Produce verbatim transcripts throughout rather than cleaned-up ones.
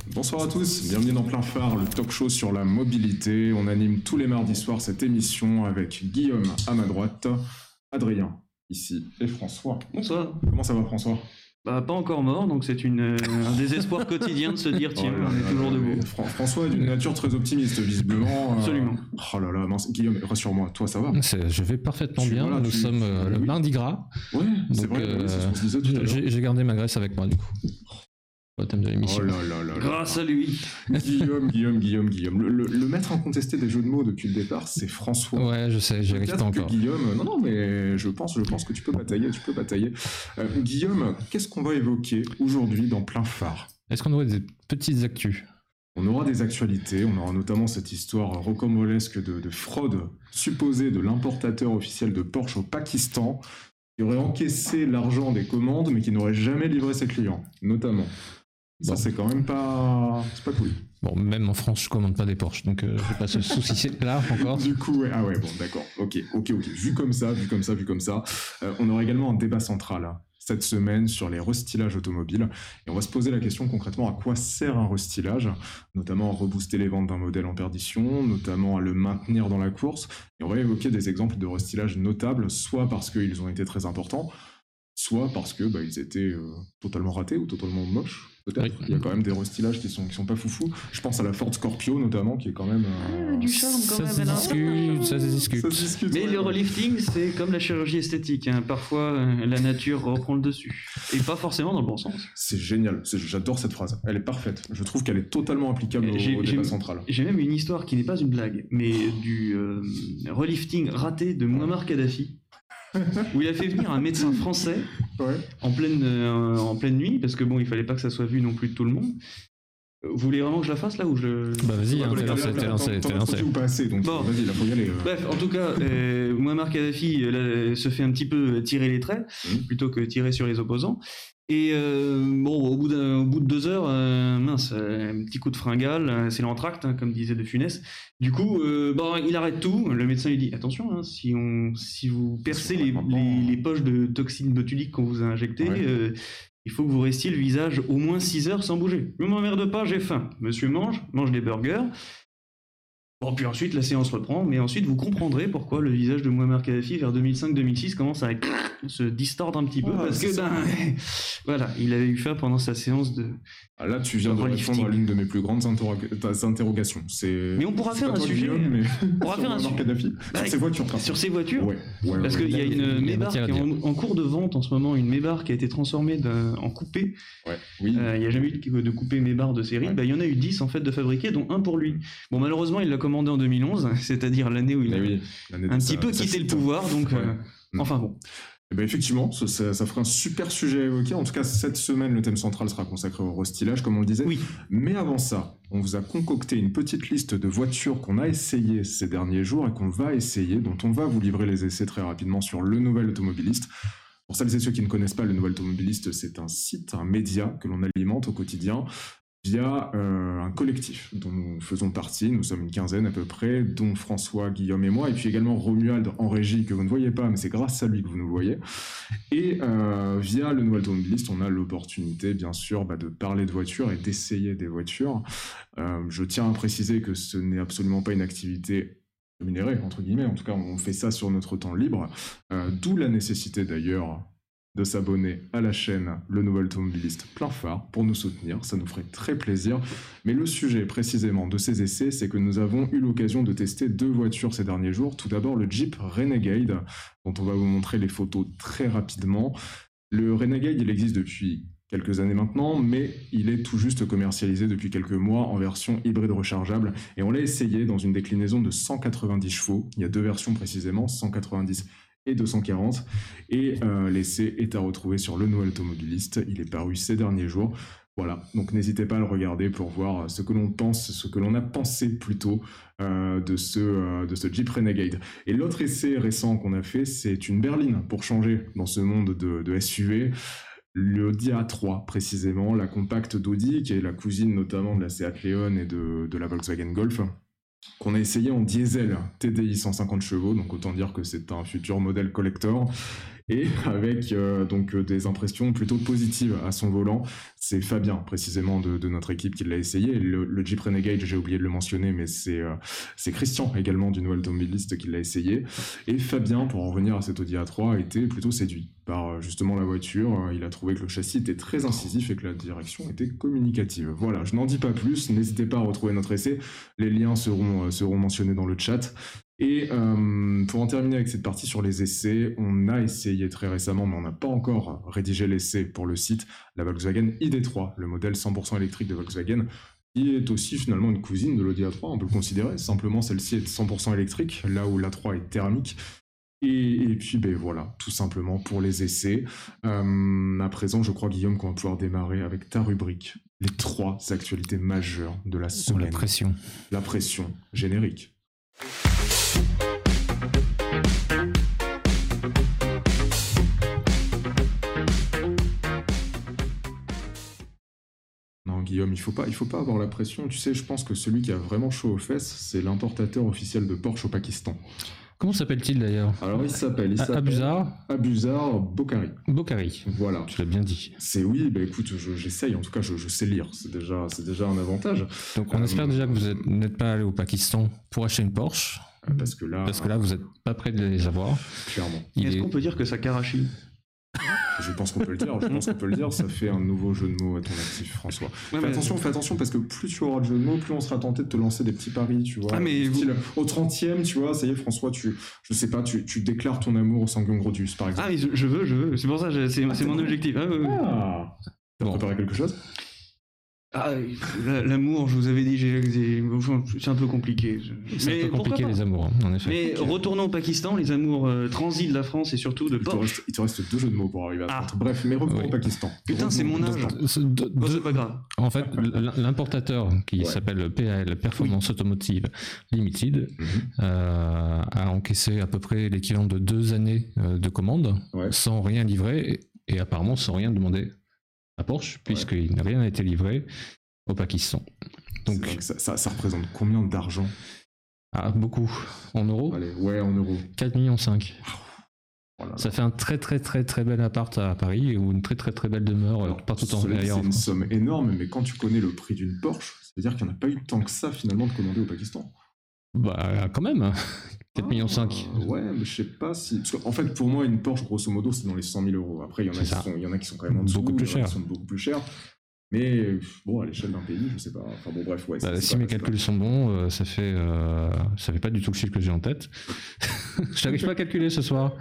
Bonsoir à tous, bienvenue dans Plein Phare, le talk show sur la mobilité. On anime tous les mardis soirs cette émission avec Guillaume à ma droite, Adrien ici et François. Bonsoir. Comment ça va François ? Bah pas encore mort, donc c'est une, euh, un désespoir quotidien de se dire tiens, oh là on est là toujours là, debout. Fran- François est d'une nature très optimiste, visiblement. euh, Absolument. Oh là là, mince. Guillaume, rassure-moi, toi ça va ? C'est- je vais parfaitement Tu- bien. voilà, Nous tu- sommes euh, tu- le oui. lundi gras. Ouais, c'est Donc, vrai, euh, oui, c'est ce qu'on se disait tout à l'heure. j'ai, j'ai gardé ma graisse avec moi du coup. Au thème de l'émission. Oh là là là là. Grâce à lui. Guillaume, Guillaume, Guillaume, Guillaume. Le, le- le maître incontesté des jeux de mots depuis le départ, c'est François. Ouais, je sais, j'y arrive Peut-être pas que encore. Guillaume, non, non, mais je pense, je pense que tu peux batailler, tu peux batailler. Euh, Guillaume, qu'est-ce qu'on va évoquer aujourd'hui dans Plein Phare ? Est-ce qu'on aurait des petites actus ? On aura des actualités, on aura notamment cette histoire rocambolesque de, de fraude supposée de l'importateur officiel de Porsche au Pakistan, qui aurait encaissé l'argent des commandes, mais qui n'aurait jamais livré ses clients, notamment. Ça, Bon. c'est quand même pas... c'est pas cool. Bon, même en France, je commande pas des Porsche, donc euh, je vais pas se soucier là encore. Du coup, ouais. Ah ouais, bon, d'accord. Ok, ok, ok. Vu comme ça, vu comme ça, vu comme ça. Euh, on aura également un débat central hein, cette semaine sur les restylages automobiles. Et on va se poser la question concrètement à quoi sert un restylage, notamment à rebooster les ventes d'un modèle en perdition, notamment à le maintenir dans la course. Et on va évoquer des exemples de restylage notables, soit parce qu'ils ont été très importants, soit parce que bah, ils étaient euh, totalement ratés ou totalement moches. Peut-être. Oui. Il y a quand même des restylages qui sont, qui sont pas foufous. Je pense à la Ford Scorpio notamment, qui est quand même... euh, Ah, du charme quand Ça même. se elle a un discute, ça se ça discute. se discute, Mais ouais. le relifting, c'est comme la chirurgie esthétique. hein. Parfois, euh, la nature reprend le dessus. Et pas forcément dans le bon sens. C'est génial, C'est- j'adore cette phrase, elle est parfaite. Je trouve qu'elle est totalement applicable au, J'ai- au j'ai- débat central. J'ai même une histoire qui n'est pas une blague, mais du euh, relifting raté de Muammar Kadhafi, où il a fait venir un médecin français Ouais. en pleine, euh, en pleine nuit, parce que bon, il fallait pas que ça soit vu non plus de tout le monde. Vous voulez vraiment que je la fasse là ou je... Bah vas-y, hein, Ouais, t'es t'as- lancé, t'as- t'es lancé, t'en- t'es t'en as lancé. produit ou pas assez, donc Bon. vas-y, là, faut y aller. euh. Bref, en tout cas, euh, Muammar Kadhafi euh, là, se fait un petit peu tirer les traits, Mhm. plutôt que tirer sur les opposants. Et euh, bon, au bout, d'un- au bout de deux heures, euh, mince, euh, un petit coup de fringale, euh, c'est l'entracte, hein, comme disait De Funès. Du coup, euh, bon, il arrête tout. Le médecin lui dit attention, hein, si, on, si vous percez les, les, les poches de toxines botuliques qu'on vous a injectées, Ouais. euh, il faut que vous restiez le visage au moins six heures sans bouger. Ne m'emmerde pas, j'ai faim. Monsieur mange, mange des burgers. Bon, puis ensuite, la séance reprend, mais ensuite, vous comprendrez pourquoi le visage de Muammar Kadhafi, vers deux mille cinq deux mille six, commence à se distordre un petit peu, Ah, parce c'est que, ça. ben, voilà, il avait eu faim pendant sa séance de... Ah, là, tu viens de Relifting. répondre à l'une de mes plus grandes interroga- ta- interrogations. C'est... Mais on pourra c'est faire pas un toi, sujet, Guillaume, mais... on pourra sur faire un Muammar sujet. Kadhafi. Bah, Sur ces voitures, par Sur contre. ces voitures, Ouais, ouais, parce ouais. qu'il y a il y a- une il y a Maybach qui matière à est en, en cours de vente en ce moment, une Maybach qui a été transformée d'un- en coupé. Ouais, oui. Euh, Il n'y a jamais eu de, de coupé Maybach de série. Ouais. Bah, il y en a eu dix en fait de fabriqués, dont un pour lui. Bon, malheureusement, il l'a commandé en deux mille onze, c'est-à-dire l'année où il Mais a oui, l'année de un sa- petit peu sa quitté le chute. pouvoir, donc... Ouais. euh, Mm. Enfin bon. Eh ben effectivement, ça, ça, ça ferait un super sujet à évoquer. En tout cas, cette semaine, le thème central sera consacré au restylage, comme on le disait. Oui. Mais avant ça, on vous a concocté une petite liste de voitures qu'on a essayées ces derniers jours et qu'on va essayer, dont on va vous livrer les essais très rapidement sur Le Nouvel Automobiliste. Pour celles et ceux qui ne connaissent pas Le Nouvel Automobiliste, c'est un site, un média que l'on alimente au quotidien via euh, un collectif dont nous faisons partie. Nous sommes une quinzaine à peu près, dont François, Guillaume et moi, et puis également Romuald en régie, que vous ne voyez pas, mais c'est grâce à lui que vous nous voyez. Et euh, via Le Nouvel Automobiliste, on a l'opportunité, bien sûr, bah, de parler de voitures et d'essayer des voitures. Euh, je tiens à préciser que ce n'est absolument pas une activité rémunérée, entre guillemets. En tout cas, on fait ça sur notre temps libre. Euh, d'où la nécessité, d'ailleurs, de s'abonner à la chaîne Le Nouvel Automobiliste Plein Phare pour nous soutenir, ça nous ferait très plaisir. Mais le sujet précisément de ces essais, c'est que nous avons eu l'occasion de tester deux voitures ces derniers jours. Tout d'abord le Jeep Renegade, dont on va vous montrer les photos très rapidement. Le Renegade, il existe depuis quelques années maintenant, mais il est tout juste commercialisé depuis quelques mois en version hybride rechargeable, et on l'a essayé dans une déclinaison de cent quatre-vingt-dix chevaux. Il y a deux versions précisément, cent quatre-vingt-dix et deux cent quarante, et euh, l'essai est à retrouver sur Le Nouvel Automobiliste. Il est paru ces derniers jours. Voilà, donc n'hésitez pas à le regarder pour voir ce que l'on pense, ce que l'on a pensé plutôt euh, de, ce, euh, de ce Jeep Renegade. Et l'autre essai récent qu'on a fait, c'est une berline pour changer dans ce monde de, de S U V. L'Audi A trois précisément, la compacte d'Audi, qui est la cousine notamment de la Seat Leon et de, de la Volkswagen Golf, qu'on a essayé en diesel T D I cent cinquante chevaux, donc autant dire que c'est un futur modèle collector. et avec euh, donc euh, des impressions plutôt positives à son volant. C'est Fabien précisément de, de notre équipe qui l'a essayé. Le, le Jeep Renegade, j'ai oublié de le mentionner, mais c'est, euh, c'est Christian également du Nouvel Automobiliste qui l'a essayé. Et Fabien, pour en revenir à cet Audi A trois, a été plutôt séduit par justement la voiture. Il a trouvé que le châssis était très incisif et que la direction était communicative. Voilà, je n'en dis pas plus, n'hésitez pas à retrouver notre essai, les liens seront, euh, seront mentionnés dans le chat. Et euh, pour en terminer avec cette partie sur les essais, on a essayé très récemment, mais on n'a pas encore rédigé l'essai pour le site, la Volkswagen I D trois, le modèle cent pour cent électrique de Volkswagen, qui est aussi finalement une cousine de l'Audi A trois, on peut le considérer, simplement celle-ci est cent pour cent électrique, là où l'A trois est thermique. Et, et puis ben voilà, tout simplement pour les essais. Euh, à présent, je crois, Guillaume, qu'on va pouvoir démarrer avec ta rubrique, les trois actualités majeures de la semaine. La pression. La pression, générique. Non, Guillaume, il faut pas, il faut pas avoir la pression. Tu sais, je pense que celui qui a vraiment chaud aux fesses, c'est l'importateur officiel de Porsche au Pakistan. Comment s'appelle-t-il d'ailleurs? Alors il s'appelle, il s'appelle Abuzar Abuzar Bokhari. Bokhari. Voilà. Tu l'as bien dit. C'est oui, bah écoute, je, j'essaye, en tout cas je, je sais lire, c'est déjà, c'est déjà un avantage. Donc on euh, espère déjà que vous êtes, n'êtes pas allé au Pakistan pour acheter une Porsche. Parce que là, parce que là vous n'êtes pas prêt de les avoir. Clairement. Est-ce est... qu'on peut dire que ça Karachi? Je pense qu'on peut le dire, je pense qu'on peut le dire, ça fait un nouveau jeu de mots à ton actif, François. Ouais, fais mais... attention, fais attention, parce que plus tu auras de jeux de mots, plus on sera tenté de te lancer des petits paris, tu vois. Ah, mais style, vous... au trentième, tu vois, ça y est, François, tu, je sais pas, tu, tu déclares ton amour au Sanguin Grodus, par exemple. Ah, mais je veux, je veux, c'est pour ça, c'est, ah, c'est mon objectif. Ah, ouais, ouais. Ah. T'as bon. préparé quelque chose? Ah, l'amour, je vous avais dit, j'ai, j'ai, c'est un peu compliqué. C'est mais un peu compliqué les amours, en effet. Mais okay. Retournons au Pakistan, les amours euh, transit de la France et surtout de il Porsche. Te reste, il te reste deux jeux de mots pour arriver à ah. Bref, mais revenons oui. au Pakistan. Putain, revenons c'est mon âge. De, de, bon, c'est pas grave. En fait, l'importateur qui ouais. s'appelle P A L, Performance oui. Automotive Limited, mm-hmm. euh, a encaissé à peu près l'équivalent de deux années euh, de commandes ouais. sans rien livrer et, et apparemment sans rien demander à Porsche, puisqu'il ouais. n'a rien été livré au Pakistan. Donc ça, ça, ça représente combien d'argent? Ah, beaucoup. En euros? Allez, ouais, en euros. quatre virgule cinq millions. Voilà. Ça fait un très très très très bel appart à Paris ou une très très très belle demeure alors, partout en ailleurs. C'est une somme énorme, mais quand tu connais le prix d'une Porsche, ça veut dire qu'il n'y en a pas eu tant que ça finalement de commander au Pakistan. Bah quand même. quatre virgule cinq millions. Euh, ouais, mais je sais pas si... Parce qu'en fait, pour moi, une Porsche, grosso modo, c'est dans les cent mille euros. Après, il y en a, qui sont, il y en a qui sont quand même en dessous. Beaucoup plus cher. Qui sont beaucoup plus chers. Mais bon, à l'échelle d'un pays, je sais pas. Enfin bon, bref, ouais. Bah, si mes calculs pas. sont bons, euh, ça fait euh, ça fait pas du tout le chiffre que j'ai en tête. Je n'arrive pas à calculer ce soir.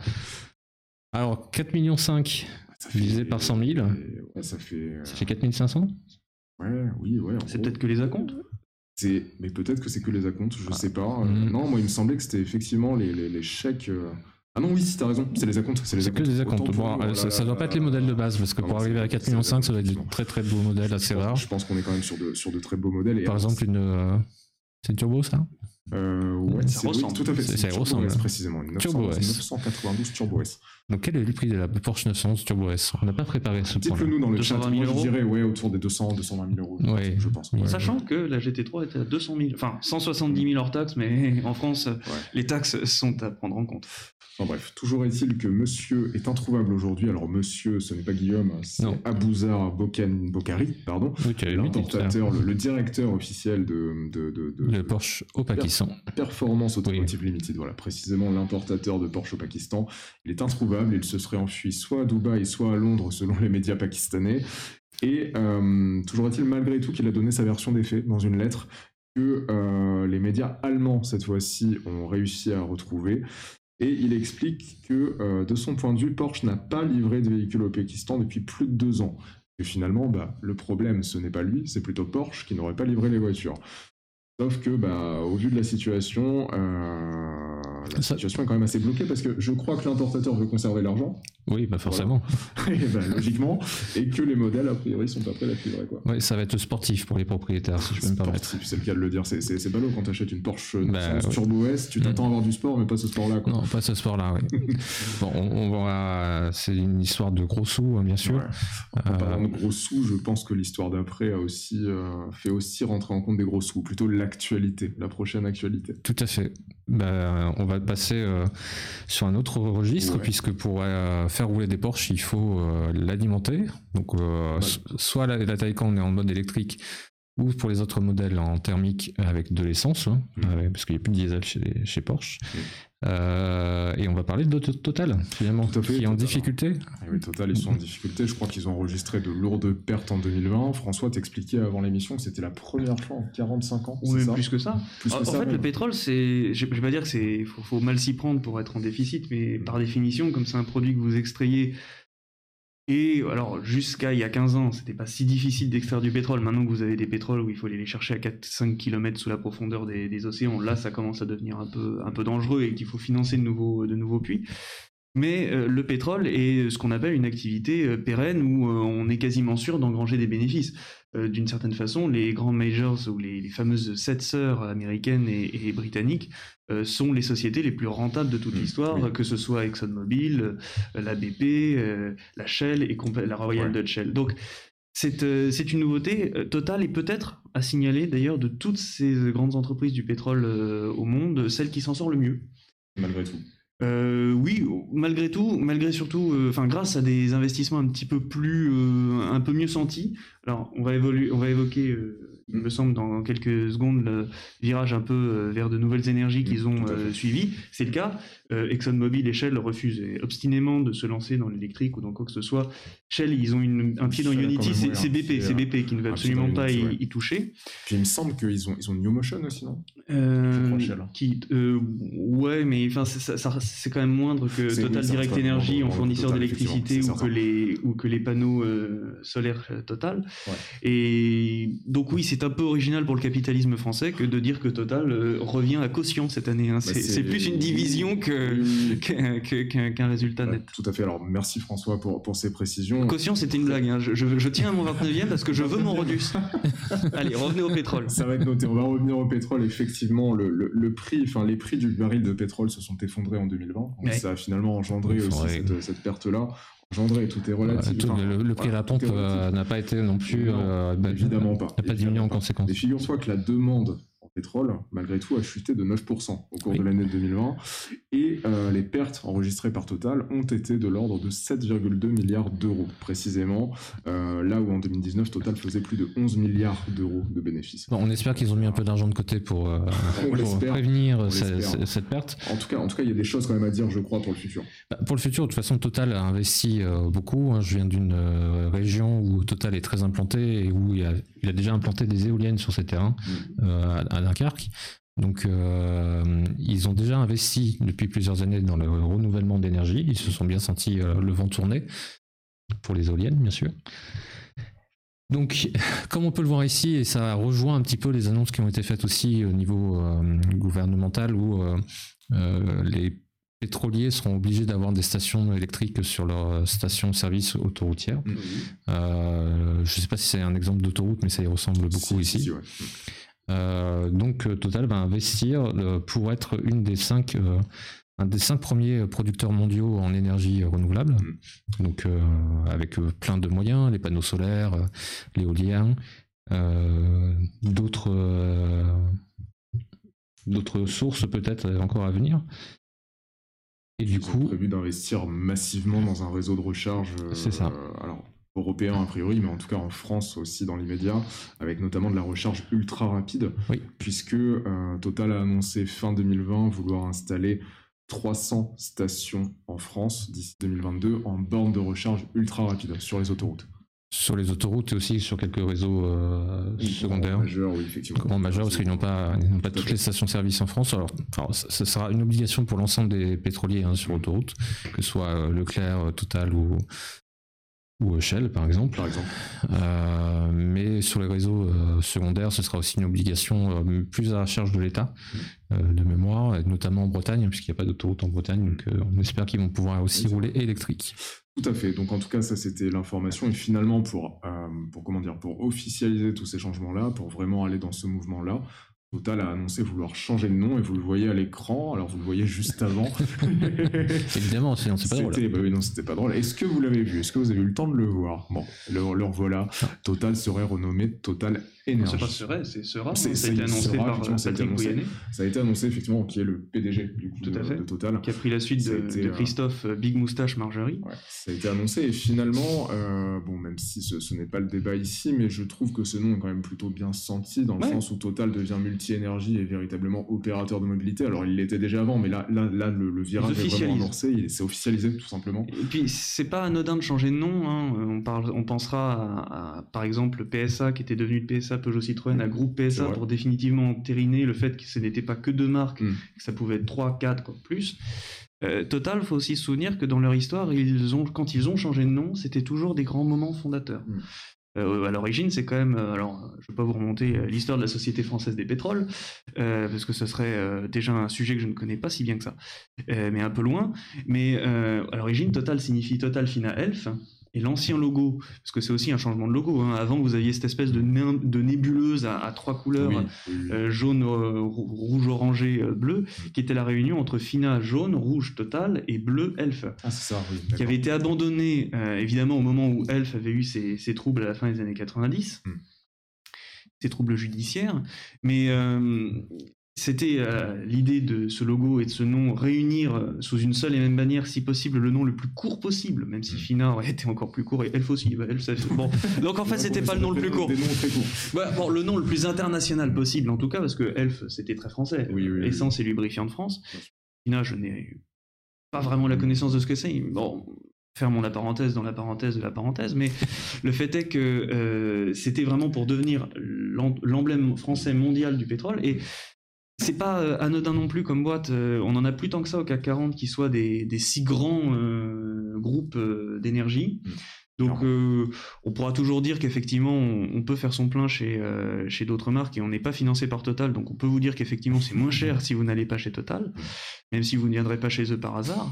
Alors quatre virgule cinq millions divisé par cent mille. Ouais, ça fait. Euh... Ça fait quatre mille cinq cents. Ouais, oui, ouais. C'est gros. Peut-être que les acomptes. C'est, mais peut-être que c'est que les acomptes, je ah. sais pas. Mmh. Non, moi il me semblait que c'était effectivement les les, les chèques. Euh... Ah non, oui, si t'as raison, c'est les acomptes. C'est, les c'est acomptes. que des acomptes. Bon, voilà, ça, ça doit pas être les modèles de base, parce que non, pour arriver à quatre virgule cinq millions, ça doit être de très très beaux modèles assez rares. Je pense qu'on est quand même sur de, sur de très beaux modèles. Et Par exemple, une. Euh... C'est une turbo, ça euh, Ouais, ça c'est ressemble. Oui, tout à fait. C'est, c'est ça ressemble. S, précisément. Une Turbo S. neuf cent quatre-vingt-douze Turbo S. Donc, quel est le prix de la Porsche neuf cent onze Turbo S? On n'a pas préparé ce point. Dites-le nous dans le chat. Moi, je dirais ouais, autour des deux cents à deux cent vingt mille euros. Ouais. Je pense. Ouais. Sachant que la G T trois était à deux cent mille. Enfin, cent soixante-dix mille hors taxes, mais en France, ouais. les taxes sont à prendre en compte. Enfin, bref, toujours est-il que monsieur est introuvable aujourd'hui. Alors monsieur, ce n'est pas Guillaume, c'est non. Abuzar Bokhari, pardon, oui, l'importateur, le, le directeur officiel de, de, de, de, de Porsche au Pakistan. Performance Automotive oui. Limited, voilà, précisément l'importateur de Porsche au Pakistan. Il est introuvable, il se serait enfui soit à Dubaï, soit à Londres, selon les médias pakistanais. Et euh, toujours est-il malgré tout qu'il a donné sa version des faits dans une lettre que euh, les médias allemands, cette fois-ci, ont réussi à retrouver. Et il explique que, euh, de son point de vue, Porsche n'a pas livré de véhicule au Pakistan depuis plus de deux ans. Et finalement, bah, le problème, ce n'est pas lui, c'est plutôt Porsche qui n'aurait pas livré les voitures. Sauf que, bah, au vu de la situation, euh, la Ça... situation est quand même assez bloquée parce que je crois que l'importateur veut conserver l'argent. Oui, bah forcément. Voilà. et bah, logiquement. Et que les modèles, a priori, sont pas prêts à livrer, quoi. Oui, ça va être sportif pour les propriétaires, si je peux me permettre. C'est le cas de le dire. C'est, c'est, c'est ballot quand tu achètes une Porsche bah, ouais. Turbo S, tu t'attends mmh. à avoir du sport, mais pas ce sport-là, quoi. Non, pas ce sport-là, oui. Bon, on, on va... c'est une histoire de gros sous, hein, bien sûr. Ouais. En euh... parlant de gros sous, je pense que l'histoire d'après a aussi, euh, fait aussi rentrer en compte des gros sous, plutôt l'actualité, la prochaine actualité. Tout à fait. Bah, on va passer euh, sur un autre registre, ouais. puisque pour euh, faire rouler des Porsche, il faut euh, l'alimenter. Donc, euh, ouais. so- soit la, la Taycan, on est en mode électrique, ou pour les autres modèles en thermique avec de l'essence, hein, mmh. euh, parce qu'il n'y a plus de diesel chez, chez Porsche. Mmh. Euh, et on va parler de Total, finalement, fait, qui est Total, en difficulté. Hein. Oui, Total, ils sont en difficulté. Je crois qu'ils ont enregistré de lourdes pertes en deux mille vingt. François t'expliquait avant l'émission que c'était la première fois en quarante-cinq ans. Oui, ça plus que ça. Plus en que en ça, fait, même. le pétrole, c'est, je ne vais pas dire que c'est, faut, faut mal s'y prendre pour être en déficit, mais mmh. par définition, comme c'est un produit que vous extrayez. Et alors, jusqu'à il y a quinze ans, c'était pas si difficile d'extraire du pétrole. Maintenant que vous avez des pétroles où il faut aller les chercher à quatre à cinq kilomètres sous la profondeur des, des océans, là, ça commence à devenir un peu, un peu dangereux et qu'il faut financer de nouveaux, de nouveaux puits. Mais euh, le pétrole est ce qu'on appelle une activité euh, pérenne où euh, on est quasiment sûr d'engranger des bénéfices. Euh, d'une certaine façon, les grands majors ou les, les fameuses sept sœurs américaines et, et britanniques euh, sont les sociétés les plus rentables de toute mmh, l'histoire, oui. que ce soit ExxonMobil, euh, la B P, euh, la Shell et compa- la Royal ouais. Dutch Shell. Donc c'est, euh, c'est une nouveauté. Total est peut-être à signaler d'ailleurs de toutes ces grandes entreprises du pétrole euh, au monde, celle qui s'en sort le mieux. Malgré tout. Euh, oui, malgré tout, malgré surtout, enfin, euh, grâce à des investissements un petit peu plus, euh, un peu mieux sentis. Alors, on va évoluer, on va évoquer, euh, il me semble, dans quelques secondes, le virage un peu euh, vers de nouvelles énergies qu'ils ont euh, suivi. C'est le cas. Euh, ExxonMobil et Shell refusent obstinément de se lancer dans l'électrique ou dans quoi que ce soit. Shell, ils ont une, un pied dans Shell Unity, c'est, c'est B P, c'est B P qui ne veut absolument pas Unity, y, ouais. y toucher. Puis il me semble qu'ils ont, ils ont New Motion aussi, non euh, qui, euh, Ouais, mais enfin, c'est, ça, ça, c'est quand même moindre que c'est, Total oui, Direct Energy en fournisseur Total, d'électricité ou que, les, ou que les panneaux euh, solaires Total. Ouais. Et donc oui, c'est un peu original pour le capitalisme français que de dire que Total euh, revient à quotient cette année. Hein. Bah, c'est, c'est, c'est plus une division que oui. qu'un, qu'un, qu'un résultat bah, net. Tout à fait. Alors merci François pour, pour ces précisions. Quotient, c'était une blague. Hein. Je, je, je tiens à mon vingt-neuvième parce que je veux mon Rodus. Allez, revenez au pétrole. Ça va être noté. On va revenir au pétrole. Effectivement, le, le, le prix, enfin les prix du baril de pétrole se sont effondrés en deux mille vingt. Donc ouais. Ça a finalement engendré aussi ouais. cette, cette perte-là. Engendré, tout est relatif. Ouais, tout, enfin, le, le prix voilà, à la pompe euh, n'a pas été non plus. Non, euh, bah, évidemment pas. N'a pas diminué en conséquence. Et figure-toi que la demande en pétrole, malgré tout, a chuté de neuf pour cent au cours oui. de l'année deux mille vingt. Et euh, les pertes enregistrées par Total ont été de l'ordre de sept virgule deux milliards d'euros, précisément. Euh, là où en deux mille dix-neuf, Total faisait plus de onze milliards d'euros de bénéfices. Bon, on espère qu'ils ont mis un peu d'argent de côté pour, euh, pour prévenir cette, cette, cette perte. En tout cas, en tout cas, il y a des choses quand même à dire, je crois, pour le futur. Bah, pour le futur, de toute façon, Total a investi euh, beaucoup. Hein. Je viens d'une euh, région où Total est très implanté et où il a, il a déjà implanté des éoliennes sur ses terrains mmh. euh, à, à Dunkerque. Donc, euh, ils ont déjà investi depuis plusieurs années dans le renouvellement d'énergie. Ils se sont bien sentis euh, le vent tourner, pour les éoliennes, bien sûr. Donc, comme on peut le voir ici, et ça rejoint un petit peu les annonces qui ont été faites aussi au niveau euh, gouvernemental, où euh, euh, les pétroliers seront obligés d'avoir des stations électriques sur leur station-service autoroutière. Mmh. Euh, je ne sais pas si c'est un exemple d'autoroute, mais ça y ressemble beaucoup si, ici. Si, ouais. Euh, donc Total va investir euh, pour être une des cinq, euh, un des cinq premiers producteurs mondiaux en énergie renouvelable. Mmh. Donc euh, avec euh, plein de moyens, les panneaux solaires, euh, l'éolien, euh, d'autres euh, d'autres sources peut-être encore à venir. Et Ils du ont coup, prévu d'investir massivement dans un réseau de recharge. Euh, c'est ça. Alors, européen a priori, mais en tout cas en France aussi dans l'immédiat, avec notamment de la recharge ultra rapide, oui. puisque euh, Total a annoncé fin deux mille vingt vouloir installer trois cents stations en France d'ici deux mille vingt-deux en bornes de recharge ultra rapide sur les autoroutes. Sur les autoroutes et aussi sur quelques réseaux euh, oui, secondaires. Majeurs, oui, effectivement. Grand majeurs, parce qu'ils n'ont pas, ils n'ont pas toutes les stations-service en France. Alors, alors, ce sera une obligation pour l'ensemble des pétroliers hein, sur autoroute, que ce soit euh, Leclerc, Total ou, ou Shell, par exemple. Par exemple. Euh, mais sur les réseaux euh, secondaires, ce sera aussi une obligation euh, plus à la charge de l'État, euh, de mémoire, et notamment en Bretagne, puisqu'il n'y a pas d'autoroute en Bretagne. Donc, euh, on espère qu'ils vont pouvoir aussi oui, rouler électrique. Tout à fait. Donc en tout cas, ça c'était l'information. Et finalement, pour, euh, pour comment dire, pour officialiser tous ces changements-là, pour vraiment aller dans ce mouvement-là, Total a annoncé vouloir changer de nom et vous le voyez à l'écran, alors vous le voyez juste avant. Évidemment, sinon c'est pas drôle. Bah oui, non, c'était pas drôle. Est-ce que vous l'avez vu? Est-ce que vous avez eu le temps de le voir? Bon, le, le revoilà. Total serait renommé Total Energy. C'est pas serait, c'est sera. C'est, ça a été annoncé sera, par Patrick Pouyanné. Ça a été annoncé effectivement, qui est le P D G du coup, Tout de, à fait. de Total. Qui a pris la suite de, été, de Christophe euh... Big Moustache Margerie. Ouais, ça a été annoncé et finalement, euh, bon, même si ce, ce n'est pas le débat ici, mais je trouve que ce nom est quand même plutôt bien senti dans le ouais. sens où Total devient multi-énergie et véritablement opérateur de mobilité. Alors il l'était déjà avant, mais là, là, là le, le virage est vraiment amorcé, il s'est officialisé tout simplement. Et puis c'est pas anodin de changer de nom. Hein. On, parle, on pensera à, à, par exemple, le P S A qui était devenu le P S A Peugeot Citroën à groupe P S A pour définitivement entériner le fait que ce n'était pas que deux marques, mm. que ça pouvait être trois, quatre, quoi, plus. Euh, Total, il faut aussi se souvenir que dans leur histoire, ils ont, quand ils ont changé de nom, c'était toujours des grands moments fondateurs. Mm. Euh, à l'origine, c'est quand même, euh, alors je ne vais pas vous remonter euh, l'histoire de la Société Française des Pétroles, euh, parce que ce serait euh, déjà un sujet que je ne connais pas si bien que ça, euh, mais un peu loin. Mais euh, à l'origine, Total signifie Total Fina Elf. Et l'ancien logo, parce que c'est aussi un changement de logo, hein. Avant vous aviez cette espèce de, né- de nébuleuse à, à trois couleurs, oui, oui, oui. Euh, jaune, euh, rouge, orangé, euh, bleu, qui était la réunion entre Fina jaune, rouge Total et bleu Elf, ah, c'est ça, oui, qui avait été abandonné euh, évidemment au moment où Elf avait eu ses, ses troubles à la fin des années quatre-vingt-dix, hmm. ses troubles judiciaires, mais euh, c'était euh, l'idée de ce logo et de ce nom réunir euh, sous une seule et même bannière, si possible, le nom le plus court possible, même si Fina aurait été encore plus court et Elf aussi. Bah, Elf, ça fait... bon. Donc en fait, c'était pas le nom le plus court. Des noms très courts. Bah, bon, le nom le plus international possible, en tout cas, parce que Elf, c'était très français. Oui, oui, Essence oui. et lubrifiant de France. Fina, je n'ai pas vraiment la connaissance de ce que c'est. Bon, fermons la parenthèse dans la parenthèse de la parenthèse, mais le fait est que euh, c'était vraiment pour devenir l'emblème français mondial du pétrole. Et c'est pas euh, anodin non plus comme boîte, euh, on en a plus tant que ça au C A C quarante qui soient des, des si grands euh, groupes euh, d'énergie. Donc euh, on pourra toujours dire qu'effectivement on, on peut faire son plein chez, euh, chez d'autres marques et on n'est pas financé par Total, donc on peut vous dire qu'effectivement c'est moins cher si vous n'allez pas chez Total, même si vous ne viendrez pas chez eux par hasard.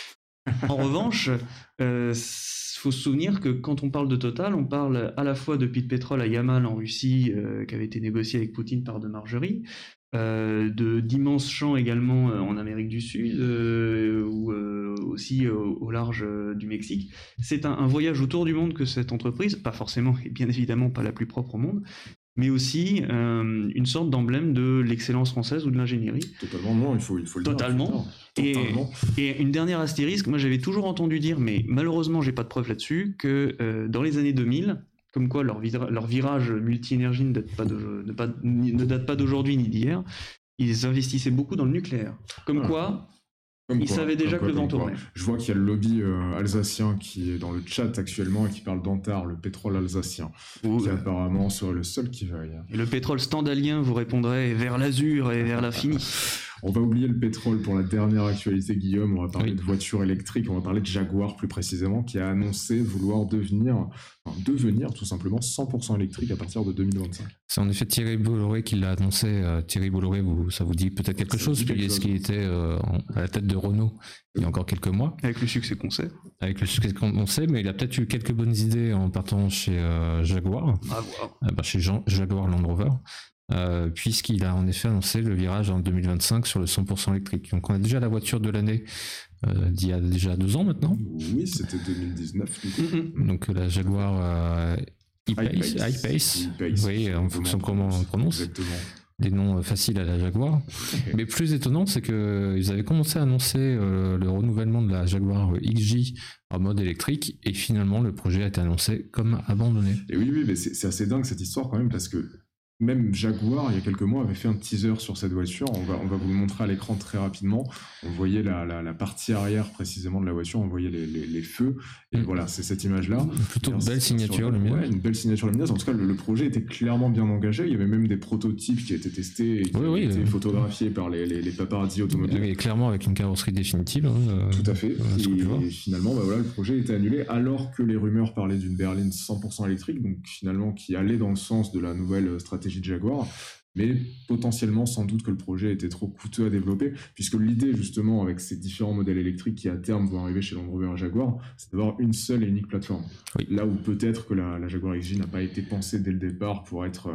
En revanche, il euh, faut se souvenir que quand on parle de Total, on parle à la fois de puits de pétrole à Yamal en Russie, euh, qui avait été négocié avec Poutine par de Margerie, Euh, de d'immenses champs également euh, en Amérique du Sud euh, ou euh, aussi euh, au large euh, du Mexique. C'est un, un voyage autour du monde que cette entreprise, pas forcément et bien évidemment pas la plus propre au monde, mais aussi euh, une sorte d'emblème de l'excellence française ou de l'ingénierie. Totalement, non, il faut, il faut le Totalement. dire. Totalement. Et, et une dernière astérisque, moi j'avais toujours entendu dire, mais malheureusement j'ai pas de preuve là-dessus, que euh, dans les années deux mille, comme quoi leur, vira- leur virage multi-énergie ne date pas, de, ne, pas, ne date pas d'aujourd'hui ni d'hier, ils investissaient beaucoup dans le nucléaire. Comme ah. quoi, comme ils quoi, savaient déjà que quoi, le vent tournait. Je vois qu'il y a le lobby euh, alsacien qui est dans le chat actuellement et qui parle d'Antar, le pétrole alsacien, Ouh, qui euh... apparemment serait le seul qui veuille. Et le pétrole standalien vous répondrait vers l'azur et vers l'infini. On va oublier le pétrole pour la dernière actualité, Guillaume. On va parler oui. de voitures électriques. On va parler de Jaguar plus précisément, qui a annoncé vouloir devenir, enfin, devenir tout simplement cent pour cent électrique à partir de deux mille vingt-cinq. C'est en effet Thierry Bolloré qui l'a annoncé. Euh, Thierry Bolloré, vous, ça vous dit peut-être quelque ça chose, parce qu'il était euh, à la tête de Renault il y a encore quelques mois. Avec le succès qu'on sait. Avec le succès qu'on sait, mais il a peut-être eu quelques bonnes idées en partant chez euh, Jaguar, ah, wow. euh, bah, chez Jean, Jaguar Land Rover. Euh, puisqu'il a en effet annoncé le virage en deux mille vingt-cinq sur le cent pour cent électrique. Donc on a déjà la voiture de l'année euh, d'il y a déjà deux ans maintenant. Oui, c'était deux mille dix-neuf. Du coup. Mm-hmm. Donc la Jaguar euh, E-Pace, E-Pace, oui, en fonction de comment on prononce. Exactement. Des noms faciles à la Jaguar. Mais plus étonnant, c'est qu'ils avaient commencé à annoncer euh, le renouvellement de la Jaguar X J en mode électrique, et finalement le projet a été annoncé comme abandonné. Et oui, oui, mais c'est, c'est assez dingue cette histoire quand même, parce que même Jaguar, il y a quelques mois, avait fait un teaser sur cette voiture. On va, on va vous le montrer à l'écran très rapidement. On voyait la, la, la partie arrière précisément de la voiture, on voyait les, les, les feux. Et mmh. voilà, c'est cette image-là. Plutôt une belle signature lumineuse. Ouais, une belle signature lumineuse. En tout cas, le, le projet était clairement bien engagé. Il y avait même des prototypes qui étaient testés et qui oui, étaient oui, photographiés par les, les, les paparazzi automobiles. Et clairement avec une carrosserie définitive. Hein, tout à fait. Euh, et, et finalement, bah voilà, le projet était annulé alors que les rumeurs parlaient d'une berline cent pour cent électrique, donc finalement qui allait dans le sens de la nouvelle stratégie de Jaguar. Mais potentiellement, sans doute que le projet était trop coûteux à développer, puisque l'idée, justement, avec ces différents modèles électriques qui, à terme, vont arriver chez Land Rover et Jaguar, c'est d'avoir une seule et unique plateforme. Oui. Là où peut-être que la, la Jaguar X J n'a pas été pensée dès le départ pour être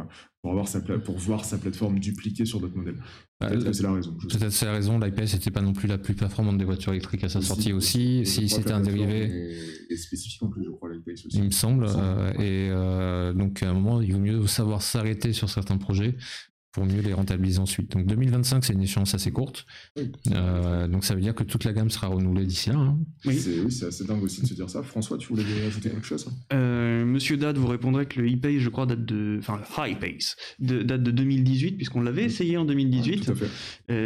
pour, avoir sa pla- pour voir sa plateforme dupliquée sur d'autres modèles. Peut-être euh, que c'est la raison. Peut-être c'est la raison, l'I P S n'était pas non plus la plus performante des voitures électriques à sa aussi, sortie aussi, et si c'était un dérivé... Est, est spécifique en plus, je crois, l'I P S aussi. Il me semble, euh, et euh, donc à un moment, il vaut mieux savoir s'arrêter sur certains projets pour mieux les rentabiliser ensuite. Donc deux mille vingt-cinq, c'est une échéance assez courte. Oui. Euh, donc ça veut dire que toute la gamme sera renouvelée d'ici là. Hein. Oui. C'est, oui, c'est assez dingue aussi de se dire ça. François, tu voulais ajouter quelque chose? euh, Monsieur Dad vous répondrait que le e-Pace, je crois, date de... Enfin, le high-Pace, de, date de deux mille dix-huit, puisqu'on l'avait essayé en deux mille dix-huit, ouais, tout à fait.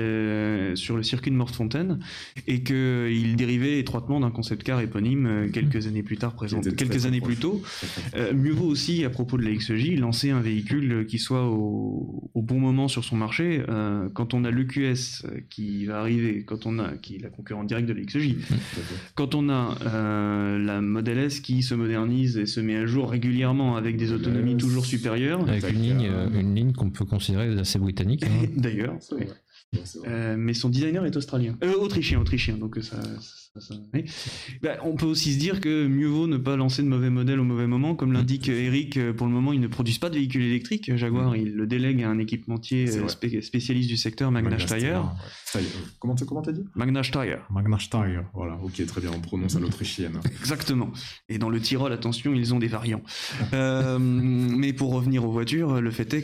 Euh, sur le circuit de Mortefontaine, et qu'il dérivait étroitement d'un concept car éponyme euh, quelques années plus tard, présenté, quelques très, années très plus tôt. Euh, mieux vaut aussi, à propos de la X J, lancer un véhicule qui soit au, au bon moment sur son marché. Euh, quand on a l'E Q S qui va arriver, quand on a qui est la concurrente directe de la X J, mmh, quand on a euh, la Model S qui se modernise et se met à jour régulièrement avec des autonomies S... toujours supérieures, avec une ligne, euh, une ligne qu'on peut considérer assez britannique. Hein. D'ailleurs, oui. Euh, mais son designer est australien, euh, autrichien, autrichien, donc ça, ça, ça oui. Bah, on peut aussi se dire que mieux vaut ne pas lancer de mauvais modèles au mauvais moment, comme l'indique Eric. Pour le moment, ils ne produisent pas de véhicules électriques. Jaguar, mmh. il le délègue à un équipementier spé- spécialiste du secteur, Magna Steyr. Ouais. Comment t'as, comment t'as dit? Magna Steyr. Magna Steyr. Voilà, ok, très bien, on prononce à l'autrichienne. Exactement. Et dans le Tyrol, attention, ils ont des variants. euh, mais pour revenir aux voitures, le fait est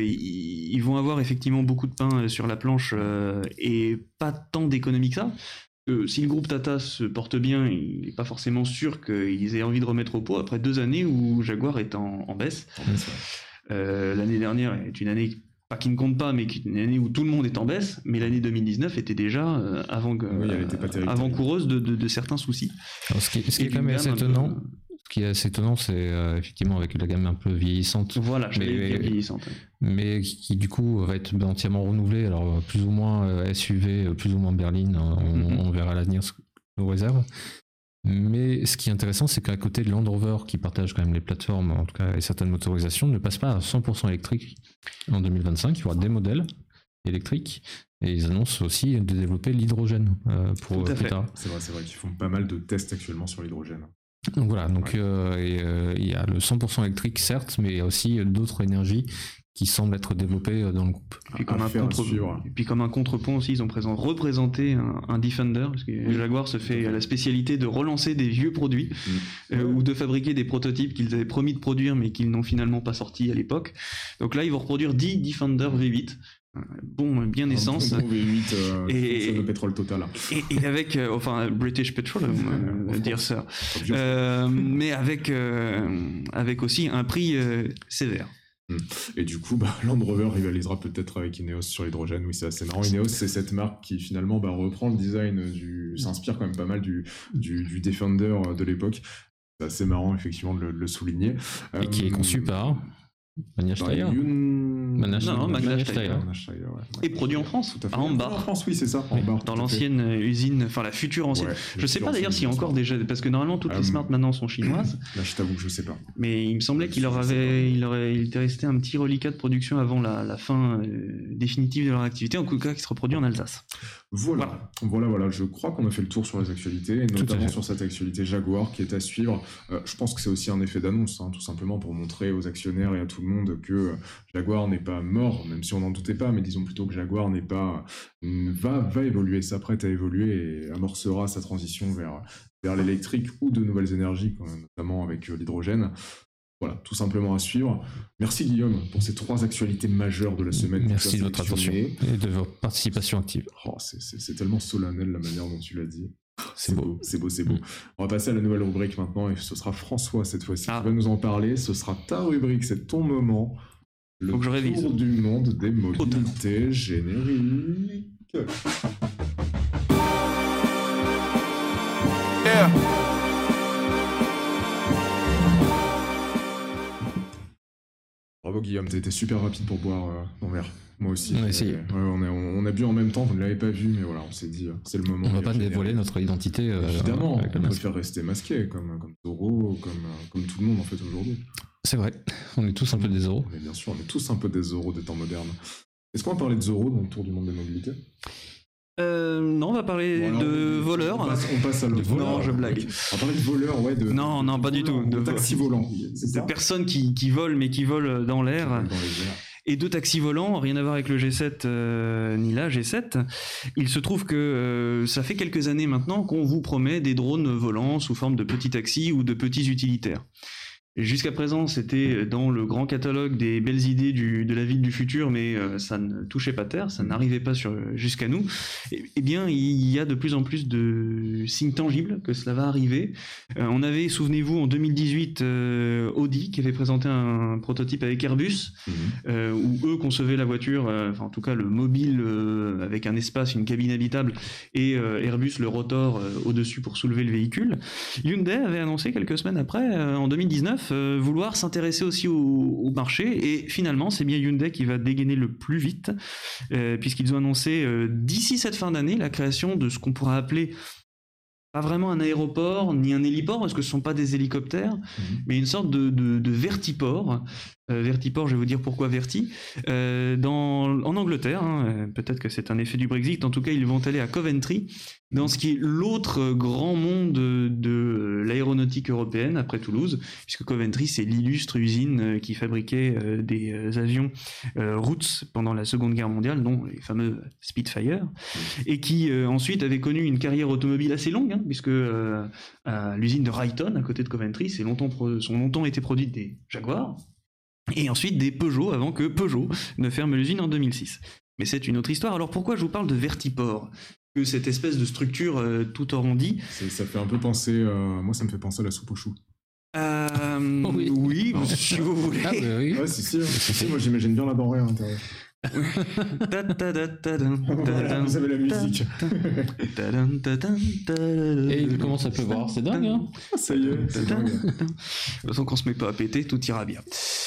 qu'ils vont avoir effectivement beaucoup de pain sur la planche. Euh, et pas tant d'économie que ça. Euh, si le groupe Tata se porte bien, il n'est pas forcément sûr qu'ils aient envie de remettre au pot après deux années où Jaguar est en, en baisse. En baisse ouais. euh, l'année dernière est une année, pas qui ne compte pas, mais qui est une année où tout le monde est en baisse, mais l'année deux mille dix-neuf était déjà euh, avant, oui, euh, avant-coureuse de, de, de certains soucis. Alors, ce qui, ce qui est quand même assez étonnant, peu... ce qui est assez étonnant, c'est euh, effectivement avec la gamme un peu vieillissante. Voilà, je mais, mais, vieillissante. Mais qui, qui du coup va être entièrement renouvelée, alors plus ou moins euh, S U V, plus ou moins berline, on, mm-hmm. on verra à l'avenir ce que nous réserve. Mais ce qui est intéressant, c'est qu'à côté de Land Rover, qui partage quand même les plateformes, en tout cas et certaines motorisations, ne passe pas à cent pour cent électrique en deux mille vingt-cinq. Il y aura des modèles électriques et ils annoncent aussi de développer l'hydrogène euh, pour tout à plus fait. tard. C'est vrai, c'est vrai qu'ils font pas mal de tests actuellement sur l'hydrogène. Donc voilà, donc ouais. euh, et, euh, il y a le cent pour cent électrique certes, mais il y a aussi d'autres énergies qui semblent être développées dans le groupe. Et puis comme, un, contre... et puis comme un contrepont aussi, ils ont présent... représenté un, un Defender, parce que oui. Jaguar se fait la spécialité de relancer des vieux produits, mmh. euh, ouais. ou de fabriquer des prototypes qu'ils avaient promis de produire, mais qu'ils n'ont finalement pas sortis à l'époque. Donc là, ils vont reproduire dix Defender V huit. Bon, bien essence. Un bon V huit, euh, et le pétrole total. Et, et avec, euh, enfin, British Petroleum, euh, dire ça. Euh, mais avec, euh, avec aussi un prix euh, sévère. Et du coup, bah, Land Rover rivalisera peut-être avec Ineos sur l'hydrogène. Oui, c'est assez marrant. Ineos, c'est cette marque qui finalement bah, reprend le design, du, s'inspire quand même pas mal du, du, du Defender de l'époque. C'est assez marrant, effectivement, de le, de le souligner. Et euh, qui est conçu par Magna Steyr. Magna Steyr. Et produit en France, à Ambar. En France, oui, c'est ça. Oui, dans l'ancienne fait. usine, enfin la future ancienne. Ouais, je sais pas d'ailleurs s'il y a encore déjà, parce que normalement toutes les um, Smart maintenant sont chinoises. Là, je t'avoue que je sais pas. Mais il me semblait qu'il leur avait, il aurait, il était resté un petit reliquat de production avant la, la fin euh, définitive de leur activité, en tout cas qui se reproduit en Alsace. Voilà. voilà, voilà, voilà. Je crois qu'on a fait le tour sur les actualités, et notamment sur cette actualité Jaguar qui est à suivre. Euh, je pense que c'est aussi un effet d'annonce, hein, tout simplement pour montrer aux actionnaires et à tout le monde que euh, Jaguar n'est pas mort, même si on n'en doutait pas, mais disons plutôt que Jaguar n'est pas va va évoluer, s'apprête à évoluer et amorcera sa transition vers vers l'électrique ou de nouvelles énergies, notamment avec euh, l'hydrogène. Voilà, tout simplement à suivre. Merci Guillaume pour ces trois actualités majeures de la semaine. Merci de votre attention et de votre participation active. Oh, c'est, c'est, c'est tellement solennel la manière dont tu l'as dit. C'est, c'est beau. beau, c'est beau, c'est beau. Mmh. On va passer à la nouvelle rubrique maintenant et ce sera François cette fois-ci ah. qui va nous en parler. Ce sera ta rubrique, c'est ton moment. Le Faut que je révise. Tour du monde des mobilités génériques. Yeah. Bravo Guillaume, t'as été super rapide pour boire euh, ton verre. Moi aussi. On a essayé. Ouais, on, a, on a bu en même temps, vous ne l'avez pas vu, mais voilà, on s'est dit, c'est le moment. On va pas dévoiler notre identité. Euh, Évidemment, on préfère rester masqué, comme, comme Zorro, comme, comme tout le monde en fait aujourd'hui. C'est vrai, on est tous un peu des Zorro. Mais bien sûr, on est tous un peu des Zorro des temps modernes. Est-ce qu'on va parler de Zorro dans le tour du monde des mobilités ? Euh, non, on va parler bon, alors, de voleurs. On passe, on passe à l'autre. Non, je blague. On va parler de voleurs, ouais. De, non, non, pas du tout. De taxi volants. C'est des personnes qui, qui volent, mais qui volent dans l'air. Dans les airs. et deux taxis volants, rien à voir avec le G sept euh, ni la G sept. Il se trouve que euh, ça fait quelques années maintenant qu'on vous promet des drones volants sous forme de petits taxis ou de petits utilitaires. Et jusqu'à présent, c'était dans le grand catalogue des belles idées du, de la ville du futur, mais euh, ça ne touchait pas terre, ça n'arrivait pas sur, jusqu'à nous. Et, et bien, il y a de plus en plus de signes tangibles que cela va arriver. Euh, on avait, souvenez-vous, en deux mille dix-huit, euh, Audi qui avait présenté un prototype avec Airbus, mmh. euh, où eux concevaient la voiture, euh, enfin en tout cas le mobile euh, avec un espace, une cabine habitable, et euh, Airbus le rotor euh, au-dessus pour soulever le véhicule. Hyundai avait annoncé quelques semaines après, euh, en deux mille dix-neuf, Euh, vouloir s'intéresser aussi au, au marché, et finalement c'est bien Hyundai qui va dégainer le plus vite euh, puisqu'ils ont annoncé euh, d'ici cette fin d'année la création de ce qu'on pourrait appeler pas vraiment un aéroport ni un héliport parce que ce ne sont pas des hélicoptères, mmh. mais une sorte de, de, de vertiport. Euh, vertiport, je vais vous dire pourquoi verti. Euh, dans, en Angleterre, hein, peut-être que c'est un effet du Brexit, en tout cas ils vont aller à Coventry, dans ce qui est l'autre grand monde de, de l'aéronautique européenne après Toulouse, puisque Coventry c'est l'illustre usine qui fabriquait euh, des euh, avions euh, Roots pendant la Seconde Guerre mondiale, dont les fameux Spitfire, et qui euh, ensuite avait connu une carrière automobile assez longue, hein, puisque euh, à l'usine de Ryton à côté de Coventry, c'est longtemps, sont longtemps été produites des Jaguars, et ensuite des Peugeot avant que Peugeot ne ferme l'usine en deux mille six. Mais c'est une autre histoire. Alors pourquoi je vous parle de vertiport ? Que cette espèce de structure euh, tout arrondie. C'est, ça fait un peu penser, euh, moi ça me fait penser à la soupe aux choux. Euh, oh oui, oui oh. si vous voulez. Ah bah oui. Ouais, si, si, si, si, moi j'imagine bien la denrée à l'intérieur. Vous avez la musique. Et il commence à pleuvoir, c'est dingue, hein. Ça y est, c'est dingue. De toute façon, qu'on se met pas à péter, tout ira bien.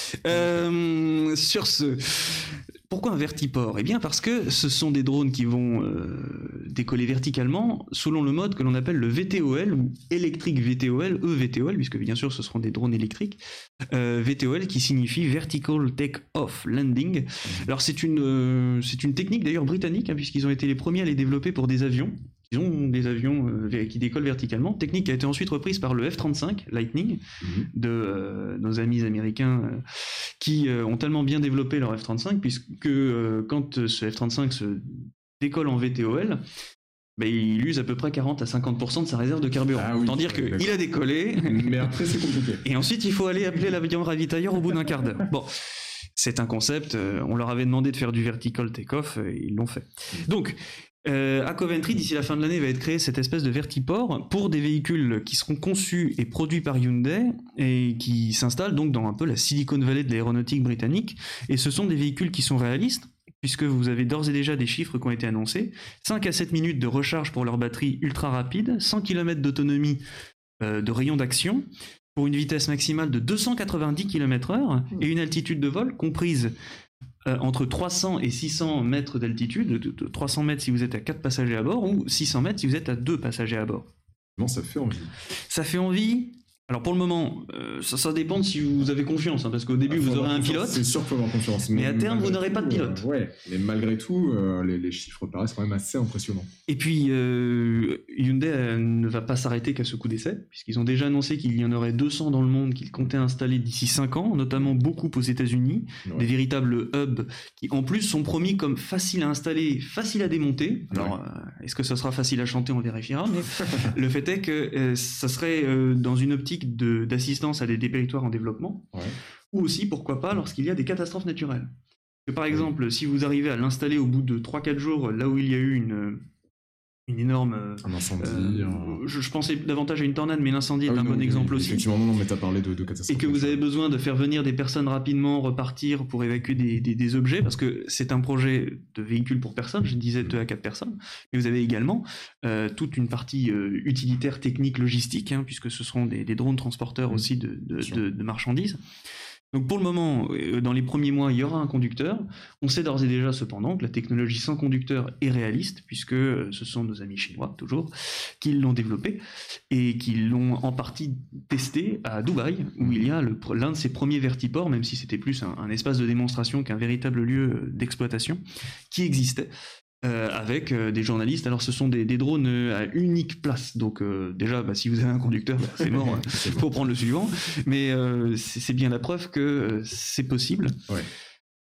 Euh, sur ce, pourquoi un vertiport ? Eh bien parce que ce sont des drones qui vont euh, décoller verticalement selon le mode que l'on appelle le V T O L ou électrique V T O L, E V T O L, puisque bien sûr ce seront des drones électriques. Euh, V T O L qui signifie Vertical Take-Off Landing. Alors c'est une, euh, c'est une technique d'ailleurs britannique, hein, puisqu'ils ont été les premiers à les développer pour des avions. Ils ont des avions euh, qui décollent verticalement, technique qui a été ensuite reprise par le F trente-cinq Lightning, mmh. de euh, nos amis américains euh, qui euh, ont tellement bien développé leur F trente-cinq, puisque euh, quand ce F trente-cinq se décolle en V T O L, bah, il use à peu près quarante à cinquante pour cent de sa réserve de carburant. Ah oui, autant dire qu'il a décollé, mais après c'est compliqué. Et ensuite il faut aller appeler l'avion ravitailleur au bout d'un quart d'heure. Bon. C'est un concept, euh, on leur avait demandé de faire du vertical take-off, et ils l'ont fait. Donc, Euh, à Coventry, d'ici la fin de l'année, va être créé cette espèce de vertiport pour des véhicules qui seront conçus et produits par Hyundai et qui s'installent donc dans un peu la Silicon Valley de l'aéronautique britannique. Et ce sont des véhicules qui sont réalistes, puisque vous avez d'ores et déjà des chiffres qui ont été annoncés. cinq à sept minutes de recharge pour leur batterie ultra rapide, cent kilomètres d'autonomie euh, de rayon d'action, pour une vitesse maximale de deux cent quatre-vingt-dix kilomètres heure et une altitude de vol comprise Euh, entre trois cents et six cents mètres d'altitude, de, de trois cents mètres si vous êtes à quatre passagers à bord, ou six cents mètres si vous êtes à deux passagers à bord. Non, ça fait envie. Ça fait envie. Alors pour le moment, euh, ça, ça dépend de si vous avez confiance, hein, parce qu'au début ah, vous aurez un pilote. C'est sûr qu'il faut avoir confiance. Mais, mais à terme, vous n'aurez pas de pilote. Euh, ouais, mais malgré tout, euh, les, les chiffres paraissent quand même assez impressionnants. Et puis, euh, Hyundai euh, ne va pas s'arrêter qu'à ce coup d'essai, puisqu'ils ont déjà annoncé qu'il y en aurait deux cents dans le monde qu'ils comptaient installer d'ici cinq ans, notamment beaucoup aux États-Unis, ouais. Des véritables hubs qui en plus sont promis comme faciles à installer, faciles à démonter. Alors, ouais. euh, est-ce que ça sera facile à chanter, on vérifiera, mais le fait est que euh, ça serait euh, dans une optique de, d'assistance à des, des territoires en développement, ouais. Ou aussi, pourquoi pas, lorsqu'il y a des catastrophes naturelles. Que, par exemple, ouais. Si vous arrivez à l'installer au bout de trois à quatre jours, là où il y a eu une, une énorme... Un incendie. Euh, un... je, je pensais davantage à une tornade, mais l'incendie ah, est oui, un non, bon oui, exemple oui, aussi. Effectivement, non, mais tu as parlé de, de catastrophes. Et que vous avez besoin de faire venir des personnes rapidement, repartir pour évacuer des, des, des objets, parce que c'est un projet de véhicule pour personnes, je disais deux à quatre personnes, mais vous avez également euh, toute une partie euh, utilitaire, technique, logistique, hein, puisque ce seront des, des drones transporteurs mmh. aussi de, de, de, de marchandises. Donc pour le moment, dans les premiers mois, il y aura un conducteur. On sait d'ores et déjà cependant que la technologie sans conducteur est réaliste, puisque ce sont nos amis chinois, toujours, qui l'ont développé et qui l'ont en partie testé à Dubaï, où il y a le, l'un de ces premiers vertiports, même si c'était plus un, un espace de démonstration qu'un véritable lieu d'exploitation, qui existait. Euh, avec euh, des journalistes. Alors ce sont des, des drones euh, à unique place, donc euh, déjà bah, si vous avez un conducteur, bah, c'est mort, il hein. faut prendre le suivant, mais euh, c'est, c'est bien la preuve que euh, c'est possible. Ouais.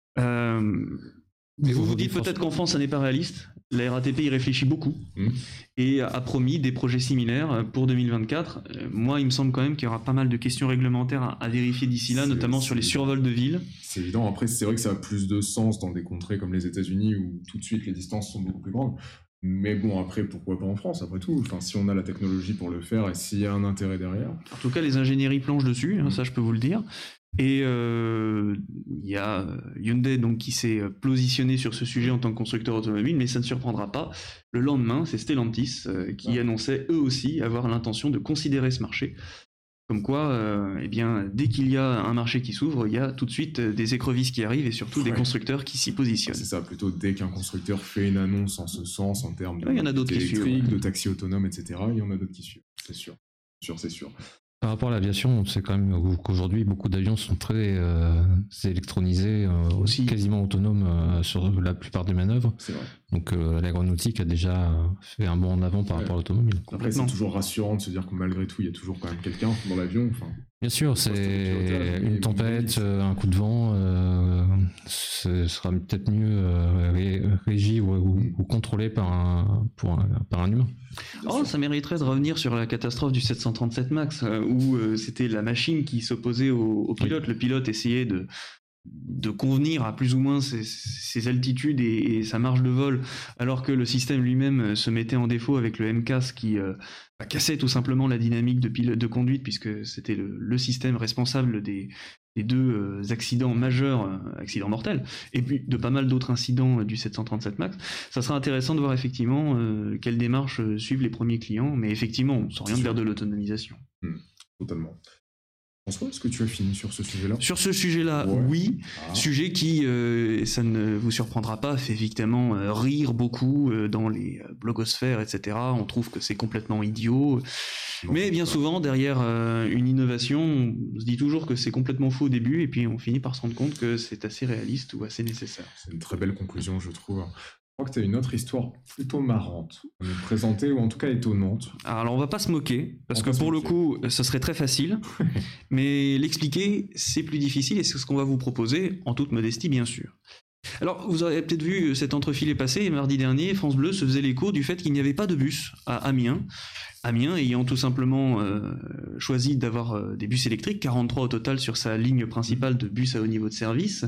Euh, vous vous dites peut-être qu'en France, ça n'est pas réaliste. La R A T P y réfléchit beaucoup mmh. et a promis des projets similaires pour deux mille vingt-quatre. Moi, il me semble quand même qu'il y aura pas mal de questions réglementaires à, à vérifier d'ici là, c'est, notamment c'est sur les survols de villes. C'est évident. Après, c'est vrai que ça a plus de sens dans des contrées comme les États-Unis où tout de suite les distances sont beaucoup plus grandes. Mais bon, après, pourquoi pas en France, après tout. Enfin, si on a la technologie pour le faire et s'il y a un intérêt derrière. En tout cas, les ingénieries planchent dessus, hein, ça je peux vous le dire. Et il euh, y a Hyundai donc, qui s'est positionné sur ce sujet en tant que constructeur automobile, mais ça ne surprendra pas. Le lendemain, c'est Stellantis euh, qui ah. annonçait eux aussi avoir l'intention de considérer ce marché. Comme quoi, euh, eh bien, dès qu'il y a un marché qui s'ouvre, il y a tout de suite des écrevisses qui arrivent et surtout ouais. des constructeurs qui s'y positionnent. C'est ça, plutôt dès qu'un constructeur fait une annonce en ce sens, en termes de ouais, y en a d'autres qui suivent, ouais. de taxis autonomes, et cetera, il y en a d'autres qui suivent, c'est sûr. C'est sûr, c'est sûr. Par rapport à l'aviation, on sait quand même qu'aujourd'hui, beaucoup d'avions sont très euh, électronisés, euh, aussi quasiment autonomes euh, sur la plupart des manœuvres. C'est vrai. Donc euh, l'aéronautique a déjà fait un bond en avant par ouais. rapport à l'automobile. Après, c'est toujours rassurant de se dire que malgré tout, il y a toujours quand même quelqu'un dans l'avion. Enfin, bien sûr, c'est une tempête, euh, un coup de vent, euh, ce sera peut-être mieux euh, ré, régi ou, ou, ou contrôlé par un, pour un, par un humain. Oh, ça mériterait de revenir sur la catastrophe du sept cent trente-sept MAX, euh, où euh, c'était la machine qui s'opposait au, au pilote. Oui. Le pilote essayait de, de convenir à plus ou moins ses, ses altitudes et, et sa marge de vol, alors que le système lui-même se mettait en défaut avec le M C A S qui euh, bah, cassait tout simplement la dynamique de, pilote, de conduite, puisque c'était le, le système responsable des, des deux euh, accidents majeurs, euh, accidents mortels, et puis de pas mal d'autres incidents euh, du sept cent trente-sept MAX. Ça sera intéressant de voir effectivement euh, quelles démarches euh, suivent les premiers clients, mais effectivement, on s'oriente vers de l'autonomisation. Mmh, totalement. François, est-ce que tu as fini sur ce sujet-là ? Sur ce sujet-là, ouais. oui. Ah. Sujet qui, euh, ça ne vous surprendra pas, fait évidemment euh, rire beaucoup euh, dans les blogosphères, et cetera. On trouve que c'est complètement idiot. Non, mais bien pas. souvent, derrière euh, une innovation, on se dit toujours que c'est complètement faux au début, et puis on finit par se rendre compte que c'est assez réaliste ou assez nécessaire. C'est une très belle conclusion, je trouve. Je crois que tu as une autre histoire plutôt marrante à nous présenter, ou en tout cas étonnante. Alors on va pas se moquer, parce on que pour le coup, ce serait très facile, mais l'expliquer, c'est plus difficile, et c'est ce qu'on va vous proposer, en toute modestie bien sûr. Alors vous avez peut-être vu cet entrefilé passer, et mardi dernier, France Bleu se faisait l'écho du fait qu'il n'y avait pas de bus à Amiens. Amiens ayant tout simplement euh, choisi d'avoir euh, des bus électriques, quarante-trois au total sur sa ligne principale de bus à haut niveau de service,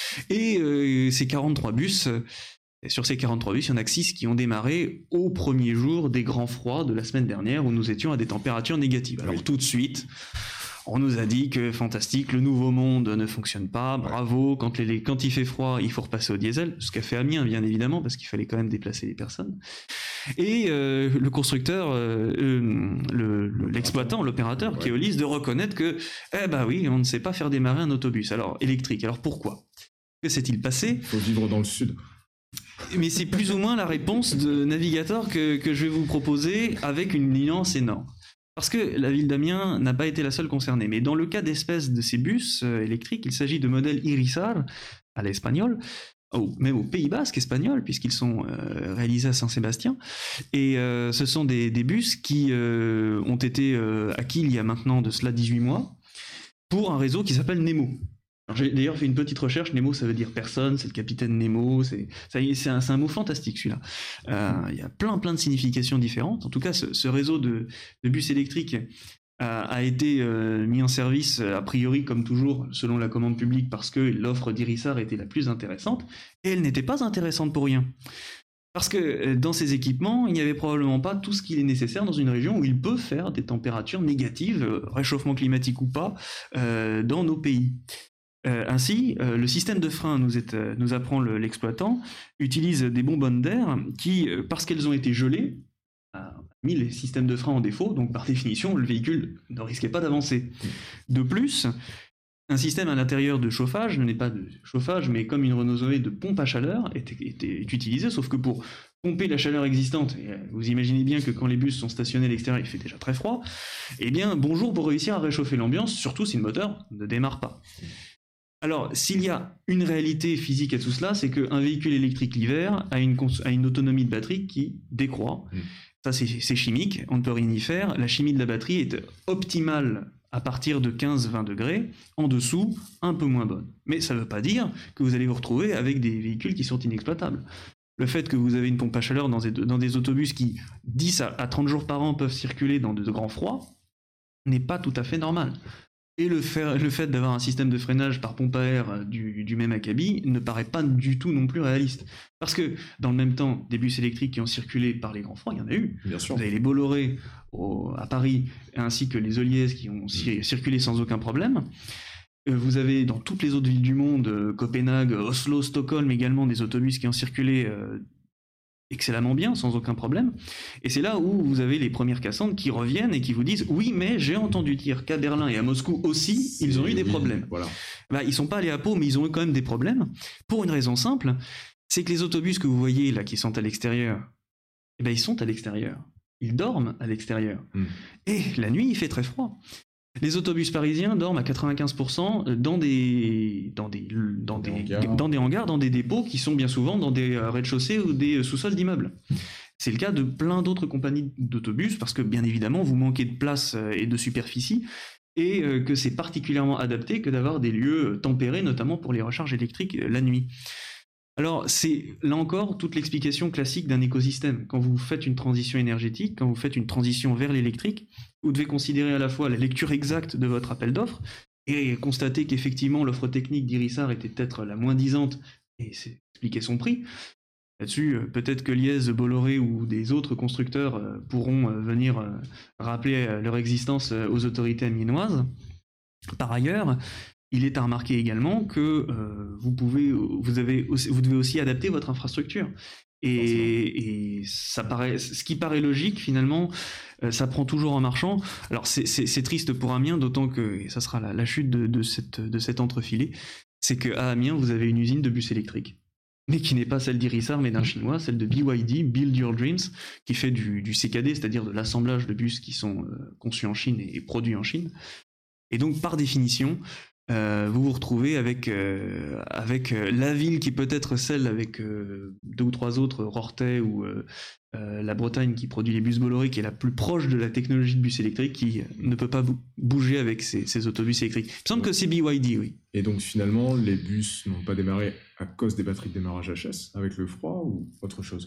et euh, ces quarante-trois bus... Et sur ces quarante-trois bus, il y en a que six qui ont démarré au premier jour des grands froids de la semaine dernière où nous étions à des températures négatives. Alors oui. tout de suite, on nous a dit que fantastique, le nouveau monde ne fonctionne pas, bravo, quand, les, quand il fait froid, il faut repasser au diesel, ce qu'a fait Amiens bien évidemment, parce qu'il fallait quand même déplacer les personnes. Et euh, le constructeur, euh, le, le, l'exploitant, l'opérateur, ouais. Keolis, de reconnaître que, eh ben oui, on ne sait pas faire démarrer un autobus alors électrique. Alors pourquoi ? Que s'est-il passé ? Il faut vivre dans le sud. Mais c'est plus ou moins la réponse de Navigator que, que je vais vous proposer avec une nuance énorme. Parce que la ville d'Amiens n'a pas été la seule concernée. Mais dans le cas d'espèces de ces bus euh, électriques, il s'agit de modèles Irisar à l'espagnol, ou même au Pays Basque espagnol, puisqu'ils sont euh, réalisés à Saint-Sébastien. Et euh, ce sont des, des bus qui euh, ont été euh, acquis il y a maintenant de cela dix-huit mois pour un réseau qui s'appelle Nemo. Alors, j'ai d'ailleurs fait une petite recherche. Nemo, ça veut dire personne, c'est le capitaine Nemo, c'est, ça y est, c'est, un, c'est un mot fantastique celui-là. Euh, il y a plein plein de significations différentes. En tout cas, ce, ce réseau de, de bus électriques a, a été euh, mis en service, a priori, comme toujours, selon la commande publique, parce que l'offre d'Irisar était la plus intéressante, et elle n'était pas intéressante pour rien. Parce que dans ces équipements, il n'y avait probablement pas tout ce qu'il est nécessaire dans une région où il peut faire des températures négatives, réchauffement climatique ou pas, euh, dans nos pays. Euh, ainsi, euh, le système de frein, nous, est, euh, nous apprend le, l'exploitant, utilise des bonbonnes d'air qui, euh, parce qu'elles ont été gelées, a mis les systèmes de frein en défaut, donc par définition, le véhicule ne risquait pas d'avancer. De plus, un système à l'intérieur de chauffage, ne n'est pas de chauffage, mais comme une Renault Zoé de pompe à chaleur, est, est, est utilisé, sauf que pour pomper la chaleur existante, et vous imaginez bien que quand les bus sont stationnés à l'extérieur, il fait déjà très froid, eh bien, bonjour pour réussir à réchauffer l'ambiance, surtout si le moteur ne démarre pas. Alors, s'il y a une réalité physique à tout cela, c'est qu'un véhicule électrique l'hiver a une, cons- a une autonomie de batterie qui décroît. Mmh. Ça, c'est, c'est chimique, on ne peut rien y faire. La chimie de la batterie est optimale à partir de quinze à vingt degrés, en dessous, un peu moins bonne. Mais ça ne veut pas dire que vous allez vous retrouver avec des véhicules qui sont inexploitables. Le fait que vous avez une pompe à chaleur dans des, dans des autobus qui, dix à trente jours par an, peuvent circuler dans de grands froids, n'est pas tout à fait normal. Et le fait, le fait d'avoir un système de freinage par pompe à air du, du même acabit ne paraît pas du tout non plus réaliste. Parce que, dans le même temps, des bus électriques qui ont circulé par les grands froids, il y en a eu. Bien sûr. Vous avez les Bolloré au, à Paris, ainsi que les Oliez qui ont mmh. circulé sans aucun problème. Vous avez dans toutes les autres villes du monde, Copenhague, Oslo, Stockholm également, des autobus qui ont circulé euh, excellemment bien, sans aucun problème. Et c'est là où vous avez les premières cassantes qui reviennent et qui vous disent « Oui, mais j'ai entendu dire qu'à Berlin et à Moscou aussi, c'est... ils ont eu des problèmes. » Voilà. Bah, ils ne sont pas allés à Pau, mais ils ont eu quand même des problèmes. Pour une raison simple, c'est que les autobus que vous voyez là, qui sont à l'extérieur, eh ben, ils sont à l'extérieur. Ils dorment à l'extérieur. Mmh. Et la nuit, il fait très froid. Les autobus parisiens dorment à quatre-vingt-quinze pour cent dans des, dans des, dans des, des hangars. dans des hangars, dans des dépôts qui sont bien souvent dans des rez-de-chaussée ou des sous-sols d'immeubles. C'est le cas de plein d'autres compagnies d'autobus parce que bien évidemment vous manquez de place et de superficie et que c'est particulièrement adapté que d'avoir des lieux tempérés, notamment pour les recharges électriques la nuit. Alors, c'est là encore toute l'explication classique d'un écosystème. Quand vous faites une transition énergétique, quand vous faites une transition vers l'électrique, vous devez considérer à la fois la lecture exacte de votre appel d'offres et constater qu'effectivement l'offre technique d'Irisar était peut-être la moins disante et c'est expliquer son prix. Là-dessus, peut-être que Liez, Bolloré ou des autres constructeurs pourront venir rappeler leur existence aux autorités amiénoises. Par ailleurs, il est à remarquer également que euh, vous, pouvez, vous, avez aussi, vous devez aussi adapter votre infrastructure. Et, et ça paraît, ce qui paraît logique, finalement, euh, ça prend toujours en marchant. Alors c'est, c'est, c'est triste pour Amiens, d'autant que, et ça sera la, la chute de, de, cette, de cet entrefilet, c'est qu'à Amiens, vous avez une usine de bus électriques. Mais qui n'est pas celle d'Irisar, mais d'un chinois, celle de B Y D, Build Your Dreams, qui fait du, du C K D, c'est-à-dire de l'assemblage de bus qui sont euh, conçus en Chine et, et produits en Chine. Et donc, par définition, Euh, vous vous retrouvez avec, euh, avec euh, la ville qui peut être celle avec euh, deux ou trois autres, Rorthais ou euh, euh, la Bretagne qui produit les bus Bolloré, qui est la plus proche de la technologie de bus électrique, qui ne peut pas bouger avec ces, ces autobus électriques. Il me semble que c'est B Y D, oui. Et donc finalement, les bus n'ont pas démarré à cause des batteries de démarrage H S, avec le froid ou autre chose ?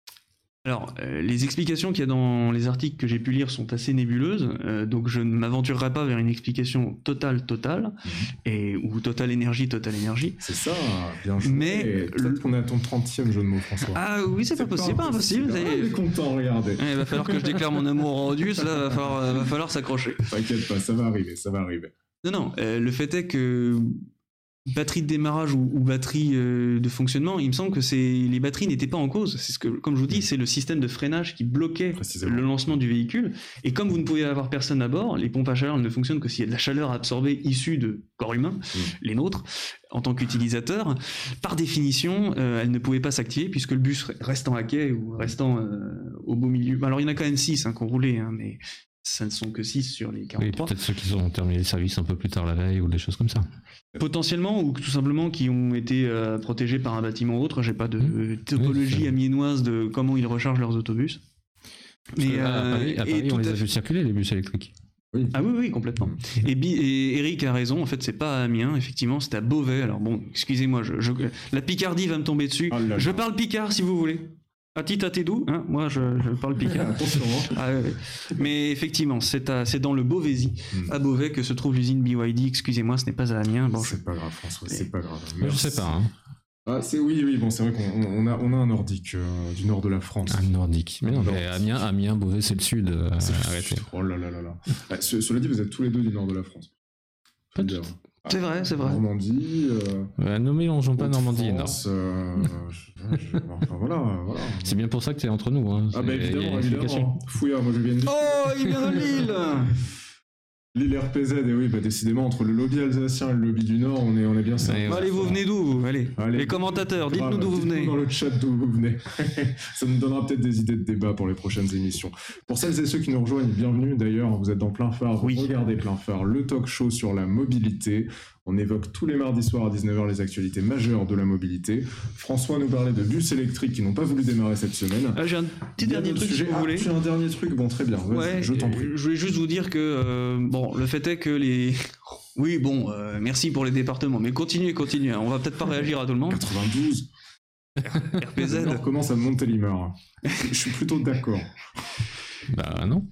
Alors, euh, les explications qu'il y a dans les articles que j'ai pu lire sont assez nébuleuses, euh, donc je ne m'aventurerai pas vers une explication totale, totale, mmh. et, ou totale énergie, totale énergie. C'est ça, bien joué. Mais peut-être le... qu'on est à ton trentième jeu de mots, François. Ah oui, c'est, c'est pas possible, pas impossible. impossible. Ah, il est content, regardez. Il va falloir que je déclare mon amour en Audius, là, va falloir, euh, va falloir s'accrocher. T'inquiète pas, ça va arriver, ça va arriver. Non, non, euh, le fait est que... batterie de démarrage ou, ou batterie euh, de fonctionnement, il me semble que c'est, les batteries n'étaient pas en cause. C'est ce que, comme je vous dis, c'est le système de freinage qui bloquait le lancement du véhicule. Et comme vous ne pouvez avoir personne à bord, les pompes à chaleur ne fonctionnent que s'il y a de la chaleur absorbée issue de corps humains, mmh. les nôtres, en tant qu'utilisateurs. Par définition, euh, elles ne pouvaient pas s'activer puisque le bus restant à quai ou restant euh, au beau milieu. Alors il y en a quand même six hein, qui ont roulé, hein, mais ça ne sont que six sur les quarante-trois. Oui, peut-être ceux qui ont terminé le service un peu plus tard la veille ou des choses comme ça. Potentiellement, ou tout simplement qui ont été euh, protégés par un bâtiment autre. J'ai pas de mmh. topologie oui, amiénoise de comment ils rechargent leurs autobus. Mais euh, à Paris, à Paris on les a vu circuler, les bus électriques. Oui. Ah oui, oui, complètement. Mmh. Et, et Eric a raison, en fait, c'est pas à Amiens, effectivement, c'est à Beauvais. Alors bon, excusez-moi, je, je, la Picardie va me tomber dessus. Oh là là. Je parle Picard si vous voulez. À titre à tes doux, hein, moi je, je parle Picard. Attention. Ah, ouais. Mais effectivement, c'est, à, c'est dans le Beauvaisis, mm. à Beauvais, que se trouve l'usine B Y D. Excusez-moi, ce n'est pas à Amiens. Bon, c'est je... pas grave, François, c'est pas grave. Merci. Je sais pas. Hein. Ah, c'est oui, oui, bon, c'est vrai qu'on on a, on a un nordique euh, du nord de la France. Un nordique. Mais non, mais Amiens, Amiens, Beauvais, c'est le sud. Euh, c'est arrêtez. Oh là là là là. Ah, ce, cela dit, vous êtes tous les deux du nord de la France. Pas de... Ah, c'est vrai, c'est vrai. Normandie. Euh, ouais, ne mélangeons pas Normandie et Nord. Euh, je, je, enfin, voilà, voilà. C'est bien pour ça que t'es entre nous. Hein. Ah bah évidemment, évidemment. Fouillard, moi je viens de... Oh, il vient de Lille. Lille R P Z, et oui, bah décidément, entre le lobby alsacien et le lobby du Nord, on est, on est bien ça. Bon, allez, vous venez d'où, vous allez. allez, les commentateurs, grave, dites-nous d'où vous venez. Dites-nous dans le chat d'où vous venez. Ça nous donnera peut-être des idées de débat pour les prochaines émissions. Pour celles et ceux qui nous rejoignent, bienvenue. D'ailleurs, vous êtes dans Plein Phare, vous oui. regardez Plein Phare, le talk show sur la mobilité. On On évoque tous les mardis soirs à dix-neuf heures les actualités majeures de la mobilité. François nous parlait de bus électriques qui n'ont pas voulu démarrer cette semaine. Ah, j'ai un petit dernier truc si vous ah, voulez. J'ai un dernier truc, bon très bien, ouais, je t'en prie. Je voulais juste vous dire que euh, bon, le fait est que les... Oui, bon, euh, merci pour les départements, mais continuez, continuez, on va peut-être pas réagir à tout le monde. quatre-vingt-douze R P Z. On commence à Montélimar. Je suis plutôt d'accord. Bah non.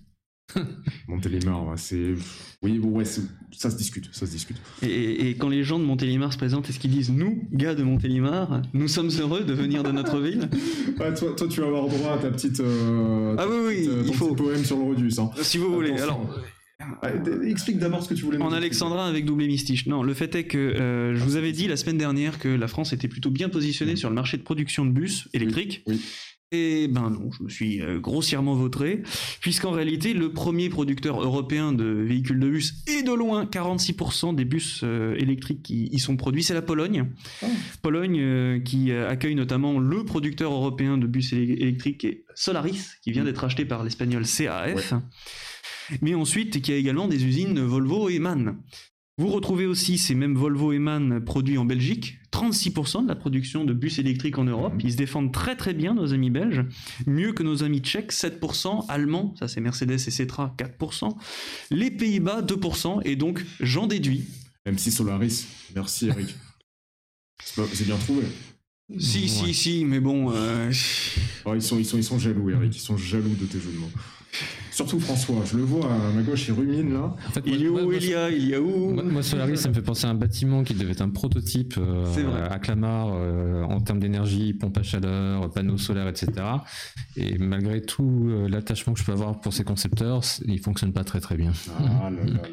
Montélimar, c'est... Oui, bon, ouais, c'est... ça se discute, ça se discute. Et, et quand les gens de Montélimar se présentent, est-ce qu'ils disent « Nous, gars de Montélimar, nous sommes heureux de venir de notre ville ?» Ouais, toi, toi, tu vas avoir droit à ta petite... Euh, ah ta oui, oui, petite, euh, il faut... petit poème sur le Rodus. Hein. Si vous voulez, Attention. alors... Ah, explique d'abord ce que tu voulais. En alexandrin avec double hémistiche. Non, le fait est que euh, je vous avais dit la semaine dernière que la France était plutôt bien positionnée mmh. sur le marché de production de bus électriques. Oui. oui. Et ben non, je me suis euh, grossièrement vautré, puisqu'en réalité, le premier producteur européen de véhicules de bus, et de loin, quarante-six pour cent des bus euh, électriques qui y sont produits, c'est la Pologne. Oh. Pologne euh, qui euh, accueille notamment le producteur européen de bus éle- électriques, Solaris, qui vient mmh. d'être acheté par l'espagnol C A F. Ouais. Mais ensuite, qui a également des usines Volvo et MAN. Vous retrouvez aussi ces mêmes Volvo et MAN produits en Belgique, trente-six pour cent de la production de bus électriques en Europe. Ils se défendent très très bien, nos amis belges, mieux que nos amis tchèques, sept pour cent, allemands, ça c'est Mercedes et Cetra, quatre pour cent, les Pays-Bas, deux pour cent, et donc j'en déduis. M six Solaris, merci Eric. C'est, pas, c'est bien trouvé. Si, ouais. si, si, mais bon... Euh... Oh, ils, sont, ils, sont, ils sont jaloux Eric, ils sont jaloux de tes jeux de mots. Surtout François, je le vois à ma gauche, il rumine là. En fait, il y a où, il y a, il y a où Moi, moi Solaris, ça me fait penser à un bâtiment qui devait être un prototype euh, à Clamart euh, en termes d'énergie, pompe à chaleur, panneaux solaires, et cetera. Et malgré tout euh, l'attachement que je peux avoir pour ces concepteurs, il fonctionne pas très très bien. Ah là là là là là.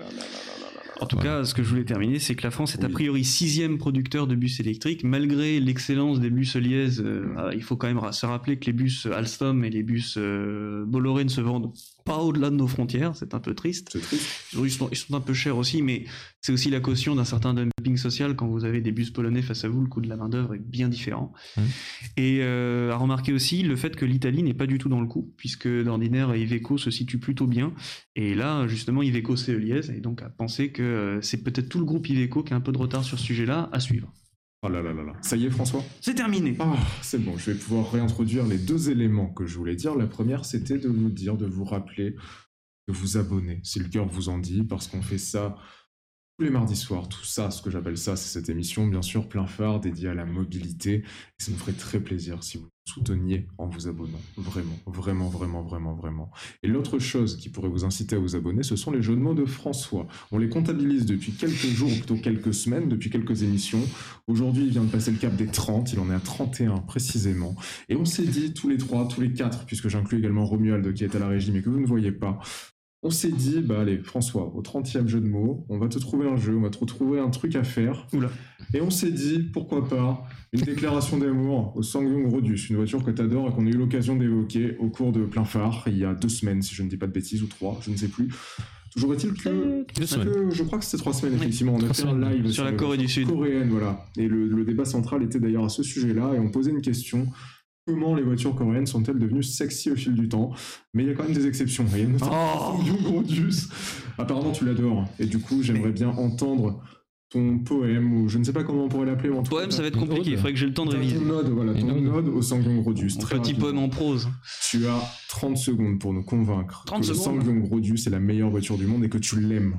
En tout voilà. cas, ce que je voulais terminer, c'est que la France est oui. a priori sixième producteur de bus électriques. Malgré l'excellence des bus Liège, euh, il faut quand même se rappeler que les bus Alstom et les bus euh, Bolloré ne se vendent pas au-delà de nos frontières. C'est un peu triste. C'est triste. Ils sont, ils sont un peu chers aussi, mais c'est aussi la caution d'un certain dumping social. Quand vous avez des bus polonais face à vous, le coût de la main-d'œuvre est bien différent. Mmh. Et euh, à remarquer aussi le fait que l'Italie n'est pas du tout dans le coup, puisque d'ordinaire, Iveco se situe plutôt bien. Et là, justement, Iveco, c'est Liège, et donc à penser que euh, c'est peut-être tout le groupe Iveco qui a un peu de retard sur ce sujet-là à suivre. Oh là là là là. Ça y est, François ? C'est terminé. Ah, c'est bon, je vais pouvoir réintroduire les deux éléments que je voulais dire. La première, c'était de vous dire, de vous rappeler, de vous abonner, si le cœur vous en dit, parce qu'on fait ça tous les mardis soirs. Tout ça, ce que j'appelle ça, c'est cette émission, bien sûr, plein phare, dédiée à la mobilité. Et ça me ferait très plaisir si vous me souteniez en vous abonnant. Vraiment, vraiment, vraiment, vraiment, vraiment. Et l'autre chose qui pourrait vous inciter à vous abonner, ce sont les jeux de mots de François. On les comptabilise depuis quelques jours, ou plutôt quelques semaines, depuis quelques émissions. Aujourd'hui, il vient de passer le cap des trente, il en est à trente et un précisément. Et on s'est dit, tous les trois, tous les quatre, puisque j'inclus également Romuald qui est à la régie, mais que vous ne voyez pas, on s'est dit, bah allez, François, au trentième jeu de mots, on va te trouver un jeu, on va te retrouver un truc à faire. Oula. Et on s'est dit, pourquoi pas, une déclaration d'amour au Sangyong Rodus, une voiture que tu adores et qu'on a eu l'occasion d'évoquer au cours de Plein Phare, il y a deux semaines, si je ne dis pas de bêtises, ou trois, je ne sais plus. Toujours est-il que, que je crois que c'était trois semaines, effectivement, on a fait un live sur, sur la Corée du Sud. Coréenne, voilà. Et le, le débat central était d'ailleurs à ce sujet-là, et on posait une question. Comment les voitures coréennes sont-elles devenues sexy au fil du temps ? Mais il y a quand même des exceptions. Il y a notamment oh Rodus. Apparemment, tu l'adores. Et du coup, j'aimerais bien entendre ton poème, ou je ne sais pas comment on pourrait l'appeler. En poème, tout ça va être compliqué. Il faudrait que j'ai le temps de réviser. Ton ode, voilà, ton ode au Sangyong Rodus. Très petit poème en prose. Tu as trente secondes pour nous convaincre trente que secondes. le Sangyong Rodus est la meilleure voiture du monde et que tu l'aimes.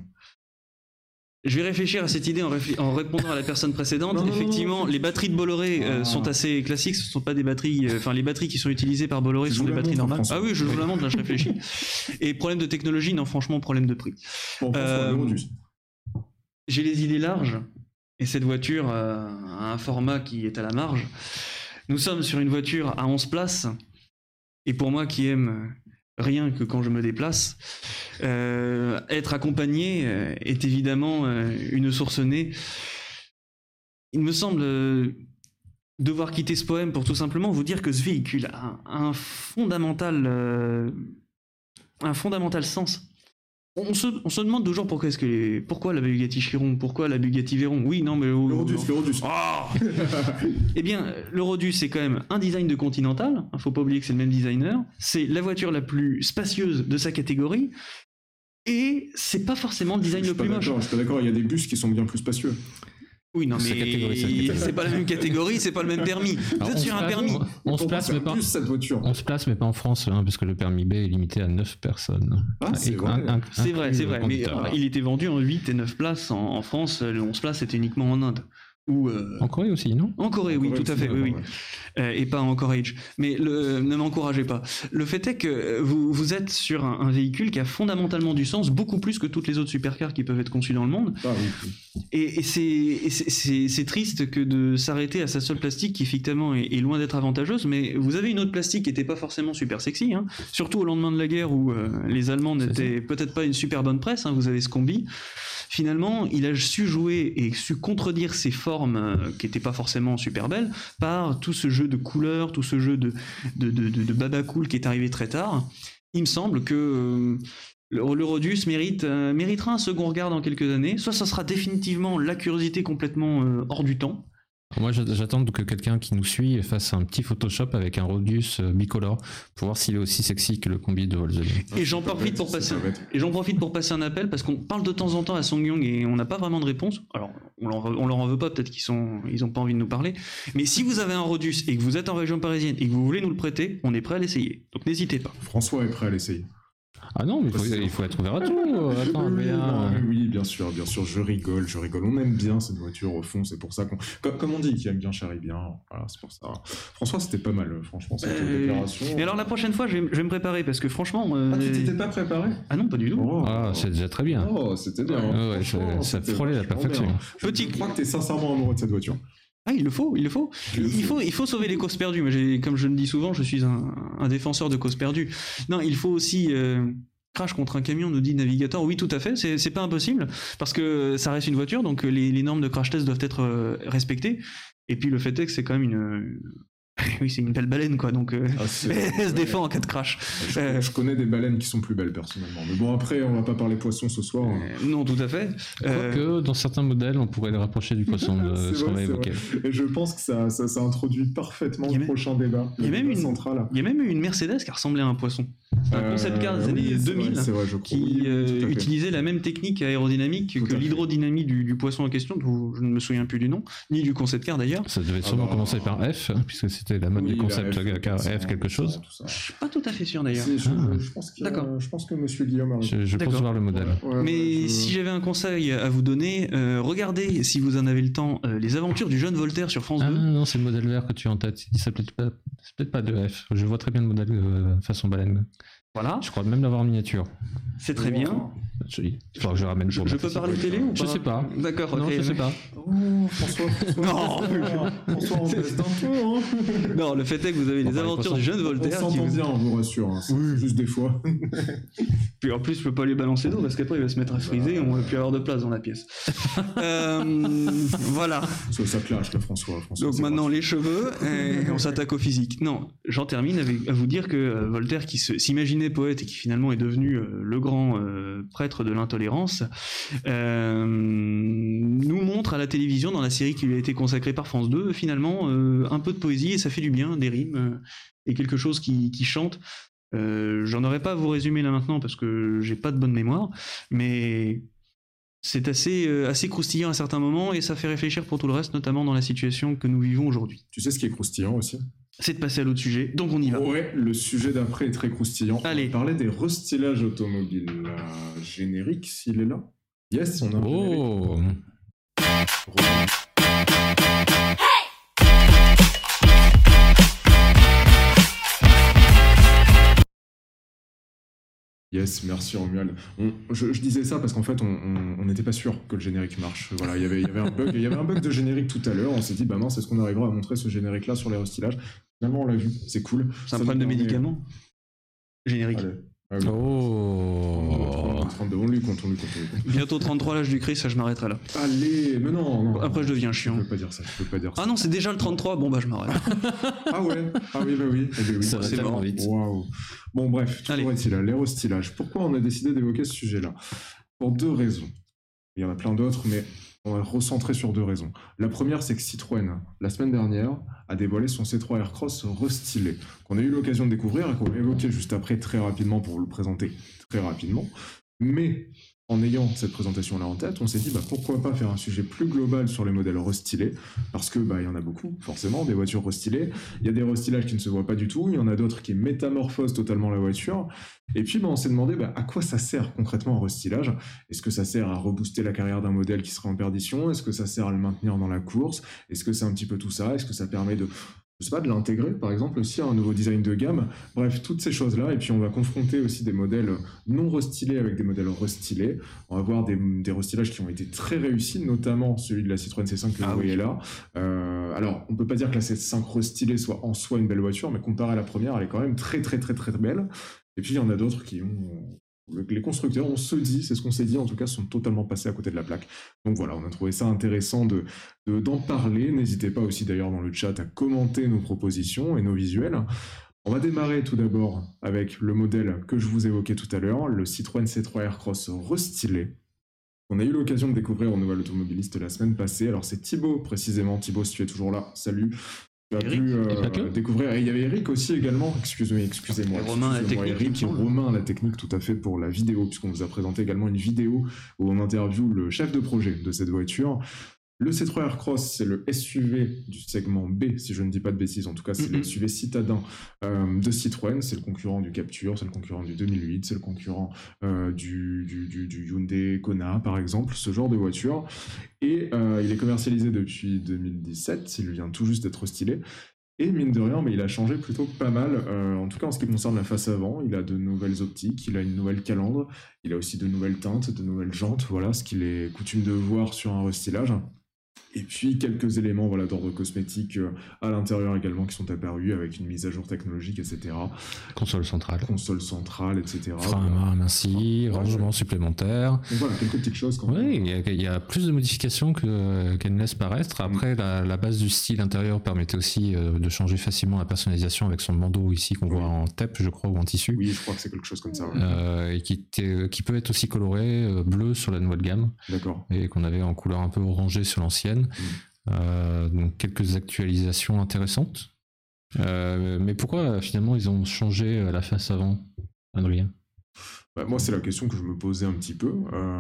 Je vais réfléchir à cette idée en, réfl- en répondant à la personne précédente. Non, Effectivement, non, non, les batteries de Bolloré euh, ah. sont assez classiques. Ce ne sont pas des batteries. Enfin, euh, les batteries qui sont utilisées par Bolloré sont des batteries normales. Ah oui, je vous la montre. Là, je réfléchis. Et problème de technologie, non, franchement, problème de prix. Bon, euh, j'ai les idées larges. Et cette voiture euh, a un format qui est à la marge. Nous sommes sur une voiture à onze places. Et pour moi, qui aime rien que quand je me déplace, euh, être accompagné euh, est évidemment euh, une source née. Il me semble euh, devoir quitter ce poème pour tout simplement vous dire que ce véhicule a un, un fondamental euh, un fondamental sens. On se, on se demande toujours pourquoi, est-ce que les, pourquoi la Bugatti Chiron, pourquoi la Bugatti Veyron. Oui, non, mais... Le Rodus, le Rodus. Oh eh bien, le Rodus, c'est quand même un design de Continental. Il ne faut pas oublier que c'est le même designer. C'est la voiture la plus spacieuse de sa catégorie. Et c'est pas forcément le design le plus moche. Je suis pas d'accord, il y a des bus qui sont bien plus spacieux. Oui, non, mais catégorie, c'est pas la même catégorie, c'est pas le même permis. Vous êtes sur un permis. On, on se place, mais pas. Plus cette voiture. On se place, mais pas en France, hein, parce que le permis B est limité à neuf personnes. Ah, c'est vrai. Un, un, c'est vrai, c'est vrai. Mais voilà. il était vendu en huit et neuf places. En, en France, le onze places c'était uniquement en Inde. Ou euh... En Corée aussi, non? En Corée, en oui, Corée tout à aussi, fait, oui, oui. Ouais. Euh, et pas en Corage. Mais le, ne m'encouragez pas. Le fait est que vous, vous êtes sur un, un véhicule qui a fondamentalement du sens, beaucoup plus que toutes les autres supercars qui peuvent être conçues dans le monde. Ah, oui. Et, et, c'est, et c'est, c'est, c'est triste que de s'arrêter à sa seule plastique qui effectivement est, est loin d'être avantageuse, mais vous avez une autre plastique qui n'était pas forcément super sexy, hein, surtout au lendemain de la guerre où euh, les Allemands n'étaient peut-être pas une super bonne presse, hein, vous avez ce combi. Finalement, il a su jouer et su contredire ses formes euh, qui n'étaient pas forcément super belles par tout ce jeu de couleurs, tout ce jeu de, de, de, de, de baba cool qui est arrivé très tard. Il me semble que euh, le, le Rhodus mérite, euh, méritera un second regard dans quelques années. Soit ça sera définitivement la curiosité complètement euh, hors du temps. Moi, j'attends que quelqu'un qui nous suit fasse un petit Photoshop avec un Rhodus bicolore pour voir s'il est aussi sexy que le combi de Volkswagen. Et j'en profite pour passer, et j'en profite pour passer un appel parce qu'on parle de temps en temps à SsangYong et on n'a pas vraiment de réponse. Alors, on leur, on leur en veut pas, peut-être qu'ils sont, ils ont pas envie de nous parler. Mais si vous avez un Rhodus et que vous êtes en région parisienne et que vous voulez nous le prêter, on est prêt à l'essayer. Donc n'hésitez pas. François est prêt à l'essayer. Ah non, mais il faut, il faut être ouvert à tout. Attends, oui, mais, non, euh... oui, bien sûr, bien sûr, je rigole, je rigole. On aime bien cette voiture au fond, c'est pour ça qu'on. Comme, comme on dit, qui aime bien charrie bien. Voilà, c'est pour ça. François, c'était pas mal, franchement, cette euh... déclaration. Et alors la prochaine fois, je vais, je vais me préparer parce que franchement. Euh... Ah, tu t'étais pas préparé? Ah non, pas du tout. Oh, ah, c'est déjà très bien. Oh, c'était bien. Ouais, ouais, ça, ça frôlait la perfection. Bien. Petit, je crois que t'es sincèrement amoureux de cette voiture. Ah, il le faut, il le faut. Il, il faut, il faut sauver les causes perdues. Mais j'ai, comme je le dis souvent, je suis un, un défenseur de causes perdues. Non, il faut aussi. Euh... Crash contre un camion, nous dit Navigator. Oui, tout à fait, c'est, c'est pas impossible, parce que ça reste une voiture, donc les, les normes de crash test doivent être euh, respectées. Et puis le fait est que c'est quand même une... Oui, c'est une belle baleine, quoi, donc euh, ah, elle se défend en cas de crash. Je, euh... je connais des baleines qui sont plus belles, personnellement. Mais bon, après, on va pas parler poisson ce soir. Hein. Euh, non, tout à fait. Quoique, euh... dans certains modèles, on pourrait les rapprocher du poisson de ce qu'on va évoquer. Et je pense que ça, ça, ça introduit parfaitement le même... prochain débat. Il y, a même une... central. Il y a même eu une Mercedes qui ressemblait à un poisson. Un euh... concept car des années oui, deux mille, vrai, vrai, qui oui, euh, utilisait la même technique aérodynamique tout que l'hydrodynamie du, du poisson en question, dont je ne me souviens plus du nom, ni du concept car d'ailleurs. Ça devait sûrement ah bah, commencer par F, hein, puisque c'était la mode oui, du concept. F, car F quelque chose. Je suis pas tout à fait sûr d'ailleurs. Je, ah. je, pense D'accord. je pense que Monsieur Guillaume a Je, je pense voir le modèle. Ouais, ouais, Mais ouais, je... si j'avais un conseil à vous donner, euh, regardez, si vous en avez le temps, euh, les aventures du jeune Voltaire sur France ah, deux. Ah non, c'est le modèle vert que tu as en tête. C'est peut-être pas, c'est peut-être pas de F. Je vois très bien le modèle euh, façon baleine. Voilà. Je crois même l'avoir en miniature. C'est très bien. Il faudra que je ramène pour Je, je peux parler télé ou pas? Je sais pas. D'accord, ok. Non, je sais pas. Oh, François, François. Non, François, on baisse d'un peu, hein. Non, le fait est que vous avez bon, les aventures du jeune Voltaire. On s'entend qui bien, vous... on vous rassure. Hein. C'est oui. juste des fois. Puis en plus, je peux pas lui balancer d'eau parce qu'après, il va se mettre à friser et on va plus avoir de place dans la pièce. euh, voilà. Ça, ça clash, là, François. François Donc maintenant, les cheveux, et on s'attaque au physique. Non, j'en termine avec, à vous dire que euh, Voltaire, qui se, s'imaginait poète et qui finalement est devenu euh, le grand euh, prêtre de l'intolérance, euh, nous montre à la télévision, dans la série qui lui a été consacrée par France deux, finalement, euh, un peu de poésie, et ça fait du bien, des rimes, euh, et quelque chose qui, qui chante. Euh, j'en aurais pas à vous résumer là maintenant, parce que j'ai pas de bonne mémoire, mais c'est assez, euh, assez croustillant à certains moments, et ça fait réfléchir pour tout le reste, notamment dans la situation que nous vivons aujourd'hui. Tu sais ce qui est croustillant aussi ? C'est de passer à l'autre sujet, donc on y va. Ouais, le sujet d'après est très croustillant. Allez. On va parler des restylages automobiles. Euh, générique, s'il est là. Yes, on a un oh. générique. Yes, merci Romuald. On, je, je disais ça parce qu'en fait, on n'était pas sûr que le générique marche. Voilà, il y avait, il y avait un bug, il y avait un bug de générique tout à l'heure. On s'est dit, bah mince, est-ce qu'on arrivera à montrer ce générique-là sur les restylages ? Finalement, on l'a vu, c'est cool. C'est un problème de médicaments. Générique. Allez. Ah oui. Oh. trente-deux, on lui compte, on lui compte, on lui compte. Bientôt trente-trois, l'âge du Christ, ça je m'arrêterai là. Allez, mais non, non. Après je deviens chiant. Je peux pas dire ça, je peux pas dire ça. Ah non, c'est déjà le trente-trois, bon bah je m'arrête. Ah ouais, ah oui, bah oui. Eh bien, oui. Ça va tellement vite. Waouh. Bon bref, toujours est-il là, l'aérostylage. Pourquoi on a décidé d'évoquer ce sujet-là ? Pour deux raisons. Il y en a plein d'autres, mais on va recentrer sur deux raisons. La première, c'est que Citroën, la semaine dernière, a dévoilé son C trois Aircross restylé, qu'on a eu l'occasion de découvrir et qu'on va évoquer juste après très rapidement pour vous le présenter très rapidement. Mais en ayant cette présentation-là en tête, on s'est dit bah, pourquoi pas faire un sujet plus global sur les modèles restylés, parce que bah, y en a beaucoup, forcément, des voitures restylées. Il y a des restylages qui ne se voient pas du tout, il y en a d'autres qui métamorphosent totalement la voiture. Et puis bah, on s'est demandé bah, à quoi ça sert concrètement un restylage. Est-ce que ça sert à rebooster la carrière d'un modèle qui serait en perdition? Est-ce que ça sert à le maintenir dans la course? Est-ce que c'est un petit peu tout ça? Est-ce que ça permet de... je sais pas, de l'intégrer par exemple aussi à un nouveau design de gamme, bref, toutes ces choses-là, et puis on va confronter aussi des modèles non restylés avec des modèles restylés, on va voir des, des restylages qui ont été très réussis, notamment celui de la Citroën C cinq que ah, vous voyez oui. là, euh, alors on peut pas dire que la C cinq restylée soit en soi une belle voiture, mais comparé à la première, elle est quand même très très très très, très belle, et puis il y en a d'autres qui ont... les constructeurs, on se dit, c'est ce qu'on s'est dit en tout cas, sont totalement passés à côté de la plaque. Donc voilà, on a trouvé ça intéressant de, de, d'en parler. N'hésitez pas aussi d'ailleurs dans le chat à commenter nos propositions et nos visuels. On va démarrer tout d'abord avec le modèle que je vous évoquais tout à l'heure, le Citroën C trois Aircross restylé. On a eu l'occasion de découvrir au Nouvel Automobiliste la semaine passée. Alors c'est Thibaut précisément. Thibaut, si tu es toujours là, salut. Tu as Eric, pu euh, découvrir, et il y avait Eric aussi également, excusez-moi, excusez-moi, Romain à la technique, Eric et Romain à la technique tout à fait pour la vidéo, puisqu'on vous a présenté également une vidéo où on interviewe le chef de projet de cette voiture. Le C trois Aircross, c'est le S U V du segment B, si je ne dis pas de bêtises, en tout cas c'est mm-hmm. le S U V citadin euh, de Citroën, c'est le concurrent du Captur, c'est le concurrent du deux mille huit, c'est le concurrent euh, du, du, du, du Hyundai Kona par exemple, ce genre de voiture, et euh, il est commercialisé depuis deux mille dix-sept, il vient tout juste d'être stylé, et mine de rien, mais il a changé plutôt pas mal, euh, en tout cas en ce qui concerne la face avant, il a de nouvelles optiques, il a une nouvelle calandre, il a aussi de nouvelles teintes, de nouvelles jantes, voilà ce qu'il est coutume de voir sur un restylage. Et puis quelques éléments voilà, d'ordre cosmétique euh, à l'intérieur également qui sont apparus avec une mise à jour technologique, et cetera. Console centrale. Console centrale, et cetera. Frein à main aminci, enfin, rangement ouais. supplémentaire. Donc voilà, quelques petites choses. Quand oui, il y, y a plus de modifications que, qu'elle ne laisse paraître. Après, mm. la, la base du style intérieur permettait aussi euh, de changer facilement la personnalisation avec son bandeau ici qu'on oui. voit en T E P, je crois, ou en tissu. Oui, je crois que c'est quelque chose comme ça. Ouais. Euh, et qui, était, qui peut être aussi coloré euh, bleu sur la nouvelle gamme. D'accord. Et qu'on avait en couleur un peu orangée sur l'ancienne. Mmh. Euh, donc quelques actualisations intéressantes. Euh, mais pourquoi finalement ils ont changé la face avant, Adrien? Bah, moi c'est la question que je me posais un petit peu.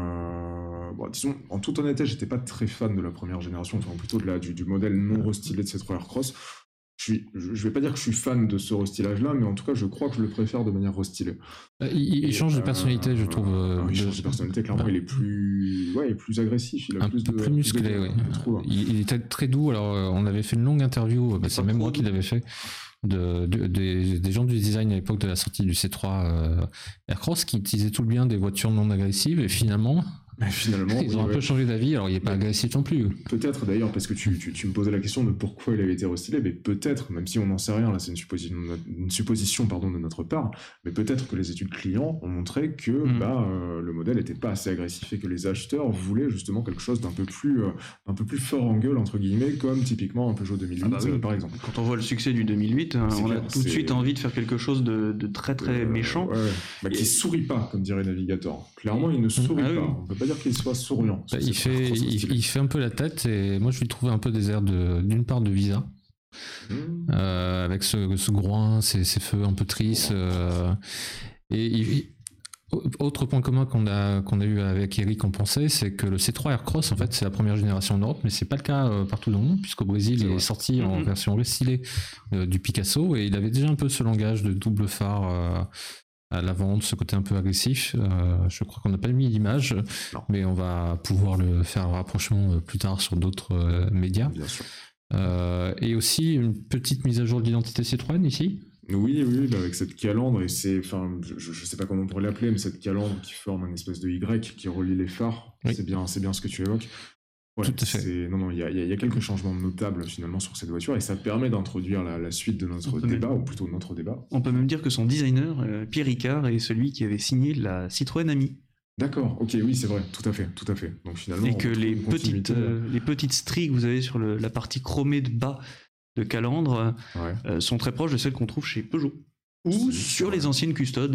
Euh, bon, disons, en toute honnêteté, j'étais pas très fan de la première génération, enfin plutôt de la, du, du modèle non restylé de C trois Aircross. Je, suis, je vais pas dire que je suis fan de ce restylage-là, mais en tout cas, je crois que je le préfère de manière restylée. Il, il change de personnalité, euh, je trouve. Euh, il de... change de personnalité, clairement, ouais. il est plus, ouais, il est plus agressif. Il a un plus peu de, plus musclé, de, oui. trouve, hein. il, il était très doux. Alors, on avait fait une longue interview, bah, c'est même moi qui l'avais fait, de, de, de, des gens du design à l'époque de la sortie du C trois euh, Aircross qui utilisaient tout le bien des voitures non agressives, et finalement... Mais finalement, ils ont oui, un ouais. peu changé d'avis, alors il n'est pas mais agressif non plus. Peut-être d'ailleurs, parce que tu, tu, tu me posais la question de pourquoi il avait été restylé, mais peut-être, même si on n'en sait rien, là c'est une supposition, une supposition pardon, de notre part, mais peut-être que les études clients ont montré que mm. bah, euh, le modèle n'était pas assez agressif et que les acheteurs voulaient justement quelque chose d'un peu plus, euh, un peu plus fort en gueule, entre guillemets, comme typiquement un Peugeot deux mille huit ah bah oui. euh, par exemple. Quand on voit le succès du deux mille huit, hein, on clair, a tout de suite envie de faire quelque chose de, de très très euh, méchant. Ouais, ouais. Bah, et... qui sourit pas, comme dirait Navigator. Clairement, il ne sourit ah, pas. Oui. On peut pas dire qu'il soit souriant. Bah, il, fait, il, il fait un peu la tête, et moi je lui trouvais un peu des airs de, d'une part de Visa, mmh. euh, avec ce, ce groin, ses, ses feux un peu tristes. Euh, et il, autre point commun qu'on a, qu'on a eu avec Eric, on pensait, c'est que le C trois Aircross, en fait, c'est la première génération en Europe, mais c'est pas le cas euh, partout dans le monde, puisqu'au Brésil, il est sorti mmh. en version restylée euh, du Picasso, et il avait déjà un peu ce langage de double phare. Euh, à l'avant, ce côté un peu agressif. Euh, je crois qu'on n'a pas mis l'image, non. mais on va pouvoir le faire un rapprochement plus tard sur d'autres euh, médias. Bien sûr. Euh, et aussi une petite mise à jour de l'identité Citroën ici. Oui, oui, bah avec cette calandre, et c'est, enfin, je, je sais pas comment on pourrait l'appeler, mais cette calandre qui forme un espèce de Y qui relie les phares, oui. c'est bien, c'est bien ce que tu évoques. Ouais, tout à fait. C'est... Non, non, il y a, y a quelques changements notables finalement sur cette voiture, et ça permet d'introduire la, la suite de notre débat, même... ou plutôt notre débat. On peut même dire que son designer, euh, Pierre Ricard, est celui qui avait signé la Citroën Ami. D'accord, ok, oui, c'est vrai, tout à fait, tout à fait. Donc finalement, et que les petites, euh, les petites stries que vous avez sur le, la partie chromée de bas de calandre ouais. euh, sont très proches de celles qu'on trouve chez Peugeot ou c'est sur les anciennes custodes.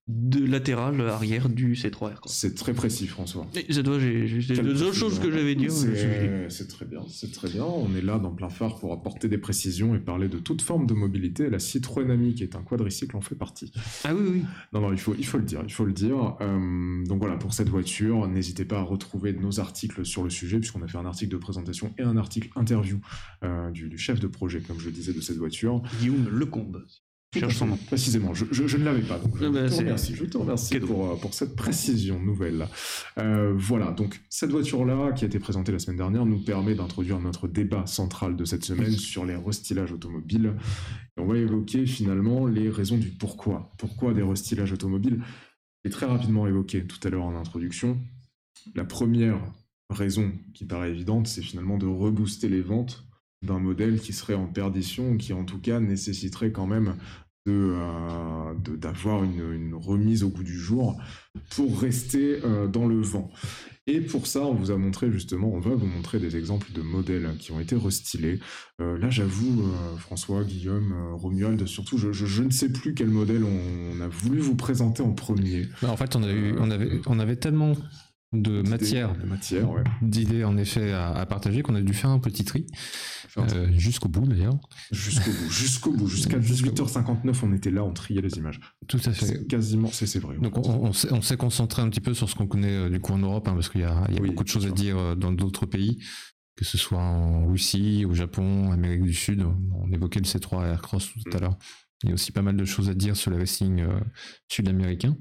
de latéral arrière du C trois R. Quoi. C'est très précis, François. Et c'est toi, j'ai, j'ai deux autres choses que j'avais dit. C'est, c'est très bien, c'est très bien. On est là dans plein phare pour apporter des précisions et parler de toute forme de mobilité. La Citroën Ami, qui est un quadricycle, en fait partie. Ah oui, oui. Non, non, il faut, il faut le dire, il faut le dire. Euh, donc voilà, pour cette voiture, n'hésitez pas à retrouver nos articles sur le sujet, puisqu'on a fait un article de présentation et un article interview euh, du, du chef de projet, comme je le disais, de cette voiture. Guillaume Lecombe. Cherche son nom. Précisément, je, je, je ne l'avais pas, donc je, bah, te, remercie, je te remercie pour, pour cette précision nouvelle. Euh, voilà, donc cette voiture-là, qui a été présentée la semaine dernière, nous permet d'introduire notre débat central de cette semaine sur les restylages automobiles. Et on va évoquer finalement les raisons du pourquoi. Pourquoi des restylages automobiles ? Et très rapidement évoqué tout à l'heure en introduction. La première raison qui paraît évidente, c'est finalement de rebooster les ventes d'un modèle qui serait en perdition, qui en tout cas nécessiterait quand même de, euh, de, d'avoir une, une remise au goût du jour pour rester euh, dans le vent. Et pour ça, on vous a montré justement, on va vous montrer des exemples de modèles qui ont été restylés. Euh, là, j'avoue, euh, François, Guillaume, euh, Romuald, surtout, je, je, je ne sais plus quel modèle on, on a voulu vous présenter en premier. Bah, en fait, on, a eu, on, avait, on avait tellement de d'idées, matière, de matière ouais. d'idées en effet à, à partager qu'on a dû faire un petit tri, euh, jusqu'au bout d'ailleurs. Jusqu'au bout, jusqu'au bout, jusqu'à dix-huit heures cinquante-neuf, on était là, on triait les images. Tout à fait. C'est quasiment, c'est, c'est vrai. Donc on, on, s'est, on s'est concentré un petit peu sur ce qu'on connaît euh, du coup en Europe, hein, parce qu'il y a, il y a oui, beaucoup de choses à dire euh, dans d'autres pays, que ce soit en Russie, au Japon, Amérique du Sud. On évoquait le C trois Aircross tout à mmh. l'heure. Il y a aussi pas mal de choses à dire sur le racing euh, sud-américain.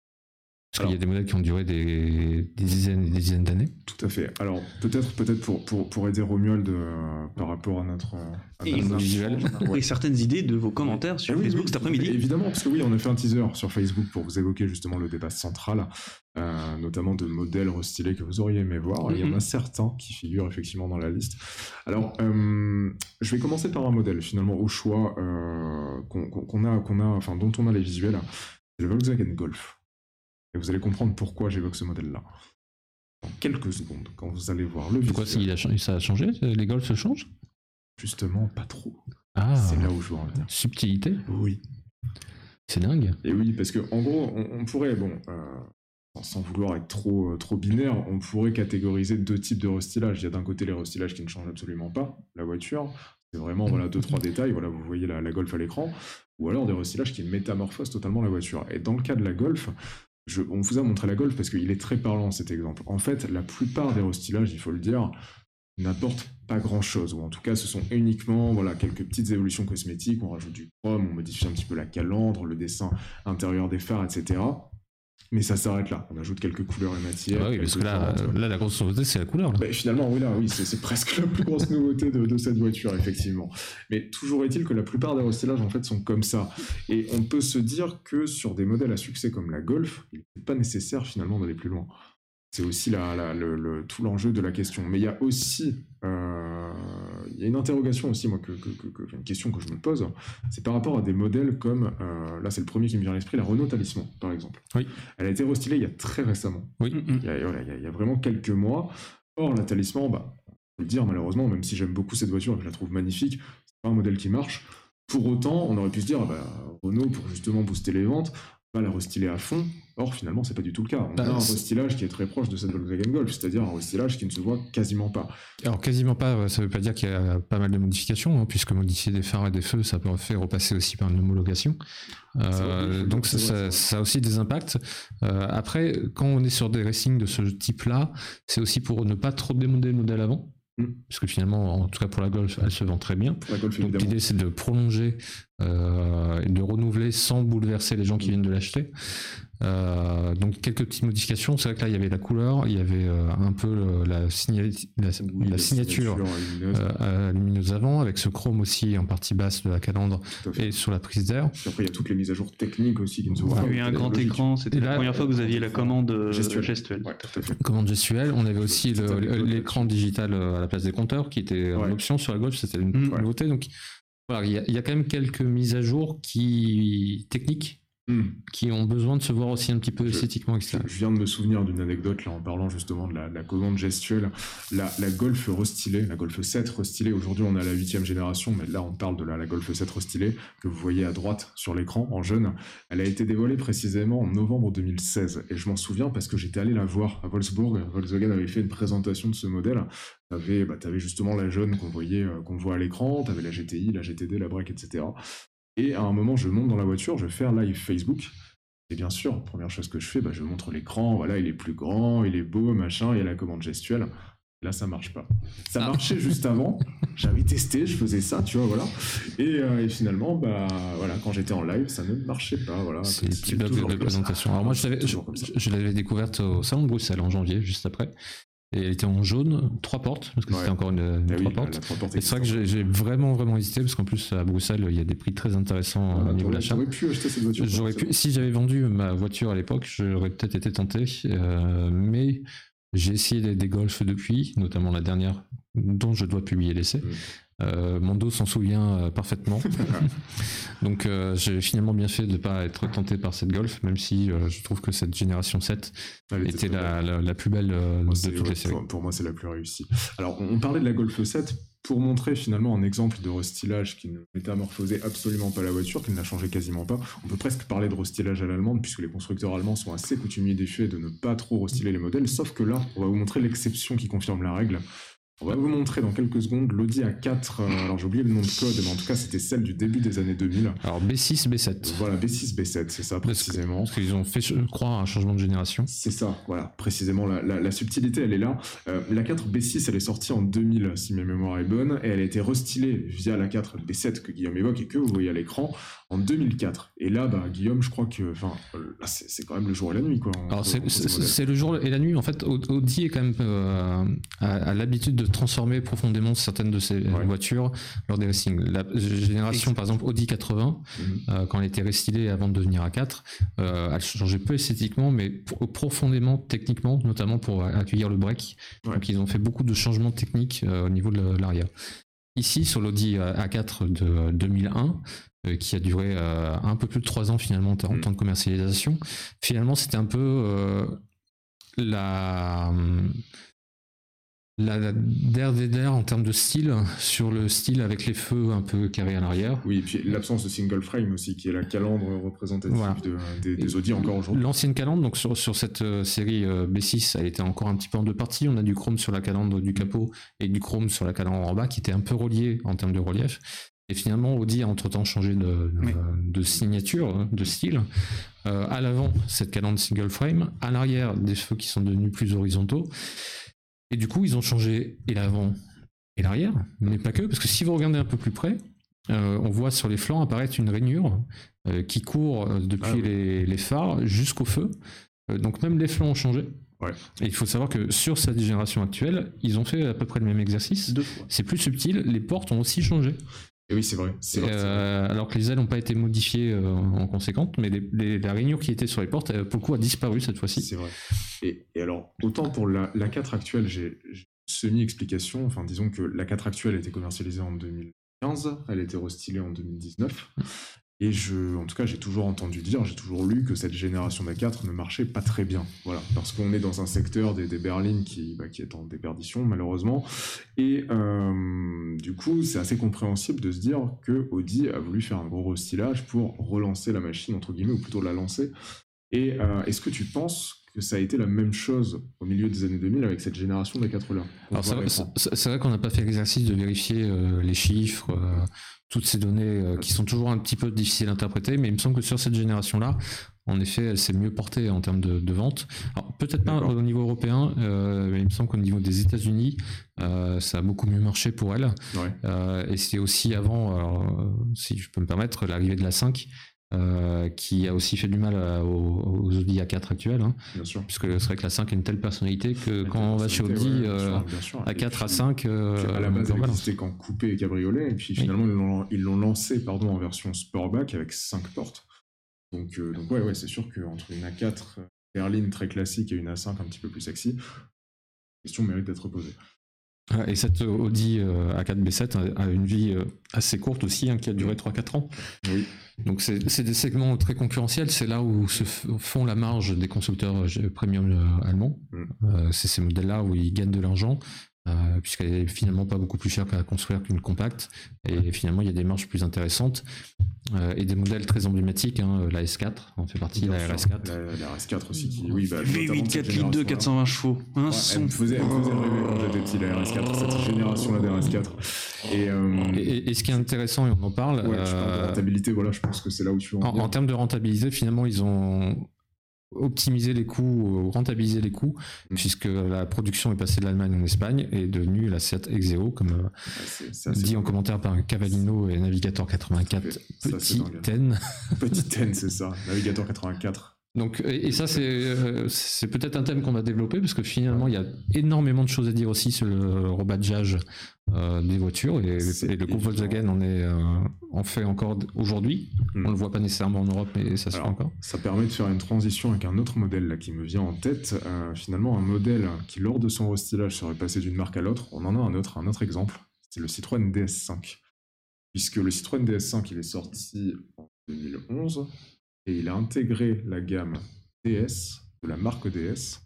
Parce qu'il y a des modèles qui ont duré des, des dizaines et des dizaines d'années. Tout à fait. Alors, peut-être, peut-être pour, pour, pour aider Romuald euh, par rapport à notre, à et notre visuel. Et certaines idées de vos commentaires sur oui, Facebook oui, cet après-midi. Évidemment, parce que oui, on a fait un teaser sur Facebook pour vous évoquer justement le débat central, euh, notamment de modèles restylés que vous auriez aimé voir. Mm-hmm. Il y en a certains qui figurent effectivement dans la liste. Alors, euh, je vais commencer par un modèle finalement au choix euh, qu'on, qu'on a, qu'on a, enfin dont on a les visuels. C'est le Volkswagen Golf. Et vous allez comprendre pourquoi j'évoque ce modèle-là. Dans quelques secondes, quand vous allez voir le pourquoi visuel. Pourquoi ça a changé ? Les Golf se changent ? Justement, pas trop. Ah, c'est là où je veux en venir. Subtilité ? Oui. C'est dingue. Et oui, parce que en gros, on, on pourrait, bon, euh, sans vouloir être trop, euh, trop binaire, on pourrait catégoriser deux types de restylage. Il y a d'un côté les restylages qui ne changent absolument pas la voiture. C'est vraiment voilà, deux, trois détails. Voilà, vous voyez la, la Golf à l'écran. Ou alors des restylages qui métamorphosent totalement la voiture. Et dans le cas de la Golf, Je, on vous a montré la Golf parce qu'il est très parlant cet exemple. En fait, la plupart des restylages, il faut le dire, n'apportent pas grand-chose, ou en tout cas ce sont uniquement voilà, quelques petites évolutions cosmétiques, on rajoute du chrome, on modifie un petit peu la calandre, le dessin intérieur des phares, et cetera. Mais ça s'arrête là, on ajoute quelques couleurs et matières. Ah oui, parce que là, tentes, là, la grosse nouveauté, c'est la couleur. Là. Bah, finalement, oui, là, oui, c'est, c'est presque la plus grosse nouveauté de, de cette voiture, effectivement. Mais toujours est-il que la plupart des restylages, en fait, sont comme ça. Et on peut se dire que sur des modèles à succès comme la Golf, il n'est pas nécessaire, finalement, d'aller plus loin. C'est aussi la, la, le, le, tout l'enjeu de la question. Mais il y a aussi euh, il y a une interrogation aussi, moi, que, que, que, que, une question que je me pose, c'est par rapport à des modèles comme, euh, là c'est le premier qui me vient à l'esprit, la Renault Talisman, par exemple. Oui. Elle a été restylée il y a très récemment. Oui. Il y a, voilà, il y a, il y a vraiment quelques mois. Or, la Talisman, bah, on peut le dire malheureusement, même si j'aime beaucoup cette voiture et que je la trouve magnifique, c'est pas un modèle qui marche. Pour autant, on aurait pu se dire, bah, Renault, pour justement booster les ventes, va la restyler à fond. Or, finalement, c'est pas du tout le cas. On bah, a un c'est... restylage qui est très proche de cette Volkswagen Golf, c'est-à-dire un restylage qui ne se voit quasiment pas. Alors, quasiment pas, ça veut pas dire qu'il y a pas mal de modifications, hein, puisque modifier des phares et des feux, ça peut faire repasser aussi par une homologation. Euh, donc, ça, ça, ça a aussi des impacts. Euh, après, quand on est sur des racings de ce type-là, c'est aussi pour ne pas trop démoder le modèle avant. Mmh. Parce que finalement, en tout cas pour la Golf, elle se vend très bien. La Golf, donc l'idée c'est de prolonger euh, et de renouveler sans bouleverser les gens qui viennent de l'acheter. Euh, donc quelques petites modifications. C'est vrai que là il y avait la couleur, il y avait euh, un peu le, la, signali- la, oui, la signature lumineuse. Euh, lumineuse avant, avec ce chrome aussi en partie basse de la calandre et sur la prise d'air. Puis après il y a toutes les mises à jour techniques aussi qui ne se voient pas. Il y a eu un grand logique. Écran, c'était là, la première fois que vous aviez la commande gestuelle. gestuelle. Ouais, tout à fait. Commande gestuelle. On avait aussi le, l'écran digital à la place des compteurs qui était ouais. en option sur la Golf, c'était une mmh, nouveauté. Ouais. Donc voilà, il y, a, il y a quand même quelques mises à jour qui techniques mmh. qui ont besoin de se voir aussi un petit peu je, esthétiquement, et cetera. Je, je viens de me souvenir d'une anecdote là en parlant justement de la, de la commande gestuelle. La, la Golf restylée, la Golf sept restylée, aujourd'hui on a la huitième génération, mais là on parle de la, la Golf sept restylée que vous voyez à droite sur l'écran en jaune. Elle a été dévoilée précisément en novembre deux mille seize et je m'en souviens parce que j'étais allé la voir à Wolfsburg. Volkswagen avait fait une présentation de ce modèle. T'avais, bah, t'avais justement la jaune qu'on voyait, euh, qu'on voit à l'écran, t'avais la G T I, la G T D, la Break, et cetera. Et à un moment, je monte dans la voiture, je fais un live Facebook. Et bien sûr, première chose que je fais, bah, je montre l'écran, voilà, il est plus grand, il est beau, machin, il y a la commande gestuelle. Là, ça marche pas. Ça ah. marchait juste avant, j'avais testé, je faisais ça, tu vois, voilà. Et, euh, et finalement, bah, voilà, quand j'étais en live, ça ne marchait pas, voilà. C'est des petits bugs de présentation. Alors moi, je l'avais, je, je l'avais découverte au salon de Bruxelles en janvier, juste après. Et elle était en jaune, trois portes, parce que ouais. c'était encore une, une ah trois, oui, portes. La, la trois portes. Et c'est vrai que j'ai, j'ai vraiment, vraiment hésité, parce qu'en plus, à Bruxelles, il y a des prix très intéressants ah, au niveau de l'achat. J'aurais pu acheter cette voiture. J'aurais pu, si j'avais vendu ma voiture à l'époque, j'aurais peut-être été tenté, euh, mais j'ai essayé des, des Golf depuis, notamment la dernière, dont je dois publier l'essai. Mmh. Euh, Mando s'en souvient euh, parfaitement. Donc euh, j'ai finalement bien fait de ne pas être tenté par cette Golf, même si euh, je trouve que cette génération sept était, était la, la, la plus belle euh, moi, de toutes ouais, les séries. Pour, pour moi, c'est la plus réussie. Alors, on, on parlait de la Golf sept pour montrer finalement un exemple de restylage qui ne métamorphosait absolument pas la voiture, qui ne la changeait quasiment pas. On peut presque parler de restylage à l'allemande, puisque les constructeurs allemands sont assez coutumiers des faits de ne pas trop restyler les modèles, sauf que là, on va vous montrer l'exception qui confirme la règle. On va vous montrer dans quelques secondes l'Audi A quatre, euh, alors j'ai oublié le nom de code, mais en tout cas c'était celle du début des années deux mille. Alors B six, B sept. Voilà, B six, B sept, c'est ça précisément. Parce qu'ils ont fait, je crois, un changement de génération. C'est ça, voilà, précisément, la, la, la subtilité elle est là. Euh, l'A quatre B six, elle est sortie en deux mille, si ma mémoire est bonne, et elle a été restylée via l'A quatre B sept que Guillaume évoque et que vous voyez à l'écran en deux mille quatre. Et là, bah, Guillaume, je crois que enfin, là, c'est, c'est quand même le jour et la nuit, quoi. Alors c'est, c'est, c'est le jour et la nuit, en fait, Audi est quand même euh, a, a l'habitude de transformer profondément certaines de ces ouais. voitures lors des racing. La génération, par exemple, Audi quatre-vingts, mmh. euh, quand elle était restylée avant de devenir A quatre, euh, elle changeait peu esthétiquement, mais pour, profondément techniquement, notamment pour accueillir le break. Ouais. Donc ils ont fait beaucoup de changements techniques euh, au niveau de l'arrière. Ici, sur l'Audi A quatre de deux mille un, euh, qui a duré euh, un peu plus de trois ans finalement en temps mmh. de commercialisation, finalement c'était un peu euh, la... La der des der en termes de style, sur le style avec les feux un peu carrés à l'arrière. Oui, et puis l'absence de single frame aussi, qui est la calandre représentative voilà. de, des, des Audi encore aujourd'hui. L'ancienne calandre, donc sur, sur cette euh, série euh, B six, elle était encore un petit peu en deux parties. On a du chrome sur la calandre du capot et du chrome sur la calandre en bas, qui était un peu relié en termes de relief. Et finalement, Audi a entre-temps changé de, de, oui. de signature, de style. Euh, à l'avant, cette calandre single frame. À l'arrière, des feux qui sont devenus plus horizontaux. Et du coup, ils ont changé et l'avant et l'arrière, mais pas que, parce que si vous regardez un peu plus près, euh, on voit sur les flancs apparaître une rainure euh, qui court euh, depuis ah, oui. les, les phares jusqu'au feu. Euh, donc même les flancs ont changé. Ouais. Et il faut savoir que sur cette génération actuelle, ils ont fait à peu près le même exercice. Deux fois. C'est plus subtil, les portes ont aussi changé. Et oui, c'est vrai. C'est vrai, euh, c'est vrai. Alors que les ailes n'ont pas été modifiées euh, en conséquence, mais les, les, la rainure qui était sur les portes, pour le coup, a disparu cette fois-ci. C'est vrai. Et, et alors, autant pour la, l'A quatre actuelle, j'ai, j'ai semi-explication. Enfin, disons que l'A quatre actuelle a été commercialisée en deux mille quinze, elle a été restylée en deux mille dix-neuf. Et je, en tout cas, j'ai toujours entendu dire, j'ai toujours lu que cette génération d'A quatre ne marchait pas très bien. Voilà, parce qu'on est dans un secteur des, des berlines qui, bah, qui est en déperdition, malheureusement. Et euh, du coup, c'est assez compréhensible de se dire que Audi a voulu faire un gros restylage pour relancer la machine, entre guillemets, ou plutôt la lancer. Et euh, est-ce que tu penses que ça a été la même chose au milieu des années deux mille avec cette génération d'A quatre là? Alors c'est vrai, c'est, c'est vrai qu'on n'a pas fait l'exercice de vérifier euh, les chiffres, euh, toutes ces données euh, qui sont toujours un petit peu difficiles à interpréter, mais il me semble que sur cette génération-là, en effet, elle s'est mieux portée en termes de, de vente. Alors peut-être pas D'accord. au niveau européen, euh, mais il me semble qu'au niveau des États-Unis, euh, ça a beaucoup mieux marché pour elle. Ouais. Euh, et c'est aussi avant, alors, si je peux me permettre, l'arrivée de la cinq. Euh, qui a aussi fait du mal à, aux, aux Audi A quatre actuels, hein, bien sûr. Puisque c'est vrai que la cinq a une telle personnalité que la quand on va chez Audi, ouais, euh, bien sûr, bien sûr. A quatre, A cinq, euh, à la base elle existait qu'en coupé et cabriolet, et puis finalement oui. ils, l'ont, ils l'ont lancé pardon, en version Sportback avec cinq portes. Donc, euh, donc ouais, ouais, c'est sûr qu'entre une A quatre berline très classique et une A cinq un petit peu plus sexy, la question mérite d'être posée. Et cette Audi A quatre B sept a une vie assez courte aussi, hein, qui a duré trois à quatre ans. Oui. Donc c'est, c'est des segments très concurrentiels, c'est là où se font la marge des constructeurs premium allemands. Mm. Euh, c'est ces modèles-là où ils gagnent de l'argent. Euh, puisqu'elle est finalement pas beaucoup plus chère à construire qu'une compacte, et ouais. finalement il y a des marges plus intéressantes, euh, et des modèles très emblématiques, hein, la S quatre en fait partie, bien la sûr, R S quatre. La, la R S quatre aussi, qui, oui, bah, V huit quatre litres deux, quatre cent vingt chevaux. Hein, ouais, son... Elle me faisait, elle me faisait rêver quand j'étais petit, la R S quatre, cette génération-là de R S quatre. Et, euh... et, et ce qui est intéressant, et on en parle, ouais, euh... je parle de rentabilité, voilà, je pense que c'est là où tu vas en, en, en termes de rentabilité, finalement, ils ont optimiser les coûts, rentabiliser les coûts, mmh. puisque la production est passée de l'Allemagne en Espagne et est devenue la Seat Exeo, comme ouais, c'est, c'est dit en dingue. Commentaire par un Cavallino et Navigator quatre-vingt-quatre, petit Ten. Petit Ten, c'est ça, Navigator quatre-vingt-quatre. Donc, et, et ça, c'est, euh, c'est peut-être un thème qu'on va développer, parce que finalement, il y a énormément de choses à dire aussi sur le rebadgeage euh, des voitures, et, et le groupe Volkswagen en, est, euh, en fait encore aujourd'hui. Mmh. On ne le voit pas nécessairement en Europe, mais ça se Alors, fait encore. Ça permet de faire une transition avec un autre modèle là, qui me vient en tête. Euh, finalement, un modèle qui, lors de son restylage, serait passé d'une marque à l'autre. On en a un autre, un autre exemple, c'est le Citroën D S cinq. Puisque le Citroën D S cinq, il est sorti en deux mille onze, et il a intégré la gamme D S, de la marque D S,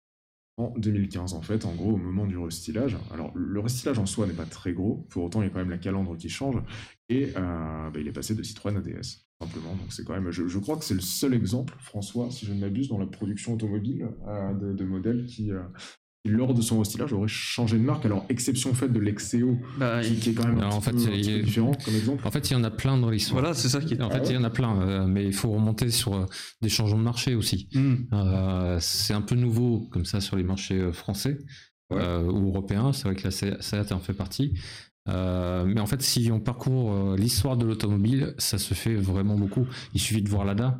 en deux mille quinze, en fait, en gros, au moment du restylage. Alors, le restylage en soi n'est pas très gros, pour autant, il y a quand même la calandre qui change, et euh, bah, il est passé de Citroën à D S, simplement. Donc, c'est quand même, je, je crois que c'est le seul exemple, François, si je ne m'abuse, dans la production automobile, euh, de, de modèles qui... Euh, lors de son restylage, aurait changé de marque. Alors, exception faite de l'Exeo, bah, qui, qui est quand même un, petit, en fait, peu, un petit peu différent comme exemple. En fait, il y en a plein dans l'histoire. Voilà, c'est ça qui est... En fait, ah ouais. il y en a plein, euh, mais il faut remonter sur euh, des changements de marché aussi. Mm. Euh, c'est un peu nouveau, comme ça, sur les marchés français ouais. euh, ou européens. C'est vrai que la Seat en fait partie. Euh, mais en fait, si on parcourt euh, l'histoire de l'automobile, ça se fait vraiment beaucoup. Il suffit de voir Lada,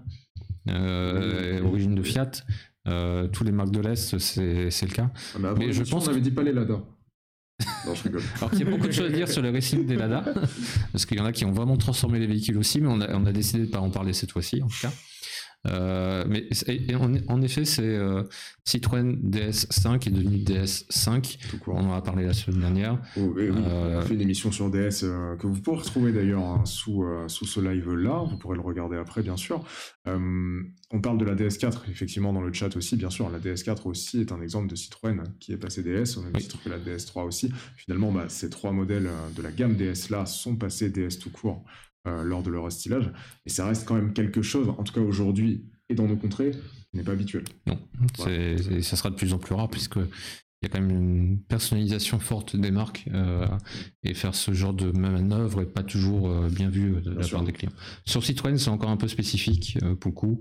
euh, mmh. origine de Fiat. Euh, tous les marques de l'Est, c'est, c'est le cas. Ah mais, mais je pense on avait dit pas les Lada. Non, je rigole. Alors qu'il y a beaucoup de choses à dire sur le racing des Lada, parce qu'il y en a qui ont vraiment transformé les véhicules aussi, mais on a, on a décidé de ne pas en parler cette fois-ci, en tout cas. Euh, mais et, et en, en effet, c'est euh, Citroën D S cinq qui est devenu D S cinq. On en a parlé la semaine dernière. Oh, oui, euh, on a fait une émission sur D S euh, que vous pourrez retrouver d'ailleurs hein, sous, euh, sous ce live-là. Vous pourrez le regarder après, bien sûr. Euh, on parle de la D S quatre, effectivement, dans le chat aussi. Bien sûr, la D S quatre aussi est un exemple de Citroën qui est passé D S. On a aussi trouvé la D S trois aussi. Finalement, bah, ces trois modèles de la gamme D S-là sont passés D S tout court. Euh, lors de leur restylage, et ça reste quand même quelque chose, en tout cas aujourd'hui et dans nos contrées, qui n'est pas habituel. Non, c'est, c'est, ça sera de plus en plus rare puisque il y a quand même une personnalisation forte des marques euh, et faire ce genre de manœuvre n'est pas toujours euh, bien vu de bien la sûr. part des clients. Sur Citroën, c'est encore un peu spécifique euh, pour le coup,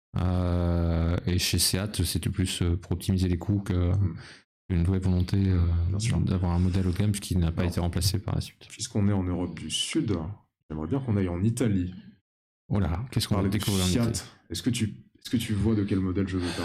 euh, et chez Seat, c'était plus euh, pour optimiser les coûts que mmh. une vraie volonté euh, d'avoir un modèle haut de gamme qui n'a pas Alors, été remplacé par la suite. Puisqu'on est en Europe du Sud, j'aimerais bien qu'on aille en Italie. Oh là, qu'est-ce qu'on va découvrir en Italie ? Est-ce que tu est-ce que tu vois de quel modèle je veux parler ?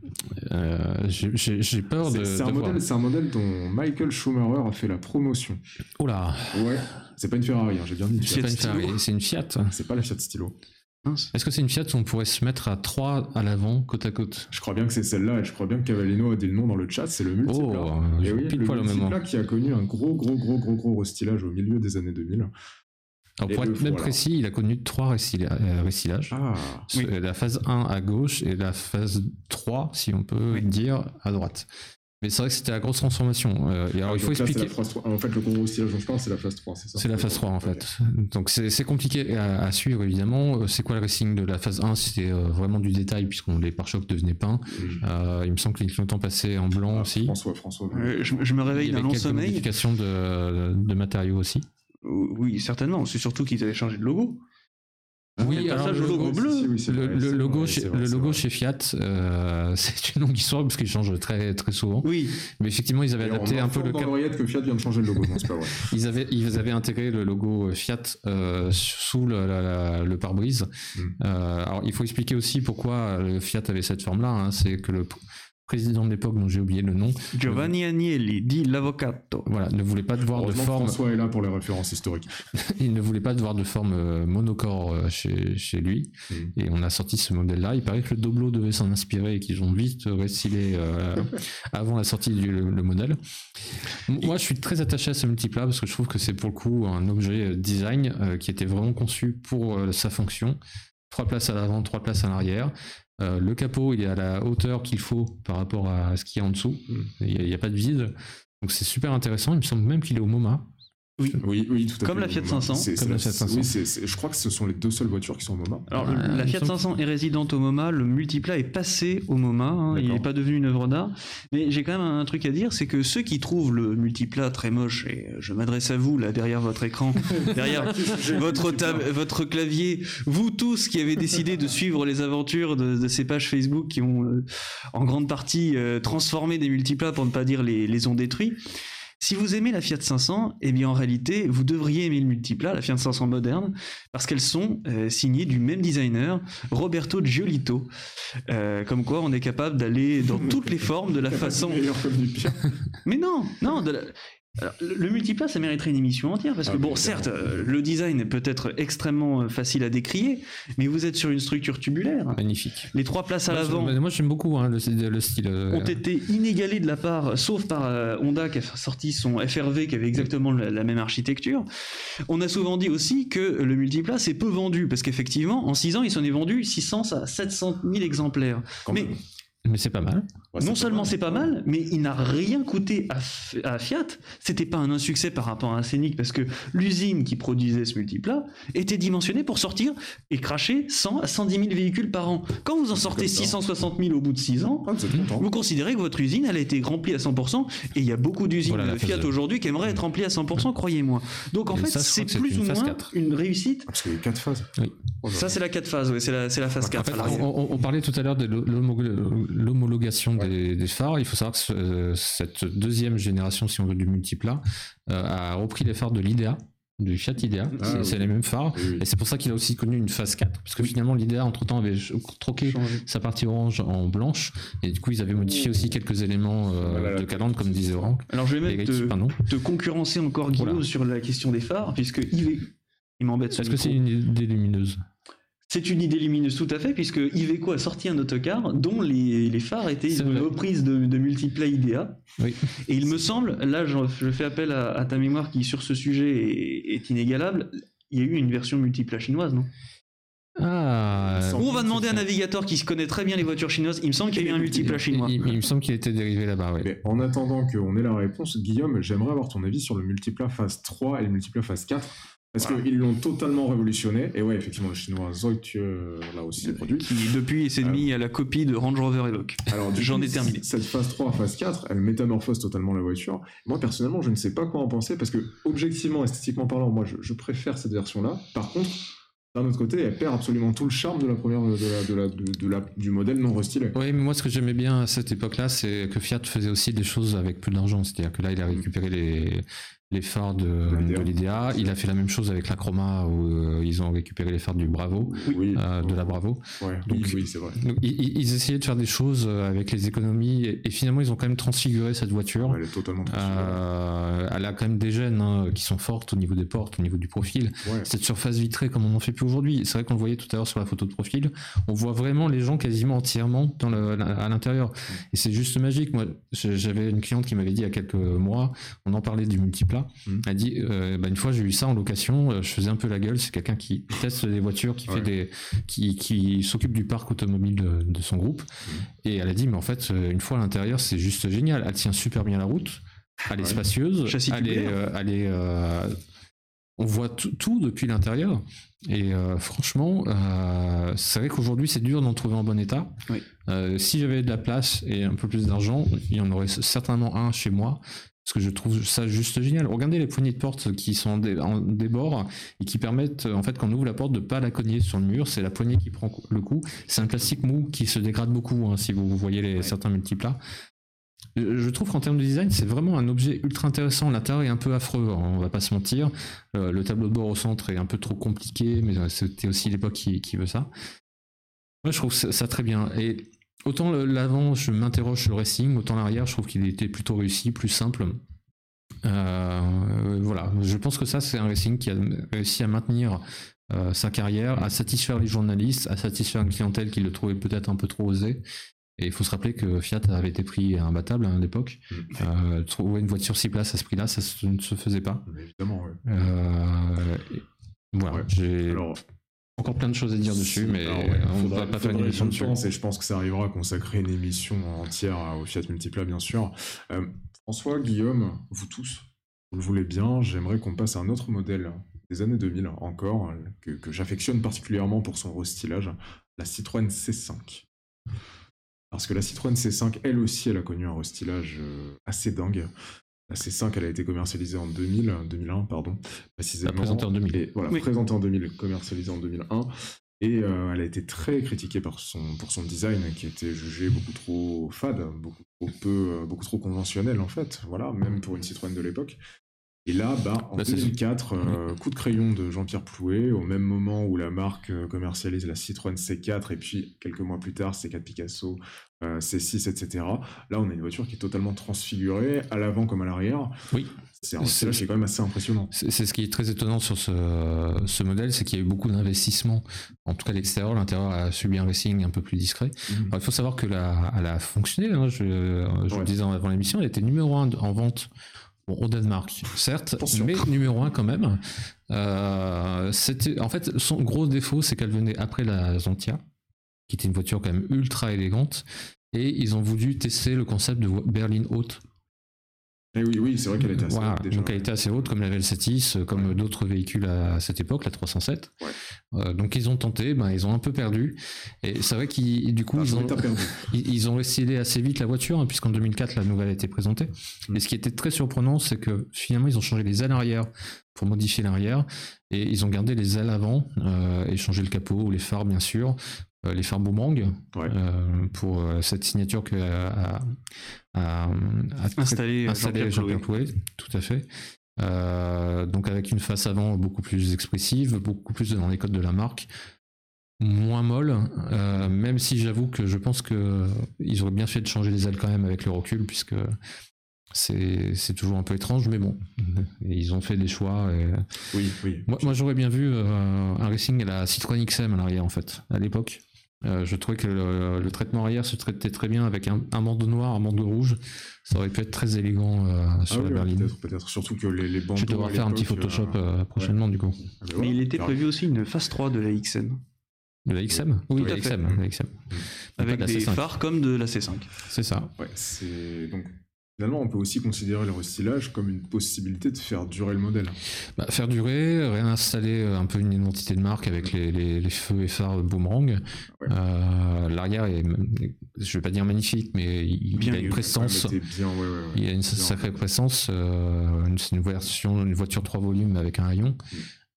euh, j'ai, j'ai, j'ai peur c'est, de. C'est un, de modèle, c'est un modèle dont Michael Schumacher a fait la promotion. Oh là ! Ouais, c'est pas une Ferrari, hein, j'ai bien dit. C'est pas une Ferrari, c'est une Fiat. C'est pas la Fiat Stilo. Est-ce que c'est une Fiat où on pourrait se mettre à trois à l'avant, côte à côte ? Je crois bien que c'est celle-là, et je crois bien que Cavallino a dit le nom dans le chat, c'est le Multipla. Oh, et oui, le Multipla qui a connu un gros, gros, gros, gros, gros restylage au milieu des années deux mille. Alors pour être même précis, il a connu trois restilages. Ah, oui. La phase un à gauche et la phase trois, si on peut oui. dire, à droite. Mais c'est vrai que c'était la grosse transformation. Euh, et alors, ah, il faut expliquer. En fait, le gros restylage dont je parle, c'est la phase trois, c'est ça ? C'est la phase trois, en fait. Okay. Donc, c'est, c'est compliqué à, à suivre, évidemment. C'est quoi le racing de la phase un ? C'était euh, vraiment du détail, puisque les pare-chocs devenaient peints. Mmh. Euh, il me semble que les clignotants passaient en blanc ah, aussi. François, François. Euh, je, je me réveille d'un long sommeil. Il y avait quelques modifications de, de matériaux aussi. Oui, certainement. C'est surtout qu'ils avaient changé de logo. Oui, alors le logo bleu. Si, oui, le, vrai, le, logo, vrai, chez, vrai, le logo chez Fiat, euh, c'est une longue histoire parce qu'il change très très souvent. Oui. Mais effectivement, ils avaient Et adapté un peu le. Cap... que Fiat vient de changer le logo. Non, c'est pas vrai. ils avaient ils avaient intégré le logo Fiat euh, sous le, la, la, le pare-brise. Mm. Euh, alors, il faut expliquer aussi pourquoi le Fiat avait cette forme-là. Hein, c'est que le président de l'époque, dont j'ai oublié le nom, Giovanni Agnelli, dit l'avvocato. Voilà, ne voulait pas devoir de forme. François est là pour les références historiques. Il ne voulait pas devoir de forme monocore chez, chez lui, mmh. et on a sorti ce modèle-là. Il paraît que le Doblo devait s'en inspirer et qu'ils ont vite récilé euh, avant la sortie du le, le modèle. Moi, je suis très attaché à ce multiplat parce que je trouve que c'est pour le coup un objet design euh, qui était vraiment conçu pour euh, sa fonction. Trois places à l'avant, trois places à l'arrière. Euh, le capot, il est à la hauteur qu'il faut par rapport à ce qu'il y a en dessous. Il n'y a, a pas de vide. Donc c'est super intéressant. Il me semble même qu'il est au MoMA. Oui, oui, oui, tout à Comme fait. la Fiat cinq cents. C'est, Comme c'est la Fiat cinq cents. Oui, c'est, c'est, je crois que ce sont les deux seules voitures qui sont au MoMA. Alors, ouais, la Fiat cinq cents est résidente au MoMA, le multiplat est passé au MoMA, hein, il n'est pas devenu une œuvre d'art. Mais j'ai quand même un truc à dire, c'est que ceux qui trouvent le multiplat très moche, et je m'adresse à vous, là, derrière votre écran, derrière votre, tab- votre clavier, vous tous qui avez décidé de suivre les aventures de, de ces pages Facebook qui ont euh, en grande partie euh, transformé des multiplats, pour ne pas dire les, les ont détruits. Si vous aimez la Fiat cinq cents, eh bien en réalité, vous devriez aimer le multiplat, la Fiat cinq cents moderne, parce qu'elles sont euh, signées du même designer, Roberto Giolito. Euh, comme quoi, on est capable d'aller dans toutes les formes de la façon. Mais non, non. De la... Alors, le multiplat, ça mériterait une émission entière parce que, ah, bon, certes, euh, le design peut être extrêmement facile à décrier, mais vous êtes sur une structure tubulaire. Magnifique. Les trois places à moi, l'avant. Je, moi, j'aime beaucoup hein, le, le style. Euh... Ont été inégalés de la part, sauf par euh, Honda qui a sorti son F R V qui avait exactement la, la même architecture. On a souvent dit aussi que le multiplat c'est peu vendu parce qu'effectivement, en six ans, il s'en est vendu six cents à sept cent mille exemplaires. Quand mais. Même. Mais c'est pas mal. Ouais, non seulement c'est pas mal, mais il n'a rien coûté à, F- à Fiat. C'était pas un insuccès par rapport à un Scénic parce que l'usine qui produisait ce multiplat était dimensionnée pour sortir et cracher cent à cent dix mille véhicules par an. Quand vous en sortez six cent soixante mille au bout de six ans, ah, vous considérez que votre usine elle a été remplie à cent pour cent et il y a beaucoup d'usines voilà, Fiat de... aujourd'hui qui aimeraient être remplies à cent pour cent, croyez-moi. Donc en et fait, ça, c'est plus ou moins quatre. Une réussite. Parce qu'il y a quatre phases. Oui. Ça, c'est la quatre phases, ouais, c'est la, c'est la phase quatre. En fait, on, on parlait tout à l'heure de l'homologation ouais. des, des phares. Il faut savoir que ce, cette deuxième génération, si on veut, du multiplat, euh, a repris les phares de l'I D A, du Fiat I D A. Ah, c'est, oui. c'est les mêmes phares. Oui, oui. Et c'est pour ça qu'il a aussi connu une phase quatre. Parce que oui. finalement, l'I D A, entre-temps, avait troqué Changé. sa partie orange en blanche. Et du coup, ils avaient modifié aussi quelques éléments euh, voilà, de calandre, comme disait Orange. Alors, je vais même te, te concurrencer encore, Guillaume, voilà. sur la question des phares, puisque I V... Il m'embête ce Est-ce micro. que c'est une idée lumineuse ? C'est une idée lumineuse tout à fait, puisque Iveco a sorti un autocar dont les, les phares étaient c'est une vrai. reprise de, de multiplat I D A. Oui. Et il me semble, là je, je fais appel à, à ta mémoire qui sur ce sujet est, est inégalable, il y a eu une version multiplat chinoise, non ? Ah, on va demander à un navigateur qui connaît très bien les voitures chinoises. Il me semble qu'il y a eu un multiplat chinois. Il, il, il me semble qu'il était dérivé là-bas. Ouais. Mais en attendant qu'on ait la réponse, Guillaume, j'aimerais avoir ton avis sur le multiplat phase trois et le multiplat phase quatre. Parce voilà. qu'ils l'ont totalement révolutionné. Et ouais, effectivement, le chinois Zoït euh, l'a aussi produit. Qui, depuis, s'est mis euh, à la copie de Range Rover Evoque. Alors, j'en coup, ai terminé. Cette phase trois, phase quatre, elle métamorphose totalement la voiture. Moi, personnellement, je ne sais pas quoi en penser. Parce que, objectivement, esthétiquement parlant, moi, je, je préfère cette version-là. Par contre, d'un autre côté, elle perd absolument tout le charme de la première, de la, de la, de, de la, du modèle non restylé. Oui, mais moi, ce que j'aimais bien à cette époque-là, c'est que Fiat faisait aussi des choses avec peu d'argent. C'est-à-dire que là, il a récupéré les, les phares de, de l'I D A. Il a fait la même chose avec la Chroma, où euh, ils ont récupéré les phares du Bravo, oui, euh, de la Bravo. Ouais, donc, oui, oui, c'est vrai. Donc, ils, ils essayaient de faire des choses avec les économies, et, et finalement, ils ont quand même transfiguré cette voiture. Ouais, elle est totalement transfigurée. Euh, elle a quand même des gènes hein, qui sont fortes au niveau des portes, au niveau du profil. Ouais. Cette surface vitrée, comme on n'en fait plus aujourd'hui. C'est vrai qu'on le voyait tout à l'heure sur la photo de profil. On voit vraiment les gens quasiment entièrement dans le, à l'intérieur. Et c'est juste magique. Moi, j'avais une cliente qui m'avait dit il y a quelques mois, on en parlait du multiplat. Mmh. Elle a dit, euh, bah, une fois j'ai eu ça en location, euh, je faisais un peu la gueule. C'est quelqu'un qui teste des voitures, qui ouais. fait des, qui, qui s'occupe du parc automobile de, de son groupe. Mmh. Et elle a dit, mais en fait, une fois à l'intérieur, c'est juste génial. Elle tient super bien la route. Elle est ouais. spacieuse. Elle est, euh, elle est, euh, on voit tout, tout depuis l'intérieur. Et euh, franchement, euh, c'est vrai qu'aujourd'hui, c'est dur d'en trouver en bon état. Oui. Euh, si j'avais de la place et un peu plus d'argent, il y en aurait certainement un chez moi. Parce que je trouve ça juste génial. Regardez les poignées de porte qui sont en, dé, en débord et qui permettent, en fait, quand on ouvre la porte, de ne pas la cogner sur le mur. C'est la poignée qui prend le coup. C'est un plastique mou qui se dégrade beaucoup, hein, si vous voyez les, ouais. certains multiplats. Je trouve qu'en termes de design, c'est vraiment un objet ultra intéressant. L'intérieur est un peu affreux, on va pas se mentir. Euh, le tableau de bord au centre est un peu trop compliqué, mais c'était aussi l'époque qui, qui veut ça. Moi, je trouve ça très bien. Et autant l'avant, je m'interroge sur le racing, autant l'arrière, je trouve qu'il était plutôt réussi, plus simple. Euh, voilà, je pense que ça, c'est un racing qui a réussi à maintenir euh, sa carrière, à satisfaire les journalistes, à satisfaire une clientèle qui le trouvait peut-être un peu trop osé. Et il faut se rappeler que Fiat avait été pris imbattable hein, à l'époque. Mmh. Euh, trouver une voiture six places à ce prix-là, ça ne se faisait pas. Mais évidemment, ouais. Euh, et, voilà, ouais. j'ai Alors, encore plein de choses à dire dessus, mais alors, ouais, on ne va pas faire une émission dessus. Et je pense que ça arrivera à consacrer une émission entière au Fiat Multipla, bien sûr. Euh, François, Guillaume, vous tous, vous le voulez bien, j'aimerais qu'on passe à un autre modèle des années deux mille encore, que, que j'affectionne particulièrement pour son restylage, la Citroën C cinq. Parce que la Citroën C cinq, elle aussi, elle a connu un restylage assez dingue. La C cinq, elle a été commercialisée en deux mille, deux mille un, pardon, précisément. Présentée en deux mille. Et, voilà, oui. Présentée en deux mille, commercialisée en deux mille un. Et euh, elle a été très critiquée par son, pour son design, qui était jugé beaucoup trop fade, beaucoup trop peu, beaucoup trop conventionnel en fait. Voilà, même pour une Citroën de l'époque. Et là, bah, en bah, deux mille quatre, euh, coup de crayon de Jean-Pierre Plouet, au même moment où la marque commercialise la Citroën C quatre, et puis quelques mois plus tard, C quatre Picasso, euh, C six, et cetera. Là, on a une voiture qui est totalement transfigurée, à l'avant comme à l'arrière. Oui. C'est un style qui est quand même assez impressionnant. C'est, c'est ce qui est très étonnant sur ce, ce modèle, c'est qu'il y a eu beaucoup d'investissements. En tout cas, l'extérieur, l'intérieur a subi un racing un peu plus discret. Mmh. Alors, il faut savoir que la, elle a fonctionné, hein, je, je ouais. le disais avant l'émission, elle était numéro un en vente. Bon, au Danemark, certes, Attention. mais numéro un quand même. Euh, c'était, en fait, son gros défaut, c'est qu'elle venait après la Zontia, qui était une voiture quand même ultra élégante, et ils ont voulu tester le concept de berline haute. Et oui, oui, c'est vrai qu'elle était assez voilà, haute. Déjà. Donc elle était assez haute, comme la V L Satis, comme ouais. d'autres véhicules à cette époque, la trois cent sept. Ouais. Euh, donc ils ont tenté, ben, ils ont un peu perdu. Et c'est vrai qu'ils, du coup, ah, ils, ont, ils, ils ont restylé assez vite la voiture, hein, puisqu'en deux mille quatre, la nouvelle a été présentée. Mmh. Et ce qui était très surprenant, c'est que finalement, ils ont changé les ailes arrière pour modifier l'arrière, et ils ont gardé les ailes avant, euh, et changé le capot ou les phares, bien sûr. Euh, les phares boomerang ouais. euh, pour euh, cette signature que a, a, a installé Jean-Pierre, Jean-Pierre Plouet, tout à fait. Euh, donc avec une face avant beaucoup plus expressive, beaucoup plus dans les codes de la marque, moins molle, euh, même si j'avoue que je pense que ils auraient bien fait de changer les ailes quand même avec le recul, puisque c'est, c'est toujours un peu étrange, mais bon, ils ont fait des choix. Et... Oui, oui. Moi, moi j'aurais bien vu euh, un racing à la Citroën X M à l'arrière en fait, à l'époque. Euh, je trouvais que le, le traitement arrière se traitait très bien avec un, un bandeau noir, un bandeau rouge. Ça aurait pu être très élégant euh, sur ah la oui, berline. Peut-être, peut-être. Surtout que les, les bandeaux. Je vais devoir faire un petit Photoshop euh, prochainement ouais. du coup. Ah ben voilà, mais il était prévu aussi une phase trois de la X M. De la X M ? Oui, Tout la X M, la X M. Avec des phares comme de la C cinq. C'est ça. Ouais, c'est donc. Finalement, on peut aussi considérer le restylage comme une possibilité de faire durer le modèle. Bah, faire durer, réinstaller un peu une identité de marque avec les, les, les feux et phares boomerang. Ouais. Euh, l'arrière est, je ne vais pas dire magnifique, mais il, il a une présence. Ouais, bien, ouais, ouais, ouais. Il a une bien sacrée présence. Euh, c'est une version, une voiture trois volumes avec un haillon. Mm.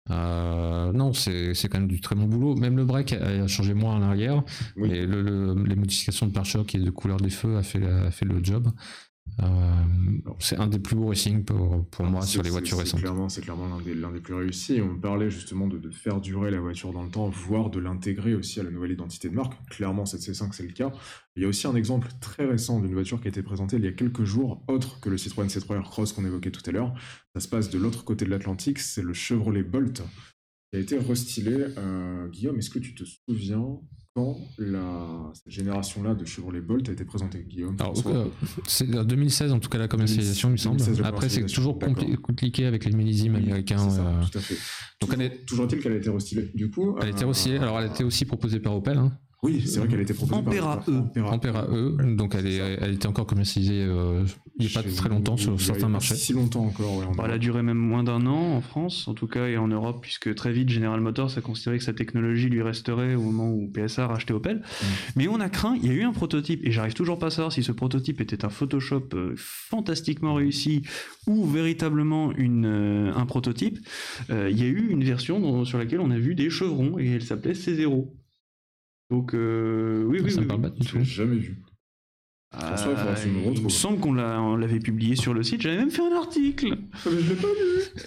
Euh, non, c'est, c'est quand même du très bon boulot. Même le break a, a changé moins à l'arrière. Oui. Et le, le, les modifications de pare-choc et de couleur des feux a fait, a fait le job. Euh, c'est un des plus beaux racing pour, pour ah, moi sur les voitures c'est, récentes. C'est clairement, c'est clairement l'un, des, l'un des plus réussis. Et on parlait justement de, de faire durer la voiture dans le temps, voire de l'intégrer aussi à la nouvelle identité de marque. Clairement, cette C cinq, c'est le cas. Il y a aussi un exemple très récent d'une voiture qui a été présentée il y a quelques jours, autre que le Citroën C trois Aircross qu'on évoquait tout à l'heure. Ça se passe de l'autre côté de l'Atlantique, c'est le Chevrolet Bolt qui a été restylé. Euh, Guillaume, est-ce que tu te souviens quand la, cette génération-là de Chevrolet Bolt a été présentée, Guillaume? Alors, euh, c'est en deux mille seize, en tout cas, la commercialisation, il me semble. Après, c'est toujours compli- compliqué avec les millésimes oui, américains. Ça, euh... tout à fait. Donc, toujours, elle est... toujours est-il qu'elle a été restylée. Du coup, elle a été restylée. Alors, elle a été aussi proposée par Opel. Hein. Oui, c'est vrai qu'elle a été proposée Ampera par E. Ampera, Ampera E. Ouais, donc, elle, est, elle était encore commercialisée euh, il n'y a pas très longtemps sur certains marchés. Si longtemps encore, ouais. Bah, elle a duré même moins d'un an en France, en tout cas, et en Europe, puisque très vite, General Motors a considéré que sa technologie lui resterait au moment où P S A a racheté Opel. Mm. Mais on a craint, il y a eu un prototype, et j'arrive toujours pas à savoir si ce prototype était un Photoshop euh, fantastiquement réussi ou véritablement une, euh, un prototype. Euh, il y a eu une version dont, sur laquelle on a vu des chevrons, et elle s'appelait C zéro. Donc, euh, oui, oui, ça oui. me parle pas du tout. J'ai jamais vu. François, euh, il me semble qu'on l'a, on l'avait publié sur le site. J'avais même fait un article. Je l'ai pas lu.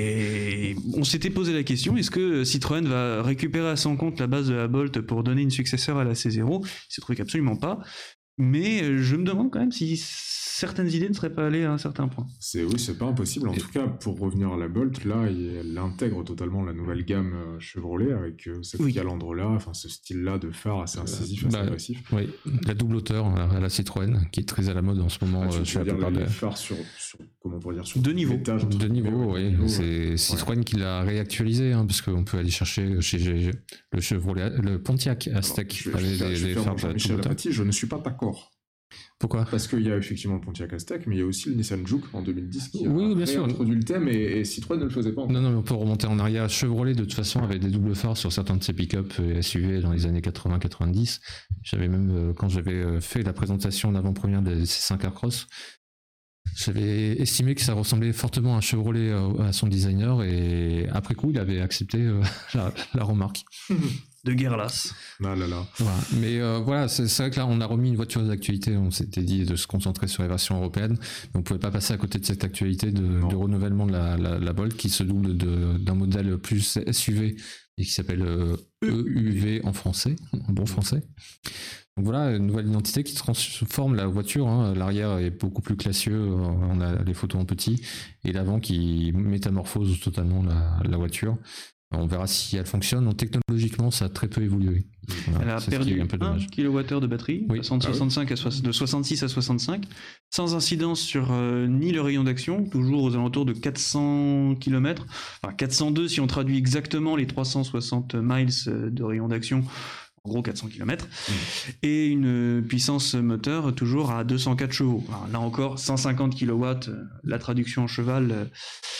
Et on s'était posé la question, est-ce que Citroën va récupérer à son compte la base de la Bolt pour donner une successeur à la C zéro? Il se trouve qu'absolument pas. Mais je me demande quand même si certaines idées ne seraient pas allées à un certain point. C'est, oui, c'est pas impossible. En et... tout cas, pour revenir à la Bolt, là, elle intègre totalement la nouvelle gamme Chevrolet avec euh, cette oui. calandre-là, enfin ce style-là de phare assez incisif, euh, assez bah, agressif. Oui, la double hauteur à la Citroën, qui est très à la mode en ce moment. Ah, tu, euh, tu veux dire les, les phares sur, sur, comment on pourrait dire, sur deux niveaux. Étages, deux niveaux, oui. Niveaux, c'est ouais. Citroën ouais. qui l'a réactualisé, hein, parce qu'on peut aller chercher chez G G le Chevrolet, le Pontiac Aztec. Alors, je, je, je, je, je, phares Jean-Michel Apathy, je ne suis pas d'accord. Pourquoi ? Parce qu'il y a effectivement le Pontiac Aztec, mais il y a aussi le Nissan Juke en deux mille dix qui oui, a bien sûr. introduit le thème et, et Citroën ne le faisait pas encore. Non, non, mais on peut remonter en arrière. Chevrolet, de toute façon, avait des doubles phares sur certains de ses pick-up et S U V dans les années quatre-vingts quatre-vingt-dix. J'avais même, quand j'avais fait la présentation d'avant-première des C cinq Aircross, j'avais estimé que ça ressemblait fortement à un Chevrolet à son designer et après coup, il avait accepté la, la remarque. De guerre lasse. Ah là là. Voilà. Mais euh, voilà, c'est, c'est vrai que là, on a remis une voiture d'actualité. On s'était dit de se concentrer sur les versions européenines. Mais on ne pouvait pas passer à côté de cette actualité de, de renouvellement de la, la, la Bolt qui se double de, d'un modèle plus S U V et qui s'appelle euh, E U V en français, en bon français. Donc voilà, une nouvelle identité qui transforme la voiture. Hein. L'arrière est beaucoup plus classieux. On a les photos en petit. Et l'avant qui métamorphose totalement la, la voiture. On verra si elle fonctionne. Donc, technologiquement, ça a très peu évolué. Voilà, elle a perdu un kilowattheure de batterie, oui. passant de, ah soixante-cinq oui. à so- de soixante-six à soixante-cinq, sans incidence sur euh, ni le rayon d'action, toujours aux alentours de quatre cents kilomètres, enfin quatre cent deux si on traduit exactement les trois cent soixante miles de rayon d'action, en gros quatre cents kilomètres, mmh. et une puissance moteur toujours à deux cent quatre chevaux. Alors, là encore, cent cinquante kilowatts, la traduction en cheval,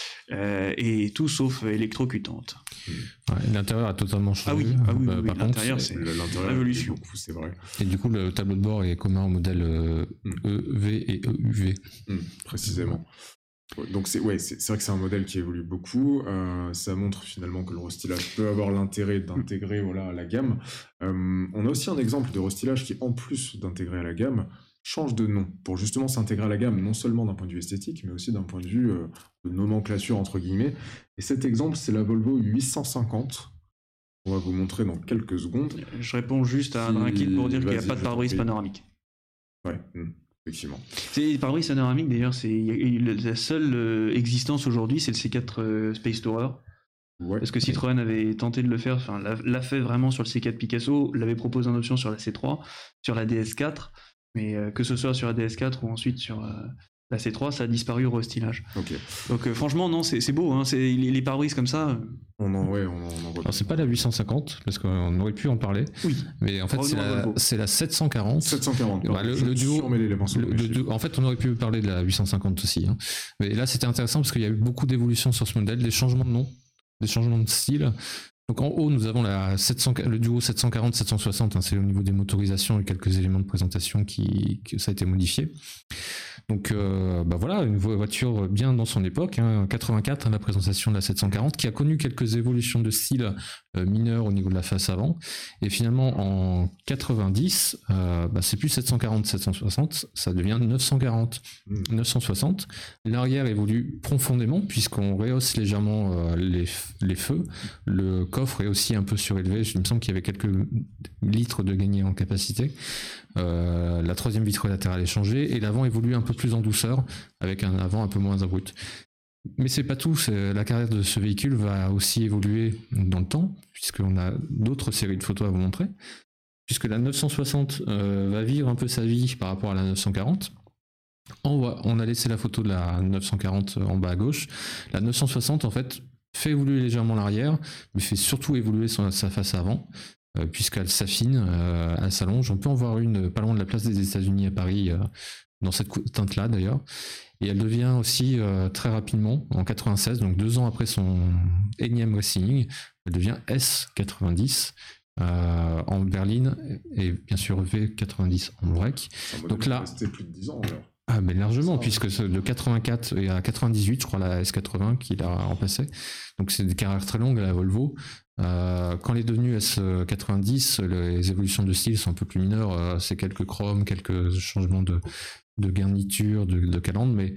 euh, et tout sauf électrocutante. Ouais, l'intérieur a totalement changé. Ah oui, ah oui, euh, oui, par oui l'intérieur, contre, c'est l'intérieur révolution. Beaucoup, c'est vrai. Et du coup, le tableau de bord est commun au modèle euh, mmh. E V et E U V. Mmh, précisément. Ouais. Donc c'est, ouais, c'est, c'est vrai que c'est un modèle qui évolue beaucoup. Euh, ça montre finalement que le restylage peut avoir l'intérêt d'intégrer voilà, à la gamme. Euh, on a aussi un exemple de restylage qui, en plus d'intégrer à la gamme, change de nom pour justement s'intégrer à la gamme, non seulement d'un point de vue esthétique, mais aussi d'un point de vue euh, de nomenclature, entre guillemets. Et cet exemple, c'est la Volvo huit cent cinquante. On va vous montrer dans quelques secondes. Je réponds juste à Adrien Kit pour dire qu'il n'y a pas de pare-brise panoramique. Ouais, mmh, effectivement. C'est le pare-brise panoramique, d'ailleurs, c'est la seule euh, existence aujourd'hui, c'est le C quatre euh, Space Tourer. Ouais. Parce que Citroën avait tenté de le faire, enfin l'a, l'a fait vraiment sur le C quatre Picasso, l'avait proposé en option sur la C trois, sur la D S quatre. Mais euh, que ce soit sur la D S quatre ou ensuite sur euh, la C trois, ça a disparu au restylage. Okay. Donc euh, franchement, non, c'est, c'est beau. Hein, c'est, les, les pare-brises comme ça. Euh... On en, ouais, on en, on en Alors c'est pas la huit cent cinquante, parce qu'on aurait pu en parler. Oui. Mais en fait, c'est la, c'est la sept cent quarante. sept cent quarante. Bah, le, le duo. Le, le duo. En fait, on aurait pu parler de la huit cent cinquante aussi. Hein. Mais là, c'était intéressant parce qu'il y a eu beaucoup d'évolutions sur ce modèle, des changements de nom, des changements de style. Donc en haut, nous avons la sept cents, le duo sept cent quarante sept cent soixante, hein, c'est au niveau des motorisations et quelques éléments de présentation qui, que ça a été modifié. Donc euh, bah voilà, une voiture bien dans son époque, hein, quatre-vingt-quatre, hein, la présentation de la sept cent quarante, qui a connu quelques évolutions de style euh, mineures au niveau de la face avant. Et finalement, en quatre-vingt-dix, euh, bah, c'est plus sept cent quarante sept cent soixante, ça devient neuf cent quarante neuf cent soixante. L'arrière évolue profondément puisqu'on rehausse légèrement euh, les, les feux. Le coffre est aussi un peu surélevé, il me semble qu'il y avait quelques litres de gagné en capacité. Euh, la troisième vitre latérale est changée et l'avant évolue un peu plus en douceur avec un avant un peu moins abrupt. Mais c'est pas tout, c'est, la carrière de ce véhicule va aussi évoluer dans le temps puisqu'on a d'autres séries de photos à vous montrer, puisque la neuf cent soixante euh, va vivre un peu sa vie par rapport à la neuf cent quarante. On, va, on a laissé la photo de la neuf cent quarante en bas à gauche. La neuf cent soixante en fait fait évoluer légèrement l'arrière, mais fait surtout évoluer son, sa face avant. Euh, puisqu'elle s'affine, euh, elle s'allonge. On peut en voir une pas loin de la place des États-Unis à Paris, euh, dans cette teinte-là d'ailleurs. Et elle devient aussi euh, très rapidement, en quatre-vingt-seize, donc deux ans après son énième restyling, elle devient S quatre-vingt-dix euh, en berline et bien sûr V quatre-vingt-dix en break. Donc là, c'était plus de dix ans alors. Ah mais largement, ça, puisque c'est de quatre-vingt-quatre et à quatre-vingt-dix-huit, je crois, la S quatre-vingts qui l'a remplacé. Donc c'est des carrières très longues à la Volvo. Euh, quand elle est devenue S quatre-vingt-dix, les évolutions de style sont un peu plus mineures. Euh, c'est quelques chromes, quelques changements de, de garniture, de, de calandre, mais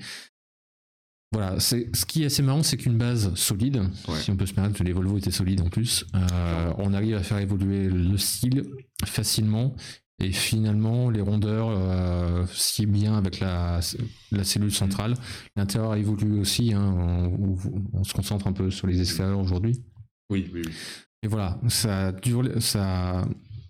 voilà, c'est, ce qui est assez marrant, c'est qu'une base solide, ouais. si on peut se permettre, les Volvo étaient solides en plus, euh, on arrive à faire évoluer le style facilement. Et finalement, les rondeurs, euh, ce qui est bien avec la, la cellule centrale, l'intérieur évolue aussi. Hein, on, on se concentre un peu sur les extérieurs aujourd'hui. Oui, oui, oui. Et voilà, ça dure, ça,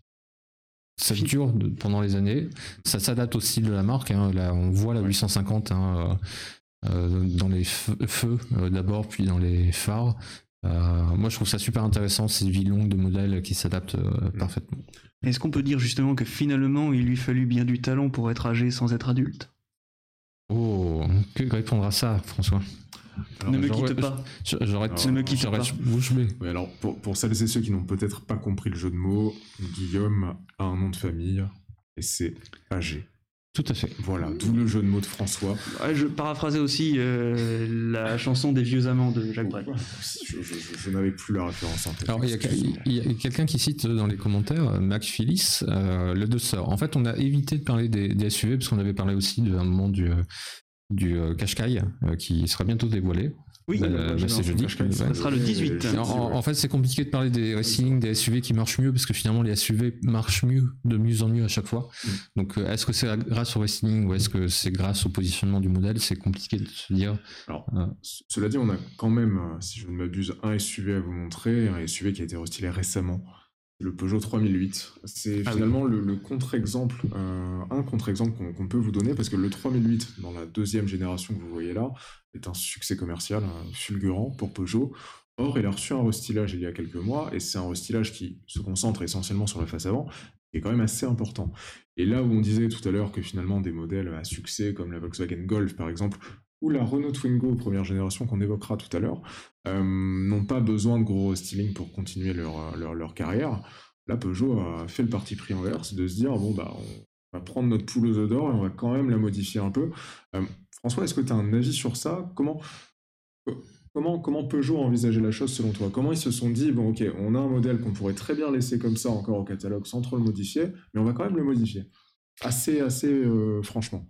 ça dure de, pendant les années. Ça s'adapte au style de la marque. Hein. Là, on voit la huit cent cinquante hein, euh, dans les feux, feux euh, d'abord, puis dans les phares. Euh, moi, je trouve ça super intéressant, ces vies longues de modèles qui s'adaptent euh, mmh. parfaitement. Est-ce qu'on peut dire justement que finalement, il lui fallut bien du talent pour être âgé sans être adulte ? Oh, que répondra ça, François ? Alors, ne me quitte pas. J'aurais alors, ne me quitte pas. Bouche bée. Oui, alors pour, pour celles et ceux qui n'ont peut-être pas compris le jeu de mots, Guillaume a un nom de famille et c'est âgé. Tout à fait. Voilà, d'où le jeu de mots de François. Ouais, je paraphrasais aussi euh, la chanson des vieux amants de Jacques Brel. Je, je, je, je n'avais plus la référence en tête. Alors, il y, y a quelqu'un qui cite dans les commentaires, Mac Phyllis, euh, le deux sœurs. En fait, on a évité de parler des, des S U V parce qu'on avait parlé aussi d'un moment du, du euh, Qashqai euh, qui sera bientôt dévoilé. Oui, euh, bah, c'est jeudi. Ça ouais. sera le dix-huit. En, en, en fait, c'est compliqué de parler des racing, des S U V qui marchent mieux parce que finalement, les S U V marchent mieux, de mieux en mieux à chaque fois. Mm. Donc, euh, est-ce que c'est grâce au racing ou est-ce que c'est grâce au positionnement du modèle ? C'est compliqué de se dire. Alors, euh, cela dit, on a quand même, si je ne m'abuse, un S U V à vous montrer, un S U V qui a été restylé récemment. Le Peugeot trois mille huit. C'est ah finalement oui. le, le contre-exemple, euh, un contre-exemple qu'on, qu'on peut vous donner, parce que le trois mille huit, dans la deuxième génération que vous voyez là, est un succès commercial euh, fulgurant pour Peugeot. Or, il a reçu un restylage il y a quelques mois, et c'est un restylage qui se concentre essentiellement sur la face avant, qui est quand même assez important. Et là où on disait tout à l'heure que finalement des modèles à succès, comme la Volkswagen Golf par exemple, ou la Renault Twingo première génération qu'on évoquera tout à l'heure, euh, n'ont pas besoin de gros restyling pour continuer leur, leur, leur carrière. Là, Peugeot a fait le parti pris inverse, de se dire, bon, bah, on va prendre notre poule aux œufs d'or et on va quand même la modifier un peu. Euh, François, est-ce que tu as un avis sur ça ? Comment, comment, comment Peugeot a envisagé la chose selon toi ? Comment ils se sont dit, bon, ok, on a un modèle qu'on pourrait très bien laisser comme ça encore au catalogue sans trop le modifier, mais on va quand même le modifier. Assez, assez euh, franchement.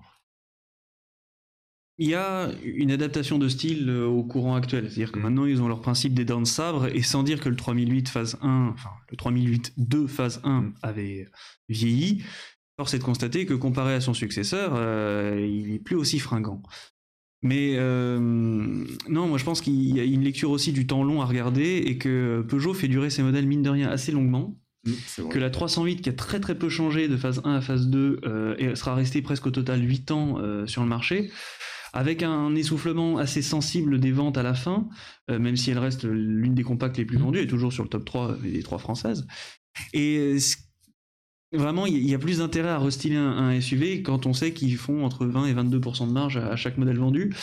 Il y a une adaptation de style au courant actuel, c'est-à-dire que maintenant ils ont leur principe des dents de sabre, et sans dire que le trois mille huit phase un, enfin le trois mille huit deux phase un avait vieilli, force est de constater que comparé à son successeur, euh, il est plus aussi fringant. Mais euh, non, moi je pense qu'il y a une lecture aussi du temps long à regarder, et que Peugeot fait durer ses modèles mine de rien assez longuement. Mmh, que la trois cent huit qui a très très peu changé de phase un à phase deux euh, et sera restée presque au total huit ans euh, sur le marché, avec un essoufflement assez sensible des ventes à la fin, euh, même si elle reste l'une des compacts les plus vendues, et toujours sur le top trois des trois françaises. Et euh, vraiment, il y a plus d'intérêt à restyler un, un S U V quand on sait qu'ils font entre vingt et vingt-deux pour cent de marge à, à chaque modèle vendu.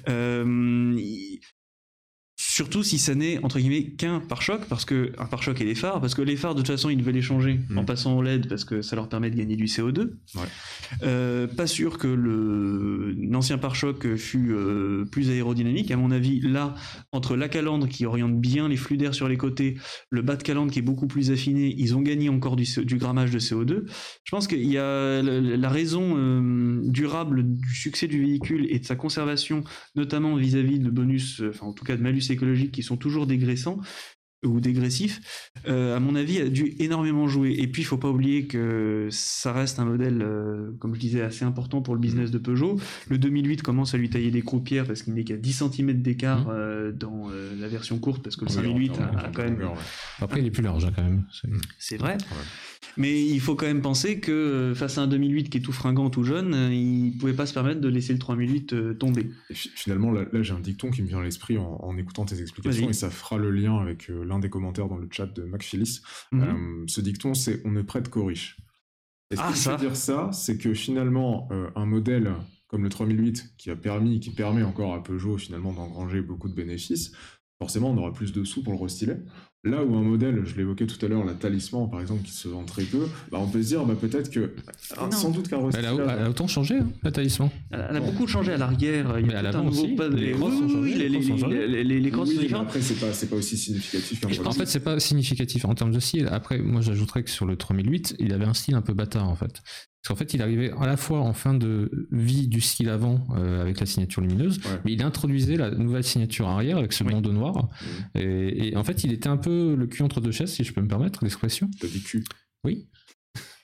Euh, il... Surtout si ça n'est, entre guillemets, qu'un pare-choc, parce que un pare-choc et les phares, parce que les phares, de toute façon, ils devaient les changer mmh. en passant au L E D, parce que ça leur permet de gagner du C O deux. Ouais. Euh, pas sûr que le, l'ancien pare-choc fût euh, plus aérodynamique. À mon avis, là, entre la calandre qui oriente bien les flux d'air sur les côtés, le bas de calandre qui est beaucoup plus affiné, ils ont gagné encore du, du grammage de C O deux. Je pense qu'il y a la, la raison euh, durable du succès du véhicule et de sa conservation, notamment vis-à-vis de bonus, enfin en tout cas de malus écologiques qui sont toujours dégraissants ou dégressifs, euh, à mon avis a dû énormément jouer. Et puis il faut pas oublier que ça reste un modèle euh, comme je disais assez important pour le business de Peugeot. Le deux mille huit commence à lui tailler des croupières parce qu'il n'est qu'à dix centimètres d'écart euh, dans euh, la version courte, parce que le oui, cinq mille huit a, a quand même... Après il est plus large hein, quand même. C'est, c'est vrai. Ouais. Mais il faut quand même penser que face à un deux mille huit qui est tout fringant, tout jeune, il ne pouvait pas se permettre de laisser le trois mille huit tomber. Et finalement, là, là j'ai un dicton qui me vient à l'esprit en, en écoutant tes explications. Vas-y. Et ça fera le lien avec euh, l'un des commentaires dans le chat de Mac Phyllis. Mm-hmm. Euh, ce dicton, c'est « on ne prête qu'aux riches ». Et ce ah, que ça. veut dire ça, c'est que finalement, euh, un modèle comme le trois mille huit qui a permis, qui permet encore à Peugeot finalement d'engranger beaucoup de bénéfices, forcément on aura plus de sous pour le restyler. Là où un modèle, je l'évoquais tout à l'heure, la Talisman par exemple, qui se vend très peu, bah on peut se dire bah, peut-être que, ah, sans doute qu'un restylage... Elle a, elle a autant changé, hein, la Talisman. Elle a, elle a bon. beaucoup changé à l'arrière. Il y a mais tout un nouveau aussi, pas de... les crosses sont changées. Les, les, les, les, les, les crosses oui, sont différentes. Après, c'est pas, c'est pas aussi significatif qu'un En fait, c'est pas significatif en termes de style. Après, moi, j'ajouterais que sur le trois mille huit, il avait un style un peu bâtard, en fait. Parce qu'en fait, il arrivait à la fois en fin de vie du style avant euh, avec la signature lumineuse, ouais. mais il introduisait la nouvelle signature arrière avec ce oui. bandeau noir. Mmh. Et, et en fait, il était un peu le cul entre deux chaises, si je peux me permettre l'expression. T'as dit cul. Oui.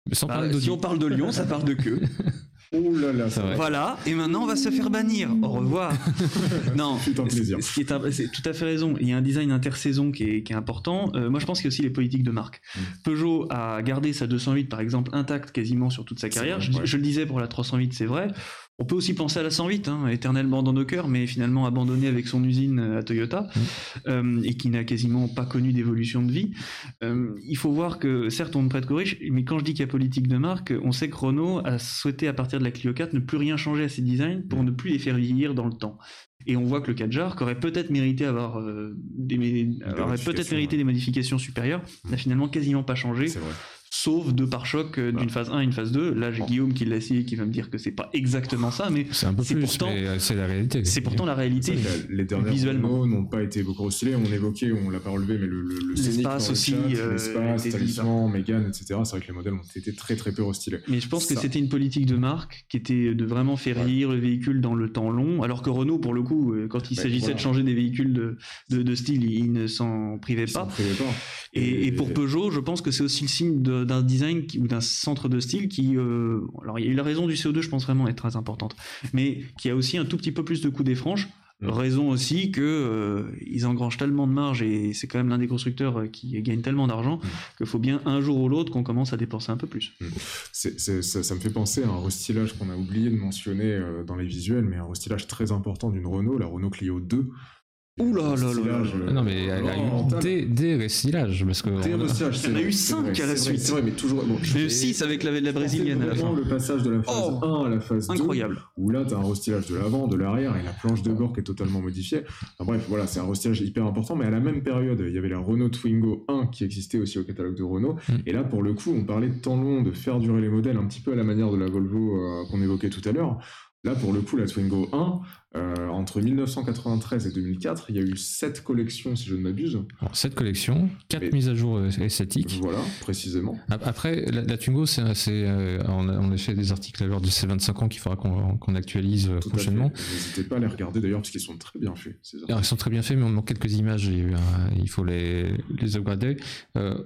Mais sans bah, parler si on parle de Lyon, ça parle de queue. Oh là là, ça va. Voilà, et maintenant on va se faire bannir. Au revoir. Non, c'est un plaisir. Ce qui est, un, c'est tout à fait raison. Il y a un design intersaison qui est, qui est important. Euh, moi, je pense qu'il y a aussi les politiques de marque. Mm. Peugeot a gardé sa deux cent huit, par exemple, intacte quasiment sur toute sa carrière. Vrai, je, ouais. je le disais pour la trois cent huit, c'est vrai. On peut aussi penser à la cent huit, hein, éternellement dans nos cœurs, mais finalement abandonnée avec son usine à Toyota, mmh. euh, et qui n'a quasiment pas connu d'évolution de vie. Euh, il faut voir que, certes, on ne prête qu'aux riches, mais quand je dis qu'il y a politique de marque, on sait que Renault a souhaité, à partir de la Clio quatre, ne plus rien changer à ses designs pour mmh. ne plus les faire vieillir dans le temps. Et on voit que le Kadjar, qui aurait peut-être mérité avoir euh, des, des aurait peut-être mérité ouais. des modifications supérieures, mmh. n'a finalement quasiment pas changé. C'est vrai. Sauf deux pare-chocs euh, d'une phase un et une phase deux. Là, j'ai bon. Guillaume qui l'a essayé, qui va me dire que c'est pas exactement ça, mais c'est un peu c'est plus, pourtant, mais c'est la réalité. C'est pourtant la réalité. Les dernières visuellement n'ont pas été beaucoup restylées. On évoquait, on l'a pas relevé, mais le, le, le l'espace aussi, chat, euh, l'espace, Talisman, Mégane, et cetera. C'est vrai que les modèles ont été très très peu restylés. Mais je pense ça. que c'était une politique de marque qui était de vraiment faire vieillir ouais. le véhicule dans le temps long, alors que Renault, pour le coup, quand il bah, s'agissait voilà. de changer des véhicules de, de, de style, il ne s'en privait pas. S'en privait pas. Et, et, et pour Peugeot, je pense que c'est aussi le signe de, d'un design qui, ou d'un centre de style qui, euh, alors il y a eu la raison du C O deux, je pense vraiment être très importante, mais qui a aussi un tout petit peu plus de coups des franges. Mmh. Raison aussi que euh, ils engrangent tellement de marge et c'est quand même l'un des constructeurs qui gagne tellement d'argent mmh. qu'il faut bien un jour ou l'autre qu'on commence à dépenser un peu plus. Mmh. C'est, c'est, ça, ça me fait penser à un restylage qu'on a oublié de mentionner euh, dans les visuels, mais un restylage très important d'une Renault, la Renault Clio deux. Ouh là là là là. Non mais il y a eu des, des restilages parce que des restilages, il y en a eu cinq à la suite. C'est vrai, mais toujours. Bon, j'ai eu six avec la, la brésilienne à la fin. Le passage de la phase oh, un à la phase incroyable. deux, où là t'as un restylage de l'avant, de l'arrière et la planche de bord qui est totalement modifiée. Enfin, bref, voilà, c'est un restylage hyper important. Mais à la même période, il y avait la Renault Twingo un qui existait aussi au catalogue de Renault. Mm. Et là, pour le coup, on parlait de temps long, de faire durer les modèles un petit peu à la manière de la Volvo euh, qu'on évoquait tout à l'heure. Là, pour le coup, la Twingo un, euh, entre dix-neuf cent quatre-vingt-treize et deux mille quatre, il y a eu sept collections, si je ne m'abuse. Alors, sept collections, quatre mises à jour esthétiques. Voilà, précisément. Après, la, la Twingo, c'est, c'est, euh, on, a, on a fait des articles lors de ces vingt-cinq ans qu'il faudra qu'on, qu'on actualise Tout prochainement. N'hésitez pas à les regarder d'ailleurs, parce qu'ils sont très bien faits. Ces Alors, ils sont très bien faits, mais on manque quelques images et euh, il faut les, les upgrader. Euh,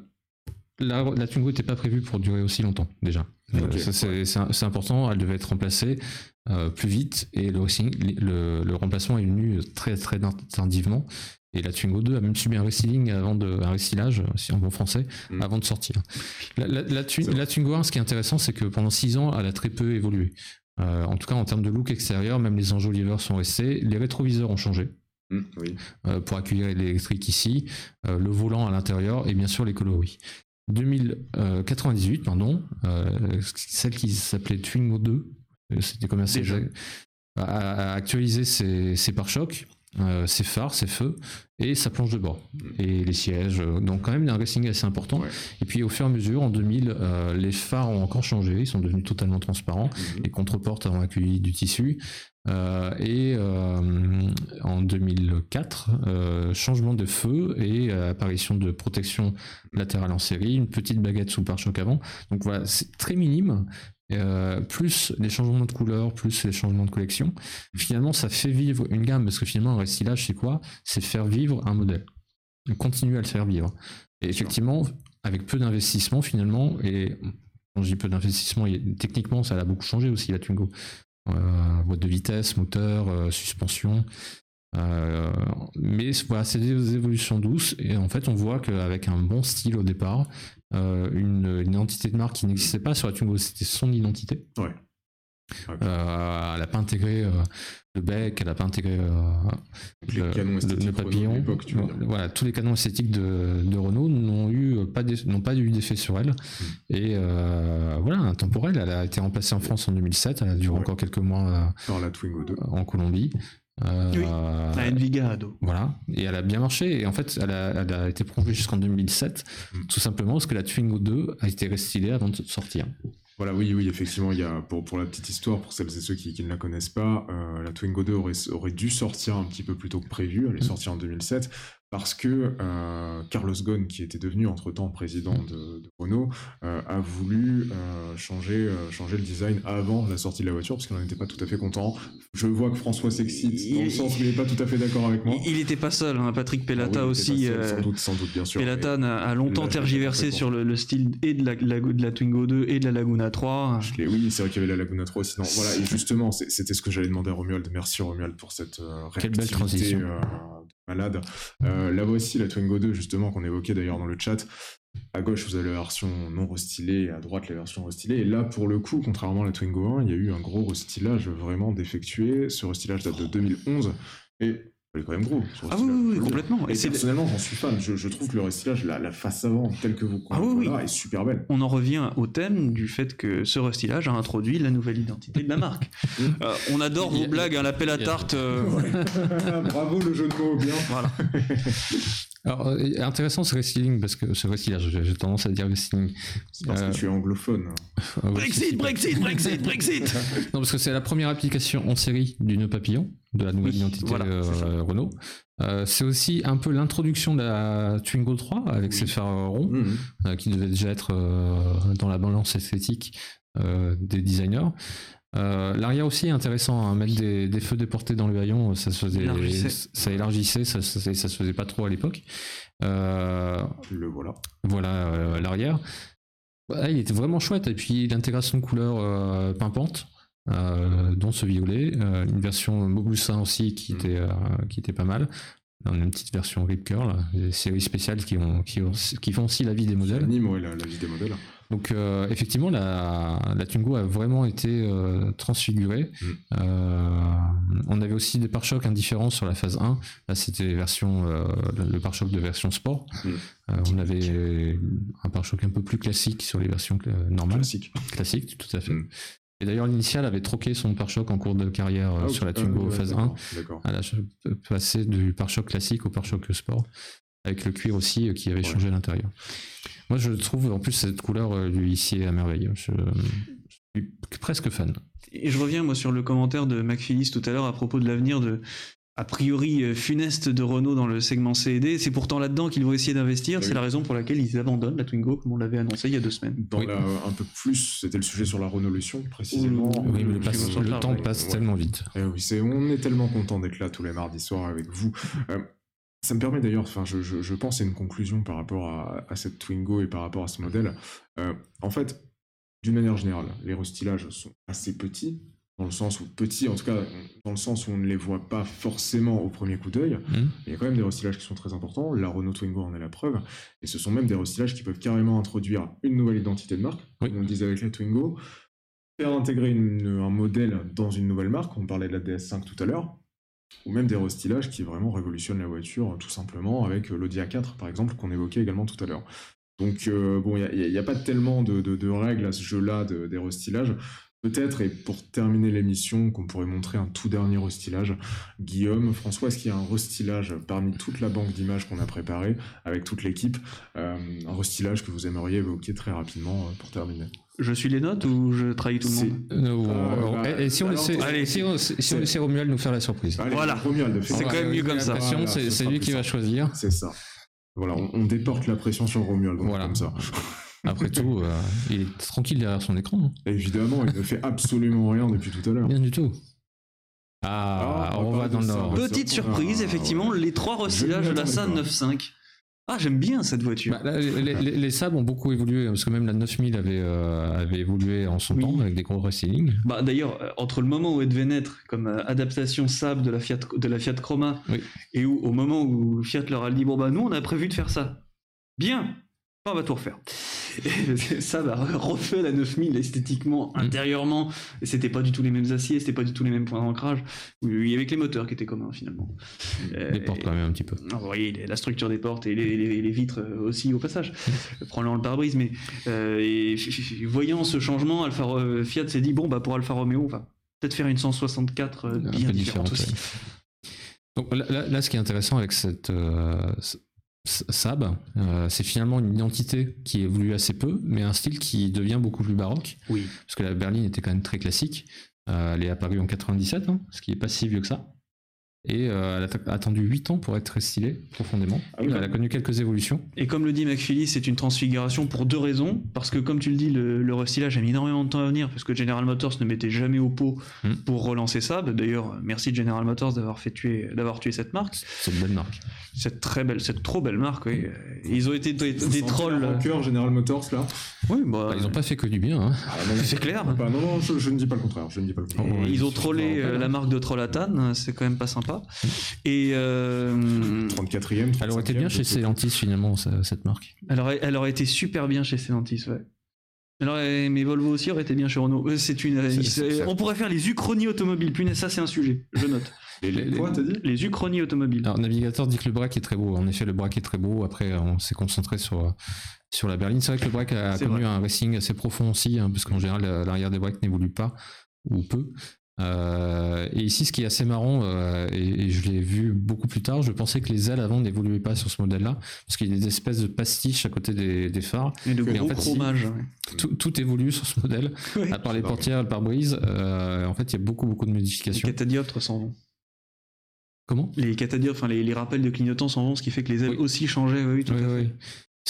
La, la Twingo n'était pas prévue pour durer aussi longtemps, déjà. Okay, euh, ça, c'est, ouais. c'est, c'est important, elle devait être remplacée euh, plus vite, et le, le, le remplacement est venu très très tardivement. Et la Twingo deux a même subi un restyling avant de, un restylage, si en bon français, mm. avant de sortir. La, la, la, la, la Twingo un, ce qui est intéressant, c'est que pendant six ans, elle a très peu évolué. Euh, en tout cas, en termes de look extérieur, même les enjoliveurs sont restés, les rétroviseurs ont changé. Mmh, oui. euh, pour accueillir l'électrique ici, euh, le volant à l'intérieur et bien sûr les coloris. deux mille quatre-vingt-dix-huit, pardon, euh, celle qui s'appelait Twingo deux, c'était commercial, a, a actualisé ses, ses pare-chocs, euh, ses phares, ses feux et sa planche de bord mmh. et les sièges. Donc quand même un racing assez important. Ouais. Et puis au fur et à mesure, en deux mille, euh, les phares ont encore changé, ils sont devenus totalement transparents. Mmh. Les contreportes ont accueilli du tissu. Euh, et euh, en deux mille quatre, euh, changement de feu et euh, apparition de protection latérale en série, une petite baguette sous le pare-choc avant. Donc voilà, c'est très minime. Euh, plus les changements de couleur, plus les changements de collection. Finalement, ça fait vivre une gamme, parce que finalement, un restylage, c'est quoi ? C'est faire vivre un modèle. Continuer à le faire vivre. Et effectivement, avec peu d'investissement, finalement, et quand je dis peu d'investissement, techniquement, ça a beaucoup changé aussi, la Twingo. Euh, boîte de vitesse, moteur, euh, suspension. Euh, mais voilà, c'est des évolutions douces et en fait on voit qu'avec un bon style au départ, euh, une, une identité de marque qui n'existait pas sur la Twingo, c'était son identité. Ouais. Okay. Euh, elle n'a pas intégré euh, le bec, elle n'a pas intégré euh, le, le, le papillon. Tu veux dire. Voilà, tous les canons esthétiques de, de Renault n'ont eu pas n'ont pas eu d'effet sur elle. Mmh. Et euh, voilà, intemporelle. Elle a été remplacée en France en deux mille sept. Elle a duré ouais. encore quelques mois par la Twingo deux en Colombie. Euh, oui, la Envigado. Voilà, et elle a bien marché. Et en fait, elle a, elle a été prolongée jusqu'en deux mille sept, mmh. tout simplement parce que la Twingo deux a été restylée avant de sortir. Voilà, oui, oui, effectivement, il y a, pour, pour la petite histoire, pour celles et ceux qui, qui ne la connaissent pas, euh, la Twingo deux aurait, aurait dû sortir un petit peu plus tôt que prévu. Elle est sortie en deux mille sept. parce que euh, Carlos Ghosn, qui était devenu entre-temps président de, de Renault, euh, a voulu euh, changer, euh, changer le design avant la sortie de la voiture, parce qu'il n'en était pas tout à fait content. Je vois que François s'excite, dans le sens où il n'est pas tout à fait d'accord avec moi. Il n'était pas seul, hein. Patrick Pellata ah oui, aussi. Seul, euh, sans doute, sans doute, bien sûr. Pellata a, a longtemps là, tergiversé sur le, le style et de la, la, de la Twingo deux et de la Laguna trois. Oui, c'est vrai qu'il y avait la Laguna trois aussi. Non, voilà, et justement, c'était ce que j'allais demander à Romuald. Merci Romuald pour cette euh, Quelle belle transition. Euh, malade. Euh, là voici la Twingo deux, justement, qu'on évoquait d'ailleurs dans le chat. À gauche, vous avez la version non restylée, et à droite, la version restylée. Et là, pour le coup, contrairement à la Twingo un, il y a eu un gros restylage vraiment défectué. Ce restylage date de deux mille onze. Et il est quand même gros. Ah oui, oui, oui complètement. Et, et personnellement, j'en suis fan. Je, je trouve que le restylage, la, la face avant, telle que vous ah oui, là, oui. est super belle. On en revient au thème du fait que ce restylage a introduit la nouvelle identité de la marque. euh, on adore vos blagues, hein, l'appel à tarte. Euh... Bravo le jeu de mots, bien. Voilà. Alors, intéressant ce restyling, parce que ce restylage, j'ai tendance à dire restyling. C'est parce euh... que tu es anglophone. Euh, Brexit, Brexit, Brexit, Brexit. Non, parce que c'est la première application en série du nœud papillon, de la nouvelle oui, identité voilà, euh, Renault. Euh, c'est aussi un peu l'introduction de la Twingo trois, avec oui. ses phares ronds, mmh. euh, qui devaient déjà être euh, dans la balance esthétique euh, des designers. Euh, l'arrière aussi est intéressant, hein, mettre des, des feux déportés dans le haillon, ça se faisait, élargissait. ça élargissait, ça, ça, ça se faisait pas trop à l'époque. Euh, le voilà. Voilà euh, l'arrière. Ouais, il était vraiment chouette, et puis l'intégration de couleurs euh, pimpantes, euh, dont ce violet, euh, une version Mogusa aussi qui, mmh. était, euh, qui était pas mal. On a une petite version Rip Curl, des séries spéciales qui, ont, qui, ont, qui font aussi la vie des modèles. Anime, ouais, la, la vie des modèles. Donc euh, effectivement, la, la Twingo a vraiment été euh, transfigurée. Mm. Euh, on avait aussi des pare-chocs indifférents sur la phase un. Là, c'était version, euh, le pare-choc de version sport. Mm. Euh, on avait un pare-choc un peu plus classique sur les versions euh, normales. Classique. Classique, tout à fait. Mm. Et d'ailleurs, l'initiale avait troqué son pare-choc en cours de carrière ah, sur la Twingo euh, phase d'accord, un. D'accord. Elle a passé du pare-choc classique au pare-choc sport, avec le cuir aussi qui avait ouais. changé à l'intérieur. Moi, je trouve en plus cette couleur lui ici à merveille. Je, je suis presque fan. Et je reviens moi sur le commentaire de McPhillis tout à l'heure à propos de l'avenir de, a priori funeste de Renault dans le segment C et D. C'est pourtant là-dedans qu'ils vont essayer d'investir. Oui. C'est la raison pour laquelle ils abandonnent la Twingo, comme on l'avait annoncé il y a deux semaines. Dans oui. la, un peu plus, c'était le sujet sur la Renaulution, précisément. Oui, mais le, passe, le, le temps passe ouais. tellement vite. Et oui, c'est, on est tellement content d'être là tous les mardis soirs avec vous. Euh, Ça me permet d'ailleurs, enfin, je, je, je pense à une conclusion par rapport à, à cette Twingo et par rapport à ce modèle. Euh, en fait, d'une manière générale, les restylages sont assez petits, dans le sens où petits, en tout cas, dans le sens où on ne les voit pas forcément au premier coup d'œil. Mmh. Il y a quand même des restylages qui sont très importants. La Renault Twingo en est la preuve. Et ce sont même des restylages qui peuvent carrément introduire une nouvelle identité de marque, oui. comme on le disait avec la Twingo, faire intégrer une, un modèle dans une nouvelle marque. On parlait de la D S cinq tout à l'heure. Ou même des restylages qui vraiment révolutionnent la voiture, tout simplement, avec l'Audi A quatre, par exemple, qu'on évoquait également tout à l'heure. Donc, euh, bon, il n'y a, a pas tellement de, de, de règles à ce jeu-là de, des restylages. Peut-être, et pour terminer l'émission, qu'on pourrait montrer un tout dernier restylage. Guillaume, François, est-ce qu'il y a un restylage parmi toute la banque d'images qu'on a préparée, avec toute l'équipe, euh, un restylage que vous aimeriez évoquer très rapidement pour terminer ? Je suis les notes ou je trahis tout le monde no, euh, bah, Et si on laissait, allez, si on, si on laissait Romuald nous faire la surprise. Allez, voilà, Romuald, c'est quand même mieux comme ça. Voilà, c'est, c'est lui qui va choisir. C'est ça. Voilà, on, on déporte la pression sur Romuald, voilà. Comme ça. Après tout, euh, il est tranquille derrière son écran. Non Évidemment, il ne fait absolument rien depuis tout à l'heure. Rien du tout. Ah, ah on, on va dans le nord. Petite surprise, ah, effectivement, ouais. Les trois restylages de la S A neuf cinq. Ah, j'aime bien cette voiture. Bah, là, les, les, les Saab ont beaucoup évolué, parce que même la neuf mille avait, euh, avait évolué en son oui. temps, avec des gros restylings. Bah, d'ailleurs, euh, entre le moment où elle devait naître comme euh, adaptation Saab de la Fiat, de la Fiat Chroma, oui. et où, au moment où Fiat leur a dit, bon bah nous on a prévu de faire ça. Bien, on va tout refaire. Et ça a refait la neuf mille esthétiquement, mmh. intérieurement, et c'était pas du tout les mêmes aciers, c'était pas du tout les mêmes points d'ancrage. Il y avait que les moteurs qui étaient communs finalement. Les portes quand même un petit peu. Vous voyez, la structure des portes et les, les, les vitres aussi au passage. Prenons le pare-brise, mais euh, et, voyant ce changement, Alfa, Fiat s'est dit bon bah pour Alfa Romeo, on va peut-être faire une cent soixante-quatre euh, bien différente aussi. Ouais. Donc là, là, ce qui est intéressant avec cette euh, Saab, euh, c'est finalement une identité qui évolue assez peu, mais un style qui devient beaucoup plus baroque. Oui. Parce que la berline était quand même très classique. Euh, elle est apparue en quatre-vingt-dix-sept, hein, ce qui n'est pas si vieux que ça. Et euh, elle a attendu huit ans pour être restylée profondément. Ah oui, elle a connu quelques évolutions. Et comme le dit McFeely, c'est une transfiguration pour deux raisons. Parce que comme tu le dis, le, le restylage a mis énormément de temps à venir, parce que General Motors ne mettait jamais au pot mmh. pour relancer ça. D'ailleurs, merci General Motors d'avoir fait tuer, d'avoir tué cette marque. C'est une belle marque. Cette très belle, cette trop belle marque, oui. Ils ont été des, des trolls. Au cœur, General Motors, là. Oui, bah, bah, ils n'ont pas fait que du bien. Hein. Ah, non, c'est clair. Bah, non, non, je, je ne dis pas le contraire. Je ne dis pas le contraire. Oh, ils ont trollé euh, la marque de Trollatan, c'est quand même pas sympa. Et euh, trente-quatrième. Elle aurait été bien chez Stellantis finalement, ça, cette marque. Elle aurait, elle aurait été super bien chez Stellantis, ouais. Alors, mais Volvo aussi aurait été bien chez Renault. C'est une, c'est, c'est, on pourrait faire les uchronies automobiles. Punaise, ça c'est un sujet. Je note. Les, les, quoi, t'as dit ? Les uchronies automobiles. Alors, Navigator dit que le braque est très beau. En effet, le braque est très beau. Après, on s'est concentré sur, sur la berline. C'est vrai que le braque a c'est connu vrai. un racing assez profond aussi, hein, parce qu'en général, l'arrière des braques n'évolue pas, ou peu. Euh, et ici, ce qui est assez marrant, euh, et, et je l'ai vu beaucoup plus tard, je pensais que les ailes avant n'évoluaient pas sur ce modèle-là, parce qu'il y a des espèces de pastiches à côté des, des phares. Et de gros en fait, fromage. Si, ouais. tout, tout évolue sur ce modèle, ouais. à part les portières, le pare-brise. Euh, en fait, il y a beaucoup, beaucoup de modifications. Les catadioptres s'en vont. Comment ? Les catadioptres, enfin les, les rappels de clignotants s'en vont, ce qui fait que les ailes oui. aussi changeaient. Oui, tout oui, à fait. Oui.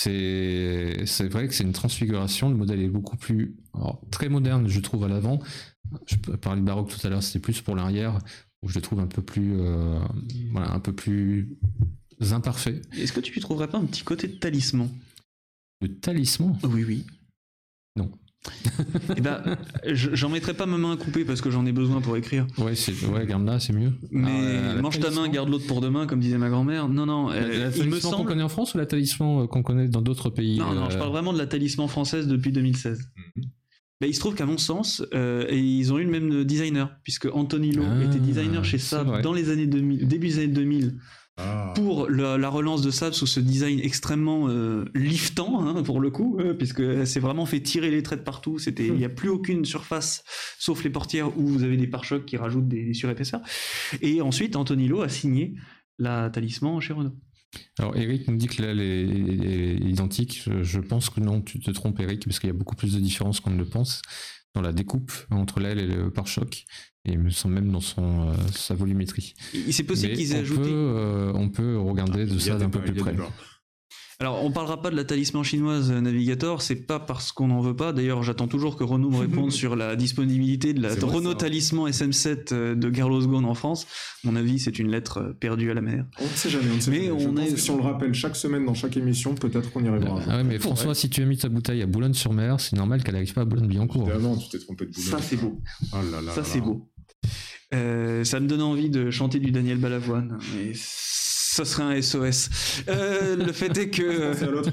C'est, c'est vrai que c'est une transfiguration. Le modèle est beaucoup plus alors, très moderne, je trouve, à l'avant. Je parlais de baroque tout à l'heure, c'était plus pour l'arrière, où je le trouve un peu plus, euh, voilà, un peu plus imparfait. Est-ce que tu ne trouverais pas un petit côté de talisman ? De talisman ? Oui, oui. Non. Eh ben, j'en mettrai pas ma main à couper parce que j'en ai besoin pour écrire. Ouais, c'est, ouais, garde-la, c'est mieux. Mais ah, mange ta main, garde l'autre pour demain, comme disait ma grand-mère. Non, non. La, la il me semble qu'on connaît en France ou la talisman qu'on connaît dans d'autres pays ? Non, non, euh... je parle vraiment de la talisman française depuis deux mille seize. Mm-hmm. Ben, il se trouve qu'à mon sens, euh, et ils ont eu le même designer, puisque Antonello ah, était designer chez Saab dans les années deux mille, début des années deux mille. Ah. Pour la, la relance de Saab sous ce design extrêmement euh, liftant, hein, pour le coup, euh, puisque c'est vraiment fait tirer les traits de partout. C'était, il n'y a plus aucune surface, sauf les portières où vous avez des pare-chocs qui rajoutent des, des surépaisseurs. Et ensuite, Antonello a signé la talisman chez Renault. Alors Eric nous dit que là, elle est identique. Je, je pense que non, tu te trompes Eric, parce qu'il y a beaucoup plus de différences qu'on ne le pense dans la découpe entre l'aile et le pare-choc. Et il me semble même dans son, euh, sa volumétrie. C'est possible qu'ils aient on ajouté. Peut, euh, on peut regarder ah, de ça d'un peu plus près. Alors, on parlera pas de la talisman chinoise Navigator, c'est pas parce qu'on n'en veut pas. D'ailleurs, j'attends toujours que Renault me réponde sur la disponibilité de la c'est Renault vrai, Talisman S M sept de Carlos Ghosn en France. À mon avis, c'est une lettre perdue à la mer. On ne sait jamais, on ne sait mais jamais. On Je est... pense que si on le rappelle chaque semaine dans chaque émission, peut-être qu'on y arrivera. Ah ouais, mais François, ouais. si tu as mis ta bouteille à Boulogne-sur-Mer, c'est normal qu'elle n'arrive pas à Boulogne-Billancourt. Évidemment, tu t'es trompé de Boulogne. Ça, c'est beau. Oh là là ça, là c'est là. beau. Euh, ça me donne envie de chanter du Daniel Balavoine. Mais ça serait un S O S. Euh, le fait est que. C'est à l'autre.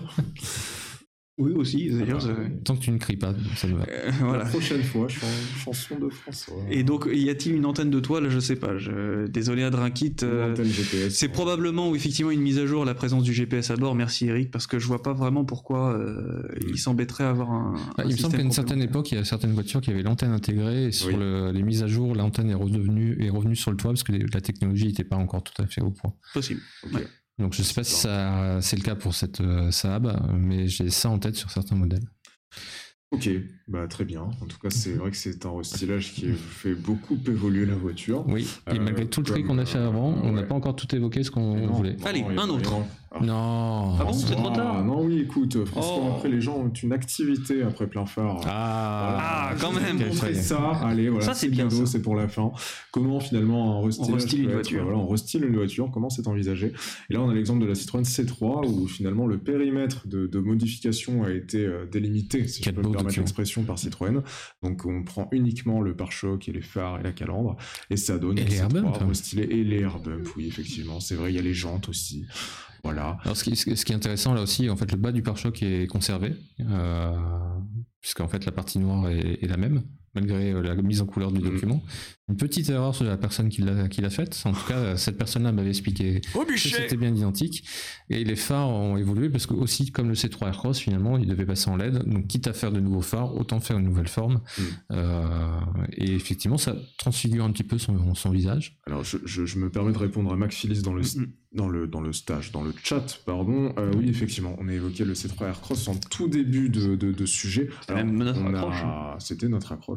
Oui, aussi, d'ailleurs. Ah, euh... Tant que tu ne cries pas, ça me va. Euh, voilà. La prochaine fois, je fais une chanson de François. Et donc, y a-t-il une antenne de toile ? Je sais pas. Je... Désolé, Adrinkit. Euh... G P S. C'est ouais. probablement ou effectivement une mise à jour, la présence du G P S à bord. Merci Eric, parce que je vois pas vraiment pourquoi euh, mmh. il s'embêterait à avoir un. Ah, un il me semble qu'à une certaine époque, il y a certaines voitures qui avaient l'antenne intégrée. Et sur oui. le, les mises à jour, l'antenne est redevenue est revenue sur le toit parce que la technologie n'était pas encore tout à fait au point. Possible. Okay. Ouais. Donc je ne sais pas si ça, c'est le cas pour cette euh, Saab, mais j'ai ça en tête sur certains modèles. Ok, bah très bien. En tout cas, c'est vrai que c'est un restylage qui fait beaucoup évoluer la voiture. Oui, et euh, malgré tout le tri qu'on a fait avant, euh, on n'a ouais. pas encore tout évoqué ce qu'on non, voulait. Allez, non, un autre. Ah. Non. Ah bon, c'est trop tard. Ah, non, oui, écoute, François, oh. après les gens ont une activité après plein phare. Ah, voilà. ah quand même. Montrer ça, allez, voilà. Ça, c'est, c'est bien. Cadeau, ça. C'est pour la fin. Comment finalement un restylage on restyle une voiture. Être, voilà, on restyle une voiture. Comment c'est envisagé ? Et là, on a l'exemple de la Citroën C trois où finalement le périmètre de, de modification a été délimité, si je peux me permettre l'expression, par Citroën. Donc on prend uniquement le pare-choc et les phares et la calandre et ça donne et les airbumps restylé et les airbumps. Oui, effectivement, c'est vrai. Il y a les jantes aussi. Voilà. Alors ce qui, ce qui est intéressant là aussi, en fait, le bas du pare-choc est conservé, euh, puisqu'en fait la partie noire est, est la même, malgré la mise en couleur du mmh. document. Une petite erreur sur la personne qui l'a, qui l'a faite. En tout cas, cette personne-là m'avait expliqué oh, que c'était bien identique. Et les phares ont évolué parce que aussi, comme le C trois Aircross, finalement, il devait passer en L E D. Donc, quitte à faire de nouveaux phares, autant faire une nouvelle forme. Mmh. Euh, et effectivement, ça transfigure un petit peu son, son visage. Alors, je, je, je me permets de répondre à Max Phillis dans le, mmh. dans le, dans le stage, dans le chat, pardon. Euh, oui, effectivement, on a évoqué le C trois Aircross en tout début de, de, de sujet. Alors, même notre on accroche. A... C'était notre accroche,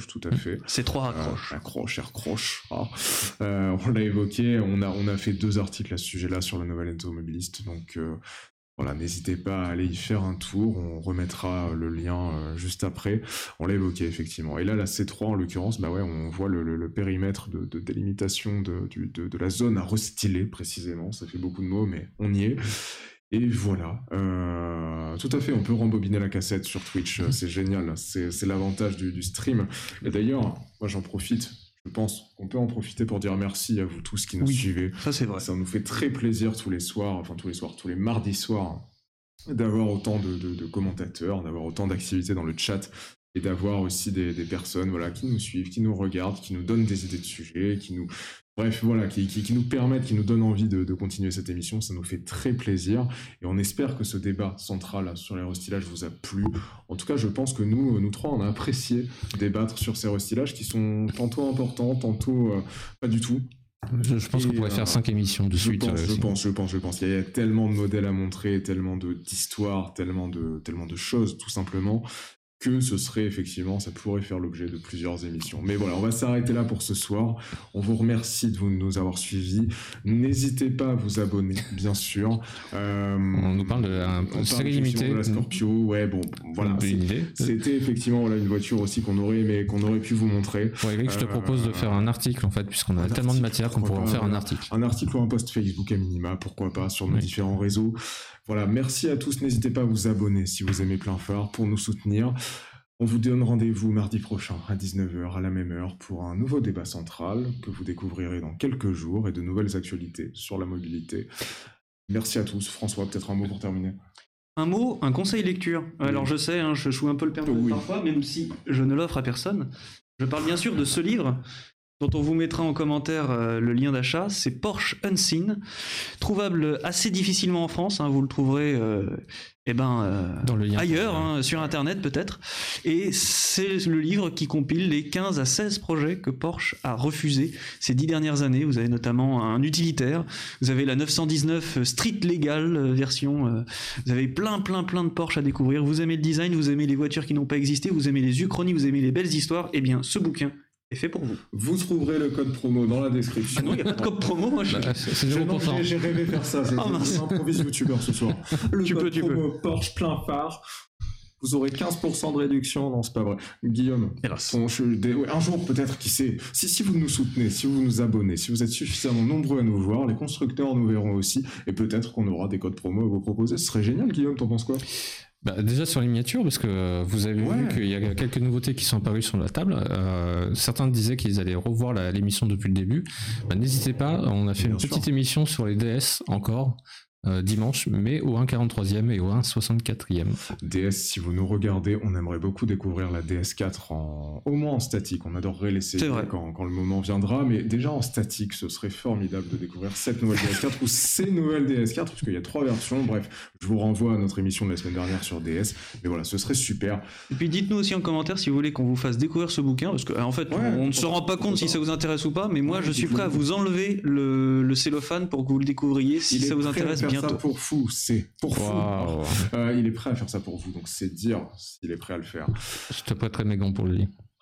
tout à fait. C'est trois accroches. Euh, accroche et recroche. Ah. Euh, on l'a évoqué, on a, on a fait deux articles à ce sujet-là sur le nouvel automobiliste, donc euh, voilà, n'hésitez pas à aller y faire un tour, on remettra le lien euh, juste après. On l'a évoqué effectivement. Et là, la C trois en l'occurrence, bah ouais, on voit le, le, le périmètre de, de délimitation de, de, de, de la zone à restyler précisément, ça fait beaucoup de mots, mais on y est. Et voilà, euh, tout à fait, on peut rembobiner la cassette sur Twitch, c'est génial, c'est, c'est l'avantage du, du stream. Et d'ailleurs, moi j'en profite, je pense qu'on peut en profiter pour dire merci à vous tous qui nous oui, suivez. Ça c'est vrai. Ça nous fait très plaisir tous les soirs, enfin tous les soirs, tous les mardis soirs, d'avoir autant de, de, de commentateurs, d'avoir autant d'activités dans le chat, et d'avoir aussi des, des personnes voilà, qui nous suivent, qui nous regardent, qui nous donnent des idées de sujets, qui nous... Bref, voilà, qui, qui, qui nous permettent, qui nous donnent envie de, de continuer cette émission, ça nous fait très plaisir. Et on espère que ce débat central sur les restylages vous a plu. En tout cas, je pense que nous, nous trois, on a apprécié débattre sur ces restylages qui sont tantôt importants, tantôt euh, pas du tout. Je, je pense et qu'on pourrait euh, faire cinq émissions de je suite. Pense, euh, je pense, je pense, je pense. Il y a tellement de modèles à montrer, tellement de, d'histoires, tellement de, tellement de choses, tout simplement, que ce serait effectivement, ça pourrait faire l'objet de plusieurs émissions. Mais voilà, on va s'arrêter là pour ce soir. On vous remercie de vous, nous avoir suivis. N'hésitez pas à vous abonner, bien sûr. Euh, on nous parle de la série limitée de la Scorpio. Ouais, bon, voilà. C'est, c'était effectivement voilà, une voiture aussi qu'on aurait aimé, qu'on aurait pu vous montrer. Ouais, Eric, je te propose euh, de faire un article en fait, puisqu'on a tellement article, de matière qu'on pourrait en faire un article. Un article ou un post Facebook à minima, pourquoi pas, sur nos oui. différents réseaux. Voilà, merci à tous. N'hésitez pas à vous abonner si vous aimez Plein Phare pour nous soutenir. On vous donne rendez-vous mardi prochain à dix-neuf heures à la même heure pour un nouveau débat central que vous découvrirez dans quelques jours et de nouvelles actualités sur la mobilité. Merci à tous. François, peut-être un mot pour terminer. Un mot, un conseil lecture. Oui. Alors je sais, hein, je joue un peu le père de oui. parfois, même si je ne l'offre à personne. Je parle bien sûr de ce livre dont on vous mettra en commentaire euh, le lien d'achat, c'est Porsche Unseen, trouvable assez difficilement en France, hein, vous le trouverez euh, eh ben, euh, Dans le lien ailleurs, hein, sur internet peut-être, et c'est le livre qui compile les quinze à seize projets que Porsche a refusés ces dix dernières années. Vous avez notamment un utilitaire, vous avez la neuf cent dix-neuf Street Legal version, euh, vous avez plein plein plein de Porsche à découvrir, vous aimez le design, vous aimez les voitures qui n'ont pas existé, vous aimez les uchronies, vous aimez les belles histoires, et eh bien ce bouquin est fait pour vous. Vous trouverez le code promo dans la description. Ah non, il n'y a pas de code promo, moi je... bah, c'est, c'est zéro pour cent. J'ai, j'ai rêvé faire ça, je, oh, je improvise youtubeur ce soir. Le tu code peux, tu promo peux. Porsche Plein Phare, vous aurez quinze pour cent de réduction, non c'est pas vrai. Guillaume, ton, je, des, ouais, un jour peut-être, qui sait, si, si vous nous soutenez, si vous nous abonnez, si vous êtes suffisamment nombreux à nous voir, les constructeurs nous verront aussi, et peut-être qu'on aura des codes promo à vous proposer, ce serait génial. Guillaume, t'en penses quoi? Bah, déjà sur les miniatures, parce que vous avez ouais. vu qu'il y a quelques nouveautés qui sont apparues sur la table. Euh, certains disaient qu'ils allaient revoir la, l'émission depuis le début. Bah, n'hésitez pas, on a fait Bien une sûr. petite émission sur les D S encore. Euh, dimanche, mais au un quarante-troisième et au un soixante-quatrième. D S, si vous nous regardez, on aimerait beaucoup découvrir la D S quatre en, au moins en statique. On adorerait l'essayer quand, quand le moment viendra, mais déjà en statique, ce serait formidable de découvrir cette nouvelle D S quatre ou ces nouvelles D S quatre, parce qu'il y a trois versions. Bref, je vous renvoie à notre émission de la semaine dernière sur D S, mais voilà, ce serait super. Et puis dites-nous aussi en commentaire si vous voulez qu'on vous fasse découvrir ce bouquin, parce qu'en fait, ouais, on ne se rend pas compte si ça vous intéresse ou pas, mais moi, ouais, je suis prêt à vous enlever le, le cellophane pour que vous le découvriez si ça vous intéresse. Ça pour vous, c'est pour wow. vous. Euh, il est prêt à faire ça pour vous, donc c'est dire s'il est prêt à le faire. Je te prêterai mes gants pour lui.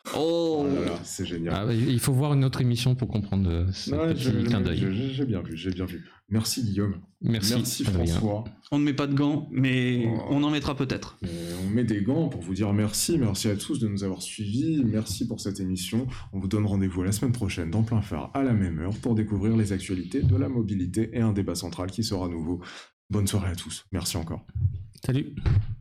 Oh, oh là là, c'est génial. Ah, il faut voir une autre émission pour comprendre ce ouais, petit je, clin d'œil. J'ai, j'ai bien vu, j'ai bien vu. Merci Guillaume. Merci, Merci François. On ne met pas de gants, mais oh. on en mettra peut-être. Mais on met des gants pour vous dire merci. Merci à tous de nous avoir suivis. Merci pour cette émission. On vous donne rendez-vous la semaine prochaine dans Plein Phare à la même heure pour découvrir les actualités de la mobilité et un débat central qui sera nouveau. Bonne soirée à tous. Merci encore. Salut.